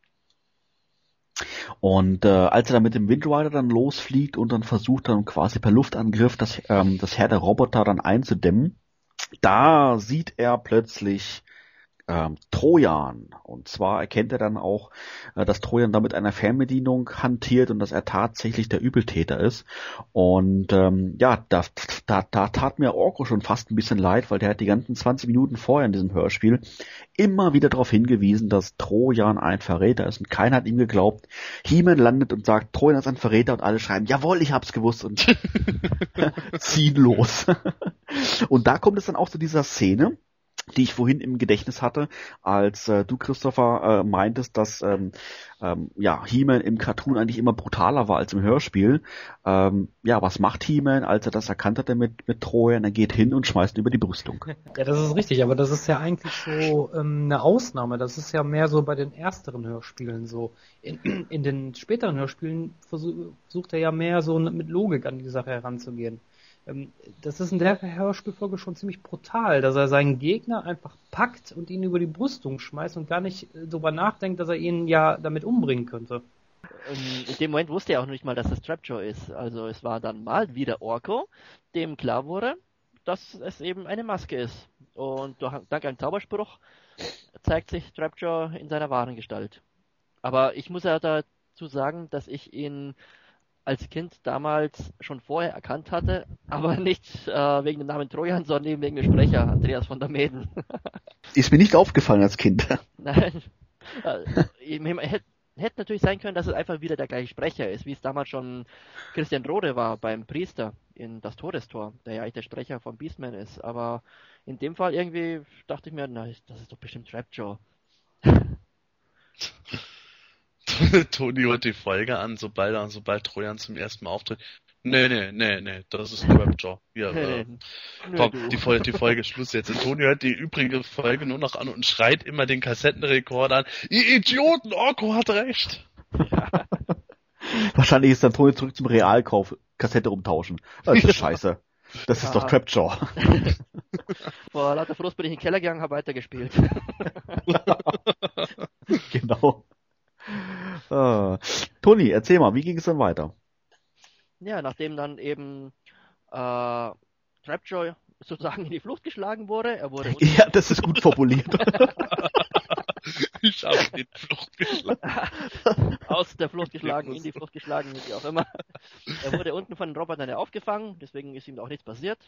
Und als er dann mit dem Windrider dann losfliegt und dann versucht dann quasi per Luftangriff das Heer der Roboter dann einzudämmen, da sieht er plötzlich Trojan. Und zwar erkennt er dann auch, dass Trojan da mit einer Fernbedienung hantiert und dass er tatsächlich der Übeltäter ist. Und ja, da tat mir Orko schon fast ein bisschen leid, weil der hat die ganzen 20 Minuten vorher in diesem Hörspiel immer wieder darauf hingewiesen, dass Trojan ein Verräter ist und keiner hat ihm geglaubt. He-Man landet und sagt, Trojan ist ein Verräter und alle schreiben, jawohl, ich hab's gewusst und ziehen los. Und da kommt es dann auch zu dieser Szene, die ich vorhin im Gedächtnis hatte, als du, Christopher, meintest, dass ja, He-Man im Cartoon eigentlich immer brutaler war als im Hörspiel. Ja, was macht He-Man, als er das erkannt hatte mit Trojan? Er geht hin und schmeißt ihn über die Brüstung. Ja, das ist richtig, aber das ist ja eigentlich so eine Ausnahme. Das ist ja mehr so bei den ersteren Hörspielen so. In den späteren Hörspielen versucht er ja mehr so mit Logik an die Sache heranzugehen. Das ist in der Hörspielfolge schon ziemlich brutal, dass er seinen Gegner einfach packt und ihn über die Brüstung schmeißt und gar nicht darüber nachdenkt, dass er ihn ja damit umbringen könnte. In dem Moment wusste er auch nicht mal, dass das Trapjaw ist. Also es war dann mal wieder Orko, dem klar wurde, dass es eben eine Maske ist. Und dank einem Zauberspruch zeigt sich Trapjaw in seiner wahren Gestalt. Aber ich muss ja dazu sagen, dass ich ihn als Kind damals schon vorher erkannt hatte, aber nicht wegen dem Namen Trojan, sondern wegen dem Sprecher, Andreas von der Meeden. Ist mir nicht aufgefallen als Kind. Nein. Hätte natürlich sein können, dass es einfach wieder der gleiche Sprecher ist, wie es damals schon Christian Rode war beim Priester in Das Todestor, der ja eigentlich der Sprecher von Beastman ist. Aber in dem Fall irgendwie dachte ich mir, na, das ist doch bestimmt Trapjaw. Toni hört die Folge an, sobald Trojan zum ersten Mal auftritt. Nee, das ist Trapjaw. Hier, komm, die Folge ist Schluss jetzt. Und Toni hört die übrige Folge nur noch an und schreit immer den Kassettenrekorder an. Ihr Idioten, Orko hat recht. Ja. Wahrscheinlich ist dann Toni zurück zum Realkauf, Kassette umtauschen. Das ist scheiße. Das ist doch Trapjaw. Vor lauter Frust bin ich in den Keller gegangen, habe weitergespielt. Genau. Toni, erzähl mal, wie ging es dann weiter? Ja, nachdem dann eben Trapjaw sozusagen in die Flucht geschlagen wurde. Er wurde Ja, das ist gut formuliert. Ich habe in die Flucht geschlagen. aus der Flucht geschlagen, in die Flucht geschlagen, wie auch immer. Er wurde unten von den Robotern aufgefangen, deswegen ist ihm auch nichts passiert.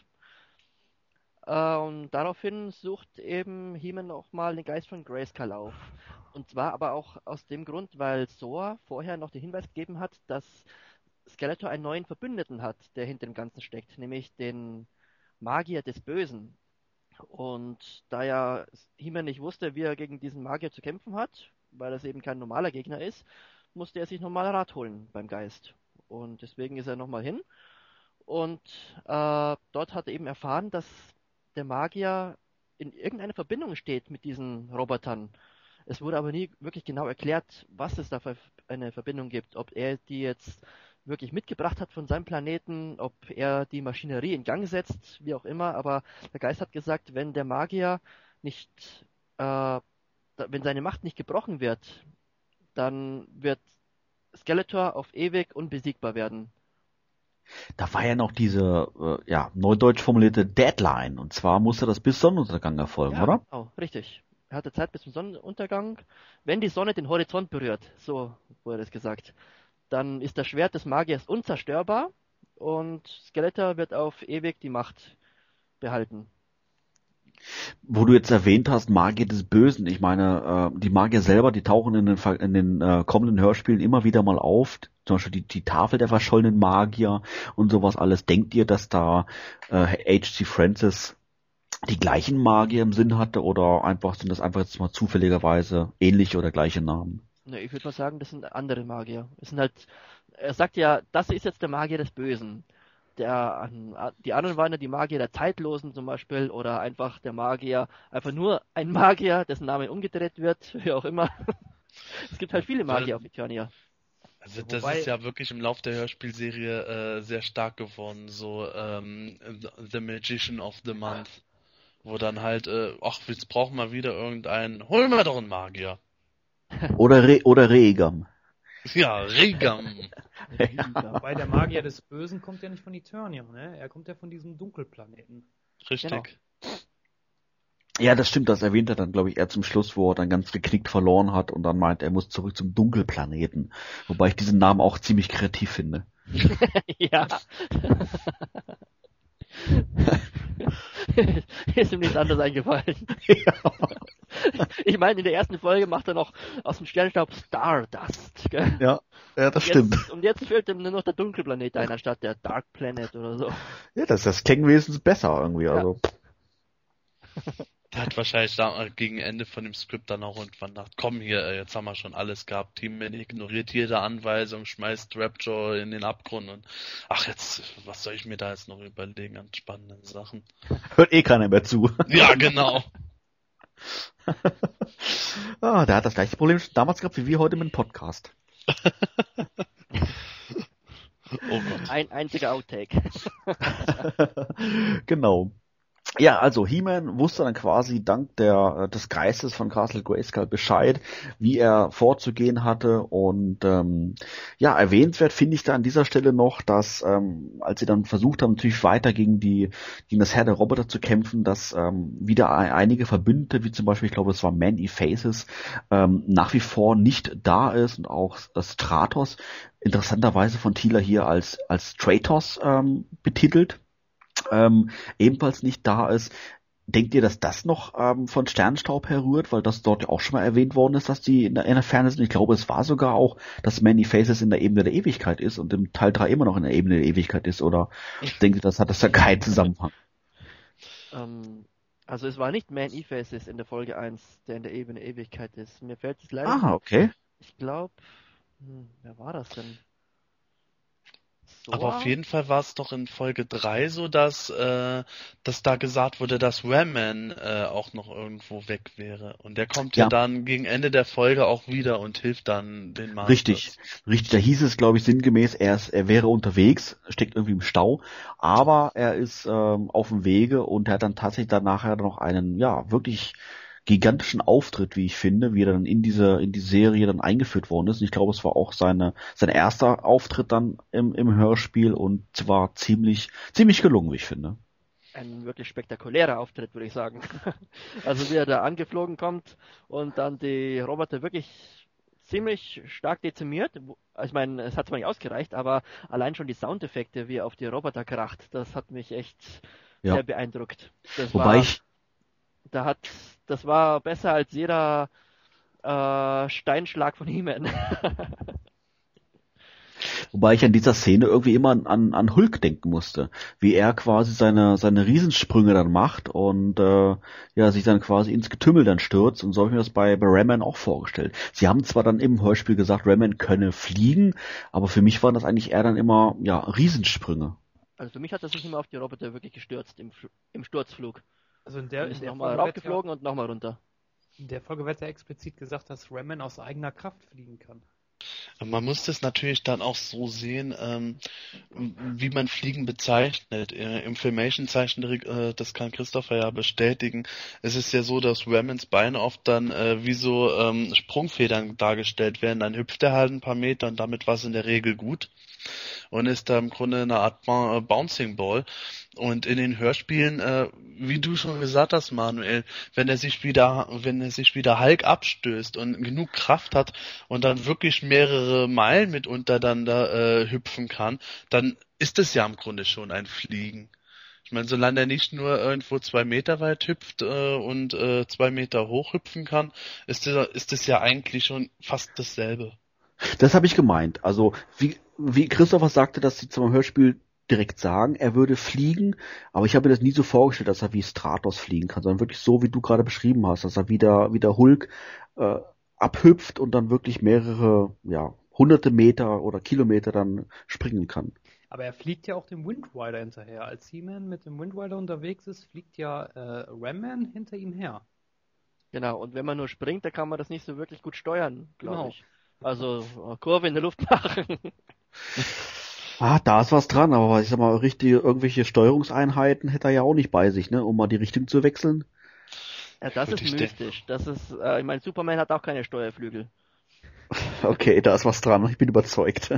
Und daraufhin sucht eben He-Man nochmal den Geist von Grayskull auf. Und zwar aber auch aus dem Grund, weil Thor vorher noch den Hinweis gegeben hat, dass Skeletor einen neuen Verbündeten hat, der hinter dem Ganzen steckt, nämlich den Magier des Bösen. Und da ja He-Man nicht wusste, wie er gegen diesen Magier zu kämpfen hat, weil das eben kein normaler Gegner ist, musste er sich nochmal Rat holen beim Geist. Und deswegen ist er nochmal hin. Und dort hat er eben erfahren, dass der Magier in irgendeiner Verbindung steht mit diesen Robotern. Es wurde aber nie wirklich genau erklärt, was es da für eine Verbindung gibt. Ob er die jetzt wirklich mitgebracht hat von seinem Planeten, ob er die Maschinerie in Gang setzt, wie auch immer. Aber der Geist hat gesagt, wenn der Magier nicht, wenn seine Macht nicht gebrochen wird, dann wird Skeletor auf ewig unbesiegbar werden. Da war ja noch diese, neudeutsch formulierte Deadline. Und zwar musste das bis Sonnenuntergang erfolgen, Ja, oder? oh, richtig. Er hatte Zeit bis zum Sonnenuntergang. Wenn die Sonne den Horizont berührt, so wurde das gesagt, dann ist das Schwert des Magiers unzerstörbar und Skeletor wird auf ewig die Macht behalten. Wo du jetzt erwähnt hast, Magier des Bösen. Ich meine, die Magier selber, die tauchen in den kommenden Hörspielen immer wieder mal auf. Zum Beispiel die Tafel der verschollenen Magier und sowas alles. Denkt ihr, dass da H.C. Francis die gleichen Magier im Sinn hatte oder sind das einfach jetzt mal zufälligerweise ähnliche oder gleiche Namen? Ne, ich würde mal sagen, das sind andere Magier. Es sind halt, er sagt ja, das ist jetzt der Magier des Bösen. Die anderen waren ja die Magier der Zeitlosen zum Beispiel oder einfach der Magier, einfach nur ein Magier, dessen Name umgedreht wird, wie auch immer. Es gibt halt viele Magier auf Eternia. Also das ist ja wirklich im Lauf der Hörspielserie sehr stark geworden, so The Magician of the Month, wo dann halt, jetzt brauchen wir wieder irgendeinen, holen wir doch einen Magier. Oder Regam. Ja, Regam. Wobei der Magier des Bösen kommt ja nicht von Eternia, ne? Er kommt ja von diesem Dunkelplaneten. Richtig. Genau. Ja, das stimmt, das erwähnt er dann, glaube ich, eher zum Schluss, wo er dann ganz geknickt verloren hat und dann meint, er muss zurück zum Dunkelplaneten. Wobei ich diesen Namen auch ziemlich kreativ finde. Ja. Ist ihm nichts anderes eingefallen. Ja. Ich meine, in der ersten Folge macht er noch aus dem Sternstaub Stardust. Gell? Ja, das stimmt. Und jetzt fällt ihm nur noch der Dunkelplanet ein, anstatt der Dark Planet oder so. Ja, das klingt wenigstens besser irgendwie. Ja. Also. Der hat wahrscheinlich da gegen Ende von dem Skript dann auch irgendwann gedacht, komm hier, jetzt haben wir schon alles gehabt. Teamman ignoriert jede Anweisung, schmeißt Rapjaw in den Abgrund und jetzt, was soll ich mir da jetzt noch überlegen an spannenden Sachen? Hört eh keiner mehr zu. Ja, genau. Der hat das gleiche Problem damals gehabt wie wir heute mit dem Podcast. Oh Gott. Ein einziger Outtake. Genau. Ja, also He-Man wusste dann quasi dank des Geistes von Castle Grayskull Bescheid, wie er vorzugehen hatte und erwähnenswert finde ich da an dieser Stelle noch, dass als sie dann versucht haben, natürlich weiter gegen das Heer der Roboter zu kämpfen, dass wieder einige Verbündete, wie zum Beispiel, ich glaube, es war Man-E-Faces, nach wie vor nicht da ist und auch das Stratos interessanterweise von Teela hier als Tratos betitelt. Ebenfalls nicht da ist. Denkt ihr, dass das noch von Sternstaub herrührt, weil das dort ja auch schon mal erwähnt worden ist, dass die in der Ferne sind? Ich glaube, es war sogar auch, dass Man-E-Faces in der Ebene der Ewigkeit ist und im Teil 3 immer noch in der Ebene der Ewigkeit ist, oder denkt ihr, das hat da keinen Zusammenhang? Also es war nicht Man-E-Faces in der Folge 1, der in der Ebene der Ewigkeit ist. Mir fällt es leider Ah, okay. Ich glaube, wer war das denn? Aber auf jeden Fall war es doch in Folge 3 so, dass da gesagt wurde, dass Ram-Man auch noch irgendwo weg wäre. Und der kommt ja dann gegen Ende der Folge auch wieder und hilft dann den Masters. Richtig. Da hieß es, glaube ich, sinngemäß, er wäre unterwegs, steckt irgendwie im Stau, aber er ist auf dem Wege und er hat dann tatsächlich dann nachher noch einen, wirklich gigantischen Auftritt, wie ich finde, wie er dann in die Serie dann eingeführt worden ist. Und ich glaube, es war auch sein erster Auftritt dann im Hörspiel und zwar ziemlich gelungen, wie ich finde. ein wirklich spektakulärer Auftritt, würde ich sagen. Also wie er da angeflogen kommt und dann die Roboter wirklich ziemlich stark dezimiert. Ich meine, es hat zwar nicht ausgereicht, aber allein schon die Soundeffekte, wie er auf die Roboter kracht, das hat mich echt sehr beeindruckt. Das war besser als jeder Steinschlag von He-Man. Wobei ich an dieser Szene irgendwie immer an Hulk denken musste, wie er quasi seine Riesensprünge dann macht und sich dann quasi ins Getümmel dann stürzt, und so habe ich mir das bei Ram-Man auch vorgestellt. Sie haben zwar dann im Hörspiel gesagt, Ram-Man könne fliegen, aber für mich waren das eigentlich eher dann immer Riesensprünge. Also für mich hat das sich immer auf die Roboter wirklich gestürzt im Sturzflug. Also in der nochmal raufgeflogen und nochmal runter. In der Folge wird ja explizit gesagt, dass Ram-Man aus eigener Kraft fliegen kann. Man muss das natürlich dann auch so sehen, wie man Fliegen bezeichnet. Im Filmation-Zeichentrick, das kann Christopher ja bestätigen, es ist ja so, dass Ram-Mans Beine oft dann wie so Sprungfedern dargestellt werden. Dann hüpft er halt ein paar Meter und damit war es in der Regel gut. Und ist da im Grunde eine Art Bouncing Ball. Und in den Hörspielen, wie du schon gesagt hast, Manuel, wenn er sich wieder Hulk abstößt und genug Kraft hat und dann wirklich mehrere Meilen mitunter dann da hüpfen kann, dann ist es ja im Grunde schon ein Fliegen. Ich meine, solange er nicht nur irgendwo 2 Meter weit hüpft und 2 Meter hoch hüpfen kann, ist es ja eigentlich schon fast dasselbe. Das habe ich gemeint. Also wie Christopher sagte, dass sie zum Hörspiel direkt sagen, er würde fliegen, aber ich habe mir das nie so vorgestellt, dass er wie Stratos fliegen kann, sondern wirklich so, wie du gerade beschrieben hast, dass er wieder Hulk abhüpft und dann wirklich mehrere, hunderte Meter oder Kilometer dann springen kann. Aber er fliegt ja auch dem Wind Rider hinterher. Als He-Man mit dem Wind Rider unterwegs ist, fliegt ja Ram-Man hinter ihm her. Genau, und wenn man nur springt, da kann man das nicht so wirklich gut steuern, glaube ich. Also Kurve in der Luft machen. Da ist was dran, aber ich sag mal, irgendwelche Steuerungseinheiten hätte er ja auch nicht bei sich, ne, um mal die Richtung zu wechseln. Ja, das ist mystisch. Das ist, ich meine, Superman hat auch keine Steuerflügel. Okay, da ist was dran, ich bin überzeugt.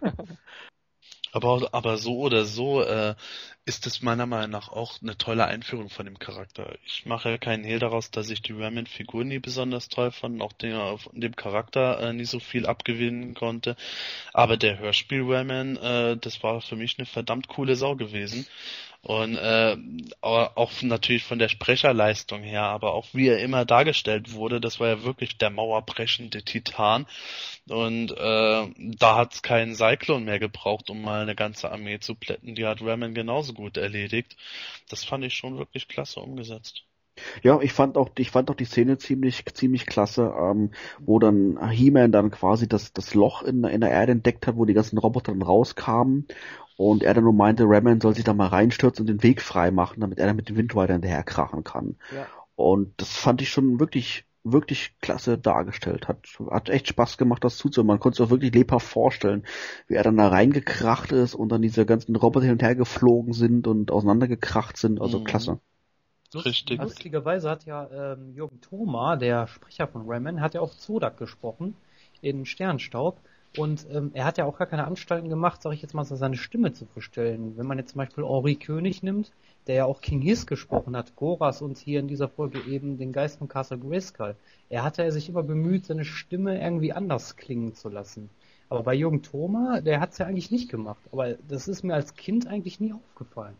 Aber so oder so ist es meiner Meinung nach auch eine tolle Einführung von dem Charakter. Ich mache ja keinen Hehl daraus, dass ich die Ram-Man-Figur nie besonders toll fand, auch dem Charakter nie so viel abgewinnen konnte. Aber der Hörspiel-Ram-Man, das war für mich eine verdammt coole Sau gewesen. Und auch natürlich von der Sprecherleistung her, aber auch wie er immer dargestellt wurde, das war ja wirklich der mauerbrechende Titan. Und da hat's keinen Cyclone mehr gebraucht, um mal eine ganze Armee zu plätten. Die hat Ram-Man genauso gut erledigt. Das fand ich schon wirklich klasse umgesetzt. Ja, ich fand auch die Szene ziemlich klasse, wo dann He-Man dann quasi das Loch in der Erde entdeckt hat, wo die ganzen Roboter dann rauskamen. Und er dann nur meinte, Ram-Man soll sich da mal reinstürzen und den Weg frei machen, damit er dann mit dem Wind weiter hinterher krachen kann. Ja. Und das fand ich schon wirklich klasse dargestellt. Hat echt Spaß gemacht, das zuzuhören. Man konnte es auch wirklich lebhaft vorstellen, wie er dann da reingekracht ist und dann diese ganzen Roboter hin und her geflogen sind und auseinandergekracht sind. Also klasse. Richtig. Lustigerweise hat ja Jürgen Thoma, der Sprecher von Ram-Man, hat ja auch Zodak gesprochen in Sternstaub. Und er hat ja auch gar keine Anstalten gemacht, sag ich jetzt mal, seine Stimme zu verstellen. Wenn man jetzt zum Beispiel Henri König nimmt, der ja auch King Hiss gesprochen hat, Goras und hier in dieser Folge eben den Geist von Castle Grayskull. Er hatte sich immer bemüht, seine Stimme irgendwie anders klingen zu lassen. Aber bei Jürgen Thoma, der hat es ja eigentlich nicht gemacht. Aber das ist mir als Kind eigentlich nie aufgefallen.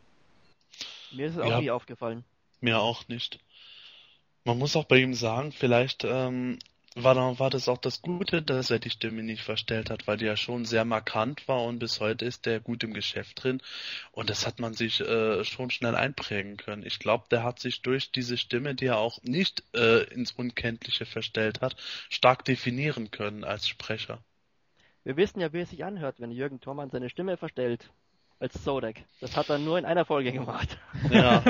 Mir ist es auch nie aufgefallen. Mir auch nicht. Man muss auch bei ihm sagen, vielleicht war das auch das Gute, dass er die Stimme nicht verstellt hat, weil die ja schon sehr markant war und bis heute ist der gut im Geschäft drin und das hat man sich schon schnell einprägen können. Ich glaube, der hat sich durch diese Stimme, die er auch nicht ins Unkenntliche verstellt hat, stark definieren können als Sprecher. Wir wissen ja, wie es sich anhört, wenn Jürgen Thormann seine Stimme verstellt. Als Zodak. Das hat er nur in einer Folge gemacht. Ja.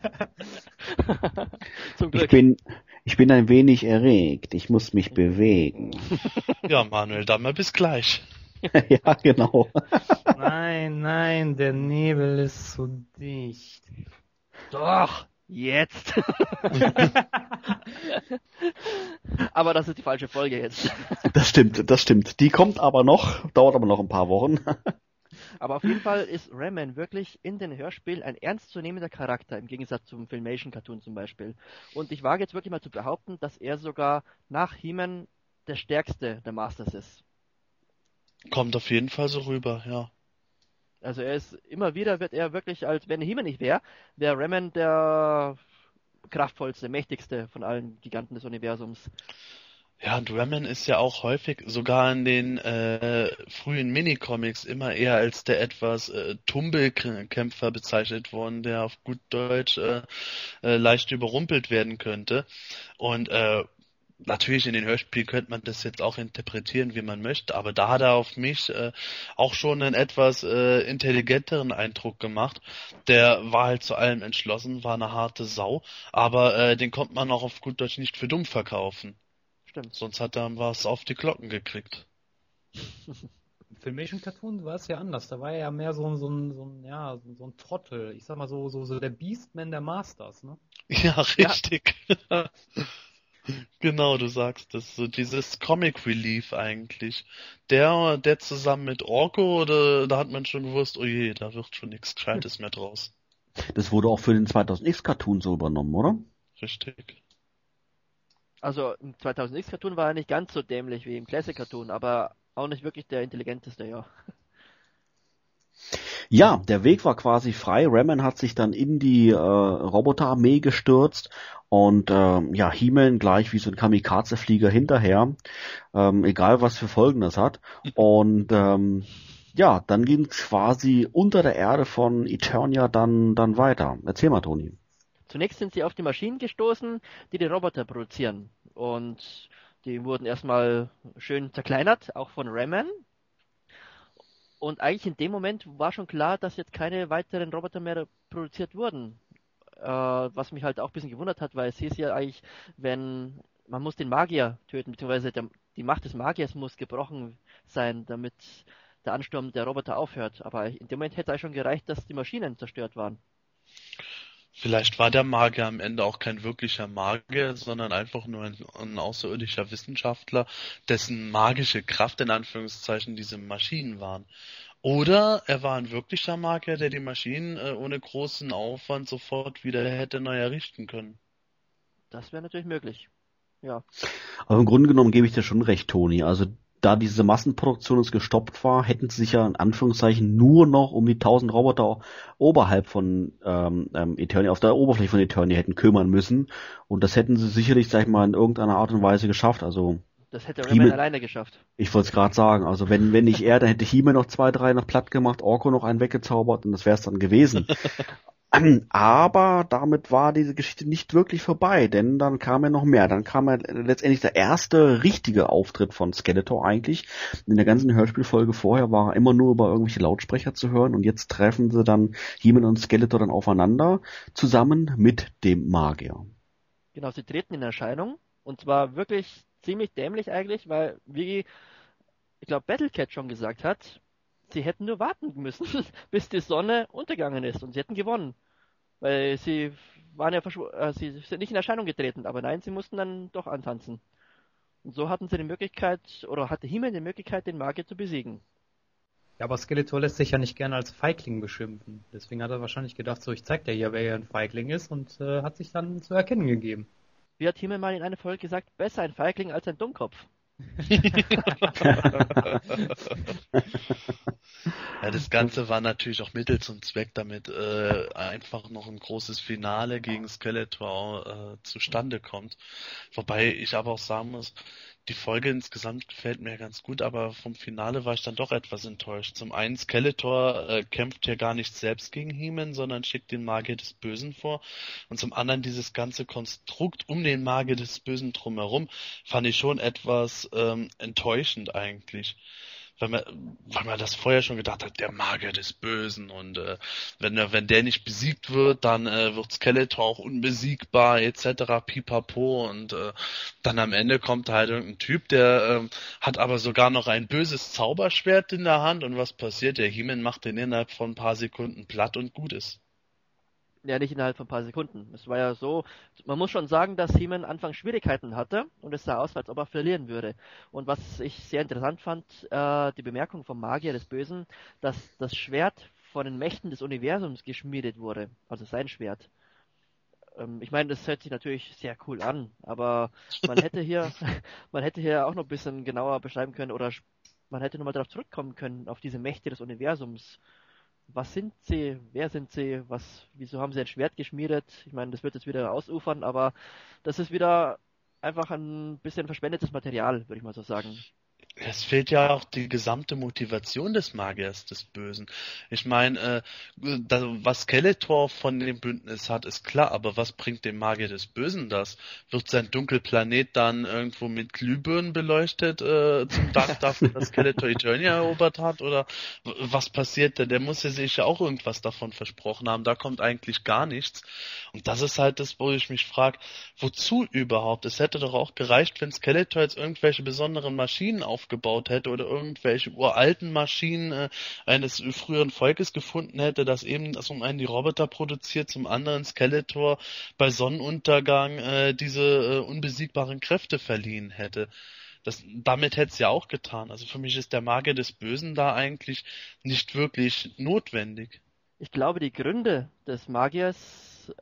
Zum Glück. Ich bin ein wenig erregt. Ich muss mich bewegen. Ja, Manuel, dann mal bis gleich. Ja, genau. Nein, der Nebel ist so dicht. Doch, jetzt. Aber das ist die falsche Folge jetzt. Das stimmt. Die kommt aber noch, dauert aber noch ein paar Wochen. Aber auf jeden Fall ist Ram-Man wirklich in den Hörspielen ein ernstzunehmender Charakter, im Gegensatz zum Filmation-Cartoon zum Beispiel. Und ich wage jetzt wirklich mal zu behaupten, dass er sogar nach He-Man der stärkste der Masters ist. Kommt auf jeden Fall so rüber, ja. Also immer wieder wird er wirklich, als wenn He-Man nicht wäre Ram-Man der kraftvollste, mächtigste von allen Giganten des Universums. Ja, und Ram-Man ist ja auch häufig, sogar in den frühen Minicomics, immer eher als der etwas Tumbelkämpfer bezeichnet worden, der auf gut Deutsch leicht überrumpelt werden könnte. Und natürlich in den Hörspielen könnte man das jetzt auch interpretieren, wie man möchte, aber da hat er auf mich auch schon einen etwas intelligenteren Eindruck gemacht. Der war halt zu allem entschlossen, war eine harte Sau, aber den konnte man auch auf gut Deutsch nicht für dumm verkaufen. Stimmt. Sonst hat er was auf die Glocken gekriegt. Im Filmation-Cartoon war es ja anders. Da war er ja mehr so ein Trottel. Ich sag mal so der Beastman der Masters, ne? Ja, richtig. Ja. Genau, du sagst das. So dieses Comic Relief eigentlich. Der zusammen mit Orko, da hat man schon gewusst, oh je, da wird schon nichts Gescheites mehr draus. Das wurde auch für den 2000X-Cartoon so übernommen, oder? Richtig. Also im 2000X-Cartoon war er nicht ganz so dämlich wie im Classic-Cartoon, aber auch nicht wirklich der intelligenteste, ja. Ja, der Weg war quasi frei. Ram-Man hat sich dann in die Roboterarmee gestürzt und He-Man gleich wie so ein Kamikaze-Flieger hinterher, egal was für Folgen das hat. Und dann ging es quasi unter der Erde von Eternia dann weiter. Erzähl mal, Toni. Zunächst sind sie auf die Maschinen gestoßen, die Roboter produzieren. Und die wurden erstmal schön zerkleinert, auch von Ram-Man. Und eigentlich in dem Moment war schon klar, dass jetzt keine weiteren Roboter mehr produziert wurden. Was mich halt auch ein bisschen gewundert hat, weil es hieß ja eigentlich, man muss den Magier töten, beziehungsweise die Macht des Magiers muss gebrochen sein, damit der Ansturm der Roboter aufhört. Aber in dem Moment hätte es schon gereicht, dass die Maschinen zerstört waren. Vielleicht war der Magier am Ende auch kein wirklicher Magier, sondern einfach nur ein außerirdischer Wissenschaftler, dessen magische Kraft in Anführungszeichen diese Maschinen waren. Oder er war ein wirklicher Magier, der die Maschinen ohne großen Aufwand sofort wieder hätte neu errichten können. Das wäre natürlich möglich. Ja. Aber im Grunde genommen gebe ich dir schon recht, Toni. Also da diese Massenproduktion uns gestoppt war, hätten sie sich ja in Anführungszeichen nur noch um die 1000 Roboter oberhalb von Eternia, auf der Oberfläche von Eternia hätten kümmern müssen. Und das hätten sie sicherlich, sag ich mal, in irgendeiner Art und Weise geschafft. Also das hätte Ram-Man alleine geschafft. Ich wollte es gerade sagen. Also wenn nicht er, dann hätte He-Man noch 2, 3 noch platt gemacht, Orko noch einen weggezaubert und das wäre es dann gewesen. Aber damit war diese Geschichte nicht wirklich vorbei, denn dann kam ja noch mehr. Dann kam ja letztendlich der erste richtige Auftritt von Skeletor eigentlich. In der ganzen Hörspielfolge vorher war er immer nur über irgendwelche Lautsprecher zu hören und jetzt treffen sie dann He-Man und Skeletor dann aufeinander, zusammen mit dem Magier. Genau, sie treten in Erscheinung und zwar wirklich ziemlich dämlich eigentlich, weil, wie ich glaube Battlecat schon gesagt hat, sie hätten nur warten müssen, bis die Sonne untergegangen ist und sie hätten gewonnen. Weil sie waren ja sie sind nicht in Erscheinung getreten, aber nein, sie mussten dann doch antanzen. Und so hatten sie die Möglichkeit, oder hatte He-Man die Möglichkeit, den Magier zu besiegen. Ja, aber Skeletor lässt sich ja nicht gerne als Feigling beschimpfen. Deswegen hat er wahrscheinlich gedacht, so ich zeig dir hier, wer hier ein Feigling ist und hat sich dann zu erkennen gegeben. Wie hat He-Man mal in einer Folge gesagt, besser ein Feigling als ein Dummkopf. Ja, das Ganze war natürlich auch Mittel zum Zweck, damit einfach noch ein großes Finale gegen Skeletor zustande kommt. Wobei ich aber auch sagen muss, die Folge insgesamt gefällt mir ganz gut, aber vom Finale war ich dann doch etwas enttäuscht. Zum einen, Skeletor kämpft ja gar nicht selbst gegen He-Man, sondern schickt den Magier des Bösen vor. Und zum anderen dieses ganze Konstrukt um den Magier des Bösen drumherum fand ich schon etwas enttäuschend eigentlich. Weil man das vorher schon gedacht hat, der Magier des Bösen und wenn der nicht besiegt wird, dann wird Skeletor auch unbesiegbar etc. pipapo und dann am Ende kommt halt irgendein Typ, der hat aber sogar noch ein böses Zauberschwert in der Hand und was passiert? Der He-Man macht den innerhalb von ein paar Sekunden platt und gut ist. Ja, nicht innerhalb von ein paar Sekunden. Es war ja so, man muss schon sagen, dass He-Man anfangs Schwierigkeiten hatte und es sah aus, als ob er verlieren würde. Und was ich sehr interessant fand, die Bemerkung vom Magier des Bösen, dass das Schwert von den Mächten des Universums geschmiedet wurde, also sein Schwert. Ich meine, das hört sich natürlich sehr cool an, aber man hätte hier, man hätte hier auch noch ein bisschen genauer beschreiben können oder man hätte nochmal darauf zurückkommen können, auf diese Mächte des Universums. Was sind sie? Wer sind sie? Wieso haben sie ein Schwert geschmiedet? Ich meine, das wird jetzt wieder ausufern, aber das ist wieder einfach ein bisschen verschwendetes Material, würde ich mal so sagen. Es fehlt ja auch die gesamte Motivation des Magiers des Bösen. Ich meine, was Skeletor von dem Bündnis hat, ist klar, aber was bringt dem Magier des Bösen das? Wird sein Dunkelplanet dann irgendwo mit Glühbirnen beleuchtet zum Dank dafür, dass Skeletor Eternia erobert hat? Oder was passiert denn? Der muss ja sich ja auch irgendwas davon versprochen haben. Da kommt eigentlich gar nichts. Und das ist halt das, wo ich mich frage, wozu überhaupt? Es hätte doch auch gereicht, wenn Skeletor jetzt irgendwelche besonderen Maschinen aufgebaut hätte oder irgendwelche uralten Maschinen eines früheren Volkes gefunden hätte, das eben zum einen die Roboter produziert, zum anderen Skeletor bei Sonnenuntergang diese unbesiegbaren Kräfte verliehen hätte. Damit hätte es ja auch getan. Also für mich ist der Magier des Bösen da eigentlich nicht wirklich notwendig. Ich glaube, die Gründe des Magiers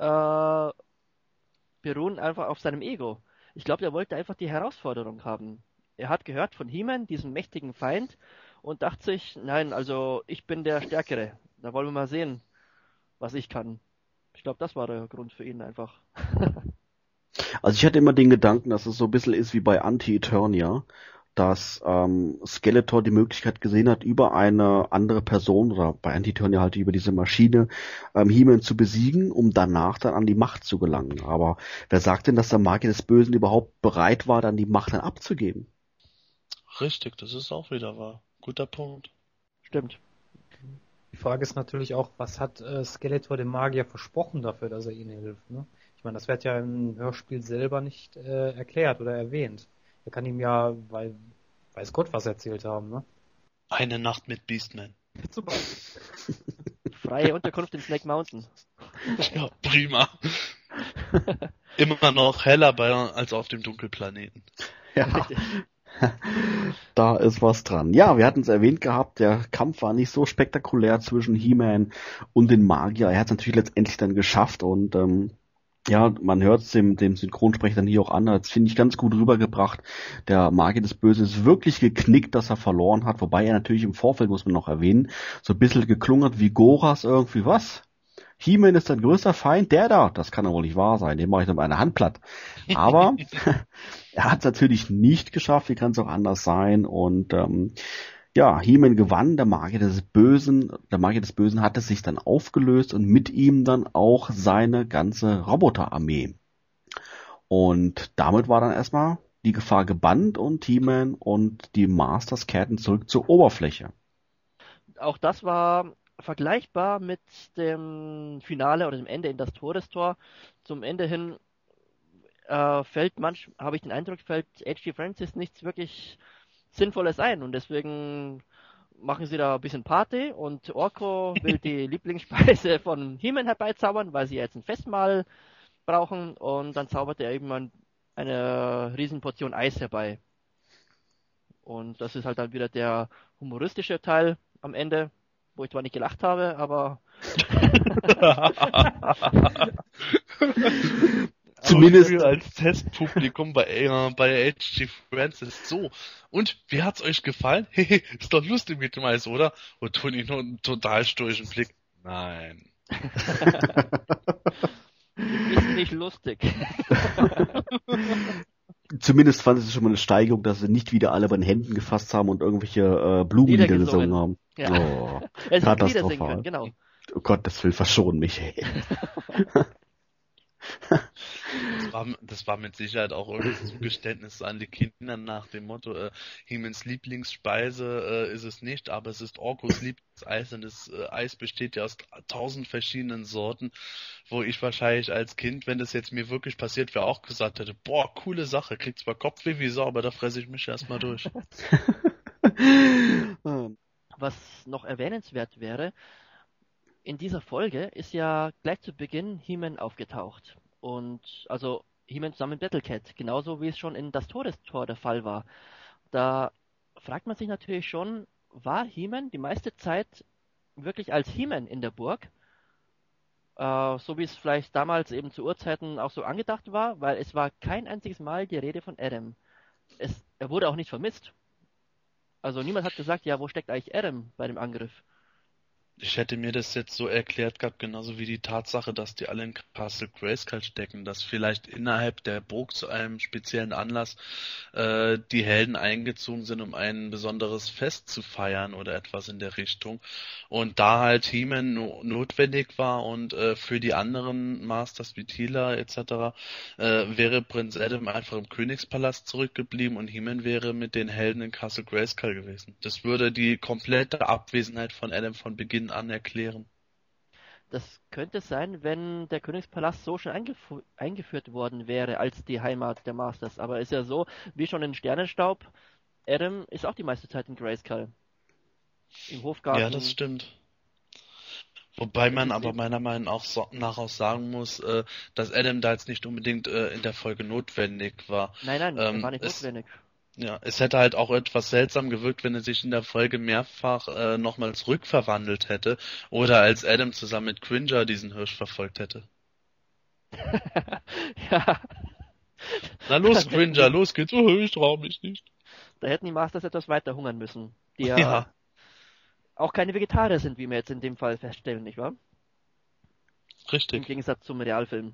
beruhen einfach auf seinem Ego. Ich glaube, er wollte einfach die Herausforderung haben. Er hat gehört von He-Man, diesem mächtigen Feind, und dachte sich, nein, also ich bin der Stärkere. Da wollen wir mal sehen, was ich kann. Ich glaube, das war der Grund für ihn einfach. Also ich hatte immer den Gedanken, dass es so ein bisschen ist wie bei Anti-Eternia, dass Skeletor die Möglichkeit gesehen hat, über eine andere Person oder bei Anti-Eternia halt über diese Maschine He-Man zu besiegen, um danach dann an die Macht zu gelangen. Aber wer sagt denn, dass der Magier des Bösen überhaupt bereit war, dann die Macht dann abzugeben? Richtig, das ist auch wieder wahr. Guter Punkt. Stimmt. Die Frage ist natürlich auch, was hat Skeletor dem Magier versprochen dafür, dass er ihnen hilft? Ne? Ich meine, das wird ja im Hörspiel selber nicht erklärt oder erwähnt. Er kann ihm ja, weiß Gott, was erzählt haben, ne? Eine Nacht mit Beastman. Zum Beispiel. Freie Unterkunft in Snake Mountain. Ja, prima. Immer noch heller als auf dem Dunkelplaneten. Ja. Da ist was dran. Ja, wir hatten es erwähnt gehabt, der Kampf war nicht so spektakulär zwischen He-Man und den Magier. Er hat es natürlich letztendlich dann geschafft und ja, man hört es dem Synchronsprecher dann hier auch an, das finde ich ganz gut rübergebracht. Der Magier des Bösen ist wirklich geknickt, dass er verloren hat, wobei er natürlich im Vorfeld, muss man noch erwähnen, so ein bisschen geklungen hat wie Goras irgendwie, was? He-Man ist dein größter Feind? Der da? Das kann doch wohl nicht wahr sein, den mache ich dann mit einer Hand platt. Aber er hat es natürlich nicht geschafft, wie kann es auch anders sein und ja, He-Man gewann, der Magier des Bösen hatte sich dann aufgelöst und mit ihm dann auch seine ganze Roboterarmee. Und damit war dann erstmal die Gefahr gebannt und He-Man und die Masters kehrten zurück zur Oberfläche. Auch das war vergleichbar mit dem Finale oder dem Ende in das Todestor. Zum Ende hin habe ich den Eindruck, fällt H.G. Francis nichts wirklich Sinnvolles ein und deswegen machen sie da ein bisschen Party und Orko will die Lieblingsspeise von He-Man herbeizaubern, weil sie jetzt ein Festmahl brauchen und dann zaubert er eben eine riesen Portion Eis herbei. Und das ist halt dann wieder der humoristische Teil am Ende, wo ich zwar nicht gelacht habe, aber zumindest als Testpublikum bei H.G. Francis so. Und wie hat's euch gefallen? Ist doch lustig mit dem Eis, oder? Und Toni nur einen total stoischen Blick. Nein. Ist nicht lustig. Zumindest fand es schon mal eine Steigerung, dass sie nicht wieder alle bei den Händen gefasst haben und irgendwelche Blumenlieder gesungen haben. Ja. Oh, katastrophal. Genau. Oh Gott, das will verschonen mich. Ey. Das war mit Sicherheit auch irgendein Zugeständnis an die Kinder nach dem Motto, He-Mans Lieblingsspeise ist es nicht, aber es ist Orkos Lieblingseis und das Eis besteht ja aus 1000 verschiedenen Sorten, wo ich wahrscheinlich als Kind, wenn das jetzt mir wirklich passiert wäre, auch gesagt hätte, boah, coole Sache, kriegt zwar Kopfweh wie Sau, aber da fresse ich mich erstmal durch. Was noch erwähnenswert wäre, in dieser Folge ist ja gleich zu Beginn He-Man aufgetaucht. Und also He-Man zusammen mit Battlecat, genauso wie es schon in Das Todestor der Fall war. Da fragt man sich natürlich schon, war He-Man die meiste Zeit wirklich als He-Man in der Burg? So wie es vielleicht damals eben zu Urzeiten auch so angedacht war, weil es war kein einziges Mal die Rede von Adam. Er wurde auch nicht vermisst. Also niemand hat gesagt, ja, wo steckt eigentlich Adam bei dem Angriff? Ich hätte mir das jetzt so erklärt gehabt, genauso wie die Tatsache, dass die alle in Castle Grayskull stecken, dass vielleicht innerhalb der Burg zu einem speziellen Anlass die Helden eingezogen sind, um ein besonderes Fest zu feiern oder etwas in der Richtung. Und da halt He-Man notwendig war und für die anderen Masters wie Teela etc. Wäre Prinz Adam einfach im Königspalast zurückgeblieben und He-Man wäre mit den Helden in Castle Grayskull gewesen. Das würde die komplette Abwesenheit von Adam von Beginn an erklären. Das könnte sein, wenn der Königspalast so schon eingeführt worden wäre als die Heimat der Masters. Aber ist ja so, wie schon in Sternenstaub, Adam ist auch die meiste Zeit in Grayskull. Im Hofgarten. Ja, das stimmt. Wobei man aber meiner Meinung nach auch sagen muss, dass Adam da jetzt nicht unbedingt in der Folge notwendig war. Nein, war nicht notwendig. Ja, es hätte halt auch etwas seltsam gewirkt, wenn er sich in der Folge mehrfach nochmal zurückverwandelt hätte oder als Adam zusammen mit Cringer diesen Hirsch verfolgt hätte. Ja. Na los, Cringer, los geht's. Oh, ich trau mich nicht. Da hätten die Masters etwas weiter hungern müssen. Die ja auch keine Vegetarier sind, wie wir jetzt in dem Fall feststellen, nicht wahr? Richtig. Im Gegensatz zum Realfilm.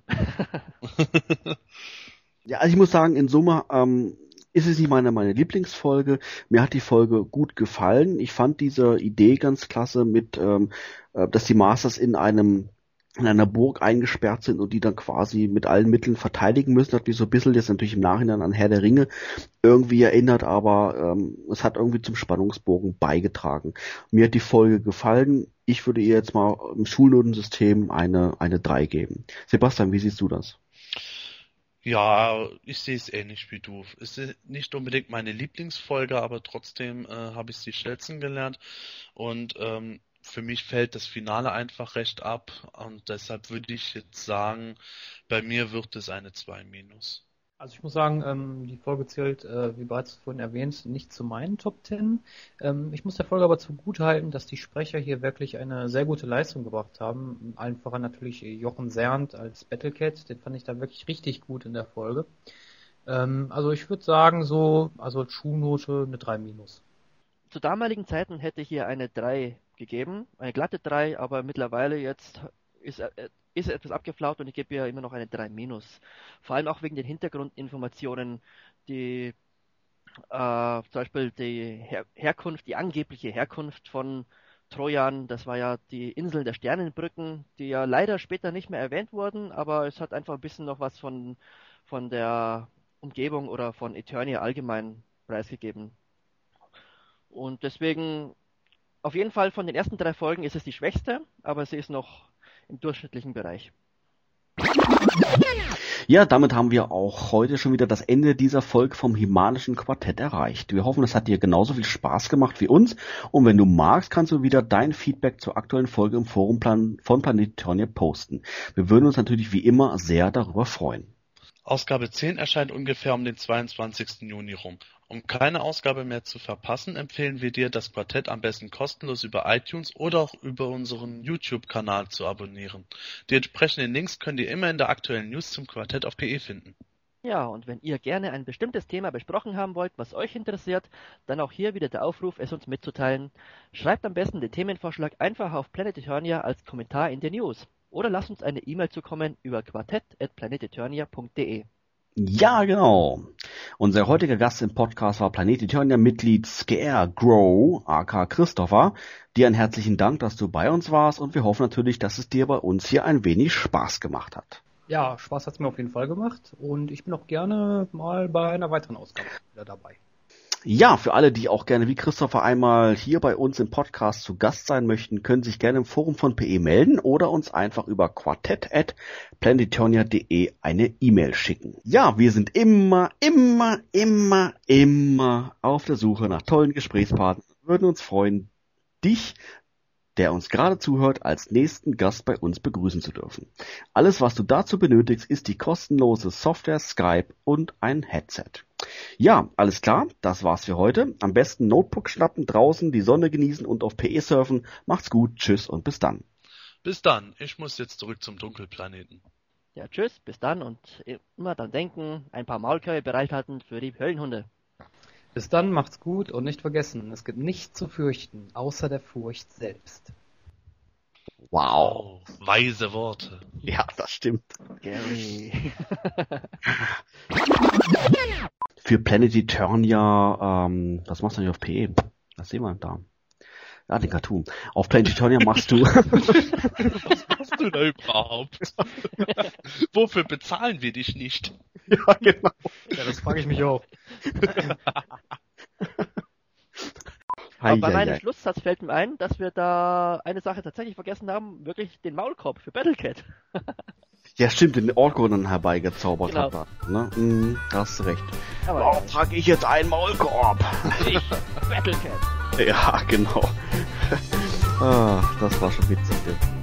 Ja, also ich muss sagen, in Summe ist es nicht meine Lieblingsfolge. Mir hat die Folge gut gefallen. Ich fand diese Idee ganz klasse mit, dass die Masters in einer Burg eingesperrt sind und die dann quasi mit allen Mitteln verteidigen müssen. Hat mich so ein bisschen jetzt natürlich im Nachhinein an Herr der Ringe irgendwie erinnert, aber es hat irgendwie zum Spannungsbogen beigetragen. Mir hat die Folge gefallen. Ich würde ihr jetzt mal im Schulnotensystem eine 3 geben. Sebastian, wie siehst du das? Ja, ich sehe es ähnlich wie du. Es ist nicht unbedingt meine Lieblingsfolge, aber trotzdem habe ich sie schätzen gelernt und für mich fällt das Finale einfach recht ab und deshalb würde ich jetzt sagen, bei mir wird es eine 2-. Also ich muss sagen, die Folge zählt, wie bereits vorhin erwähnt, nicht zu meinen Top 10. Ich muss der Folge aber zugutehalten, dass die Sprecher hier wirklich eine sehr gute Leistung gebracht haben. Allen voran natürlich Jochen Sernt als Battlecat, den fand ich da wirklich richtig gut in der Folge. Also ich würde sagen also Schulnote eine 3-. Zu damaligen Zeiten hätte ich hier eine 3 gegeben, eine glatte 3, aber mittlerweile jetzt ist etwas abgeflaut und ich gebe ja immer noch eine 3-. Vor allem auch wegen den Hintergrundinformationen, die zum Beispiel die Herkunft, die angebliche Herkunft von Trojan, das war ja die Insel der Sternenbrücken, die ja leider später nicht mehr erwähnt wurden, aber es hat einfach ein bisschen noch was von der Umgebung oder von Eternia allgemein preisgegeben. Und deswegen, auf jeden Fall von den ersten 3 Folgen ist es die schwächste, aber sie ist noch im durchschnittlichen Bereich. Ja, damit haben wir auch heute schon wieder das Ende dieser Folge vom He-Manischen Quartett erreicht. Wir hoffen, es hat dir genauso viel Spaß gemacht wie uns. Und wenn du magst, kannst du wieder dein Feedback zur aktuellen Folge im Forum von Planet Eternia posten. Wir würden uns natürlich wie immer sehr darüber freuen. Ausgabe 10 erscheint ungefähr um den 22. Juni rum. Um keine Ausgabe mehr zu verpassen, empfehlen wir dir, das Quartett am besten kostenlos über iTunes oder auch über unseren YouTube-Kanal zu abonnieren. Die entsprechenden Links könnt ihr immer in der aktuellen News zum Quartett auf PE finden. Ja, und wenn ihr gerne ein bestimmtes Thema besprochen haben wollt, was euch interessiert, dann auch hier wieder der Aufruf, es uns mitzuteilen. Schreibt am besten den Themenvorschlag einfach auf Planet Eternia als Kommentar in den News. Oder lasst uns eine E-Mail zukommen über quartett@planeteternia.de. Ja, genau. Unser heutiger Gast im Podcast war Planet Eternia-Mitglied Scaregrow, aka Christopher. Dir einen herzlichen Dank, dass du bei uns warst und wir hoffen natürlich, dass es dir bei uns hier ein wenig Spaß gemacht hat. Ja, Spaß hat es mir auf jeden Fall gemacht und ich bin auch gerne mal bei einer weiteren Ausgabe wieder dabei. Ja, für alle, die auch gerne wie Christopher einmal hier bei uns im Podcast zu Gast sein möchten, können sich gerne im Forum von PE melden oder uns einfach über quartett@planeteternia.de eine E-Mail schicken. Ja, wir sind immer auf der Suche nach tollen Gesprächspartnern. Wir würden uns freuen, dich der uns gerade zuhört, als nächsten Gast bei uns begrüßen zu dürfen. Alles, was du dazu benötigst, ist die kostenlose Software Skype und ein Headset. Ja, alles klar, das war's für heute. Am besten Notebook schnappen, draußen die Sonne genießen und auf PE surfen. Macht's gut, tschüss und bis dann. Bis dann, ich muss jetzt zurück zum Dunkelplaneten. Ja, tschüss, bis dann und immer dann denken, ein paar Maulkörbel bereithalten für die Höllenhunde. Bis dann, macht's gut und nicht vergessen, es gibt nichts zu fürchten, außer der Furcht selbst. Wow. Oh, weise Worte. Ja, das stimmt. Gary. Für Planet Eternia, was machst du denn auf PE? Was sehen wir da? Ja, den Cartoon. Auf Planet Eternia machst du... Was machst du da überhaupt? Wofür bezahlen wir dich nicht? Ja, genau. Ja, das frage ich mich auch. Aber bei meinem Schlusssatz fällt mir ein, dass wir da eine Sache tatsächlich vergessen haben, wirklich den Maulkorb für Battlecat. Ja, stimmt, den Orko dann herbeigezaubert Genau. hat. Ne? Da hast du recht. Aber Warum trage ich jetzt einen Maulkorb? ich, Battlecat. Ja, genau. Das war schon witzig.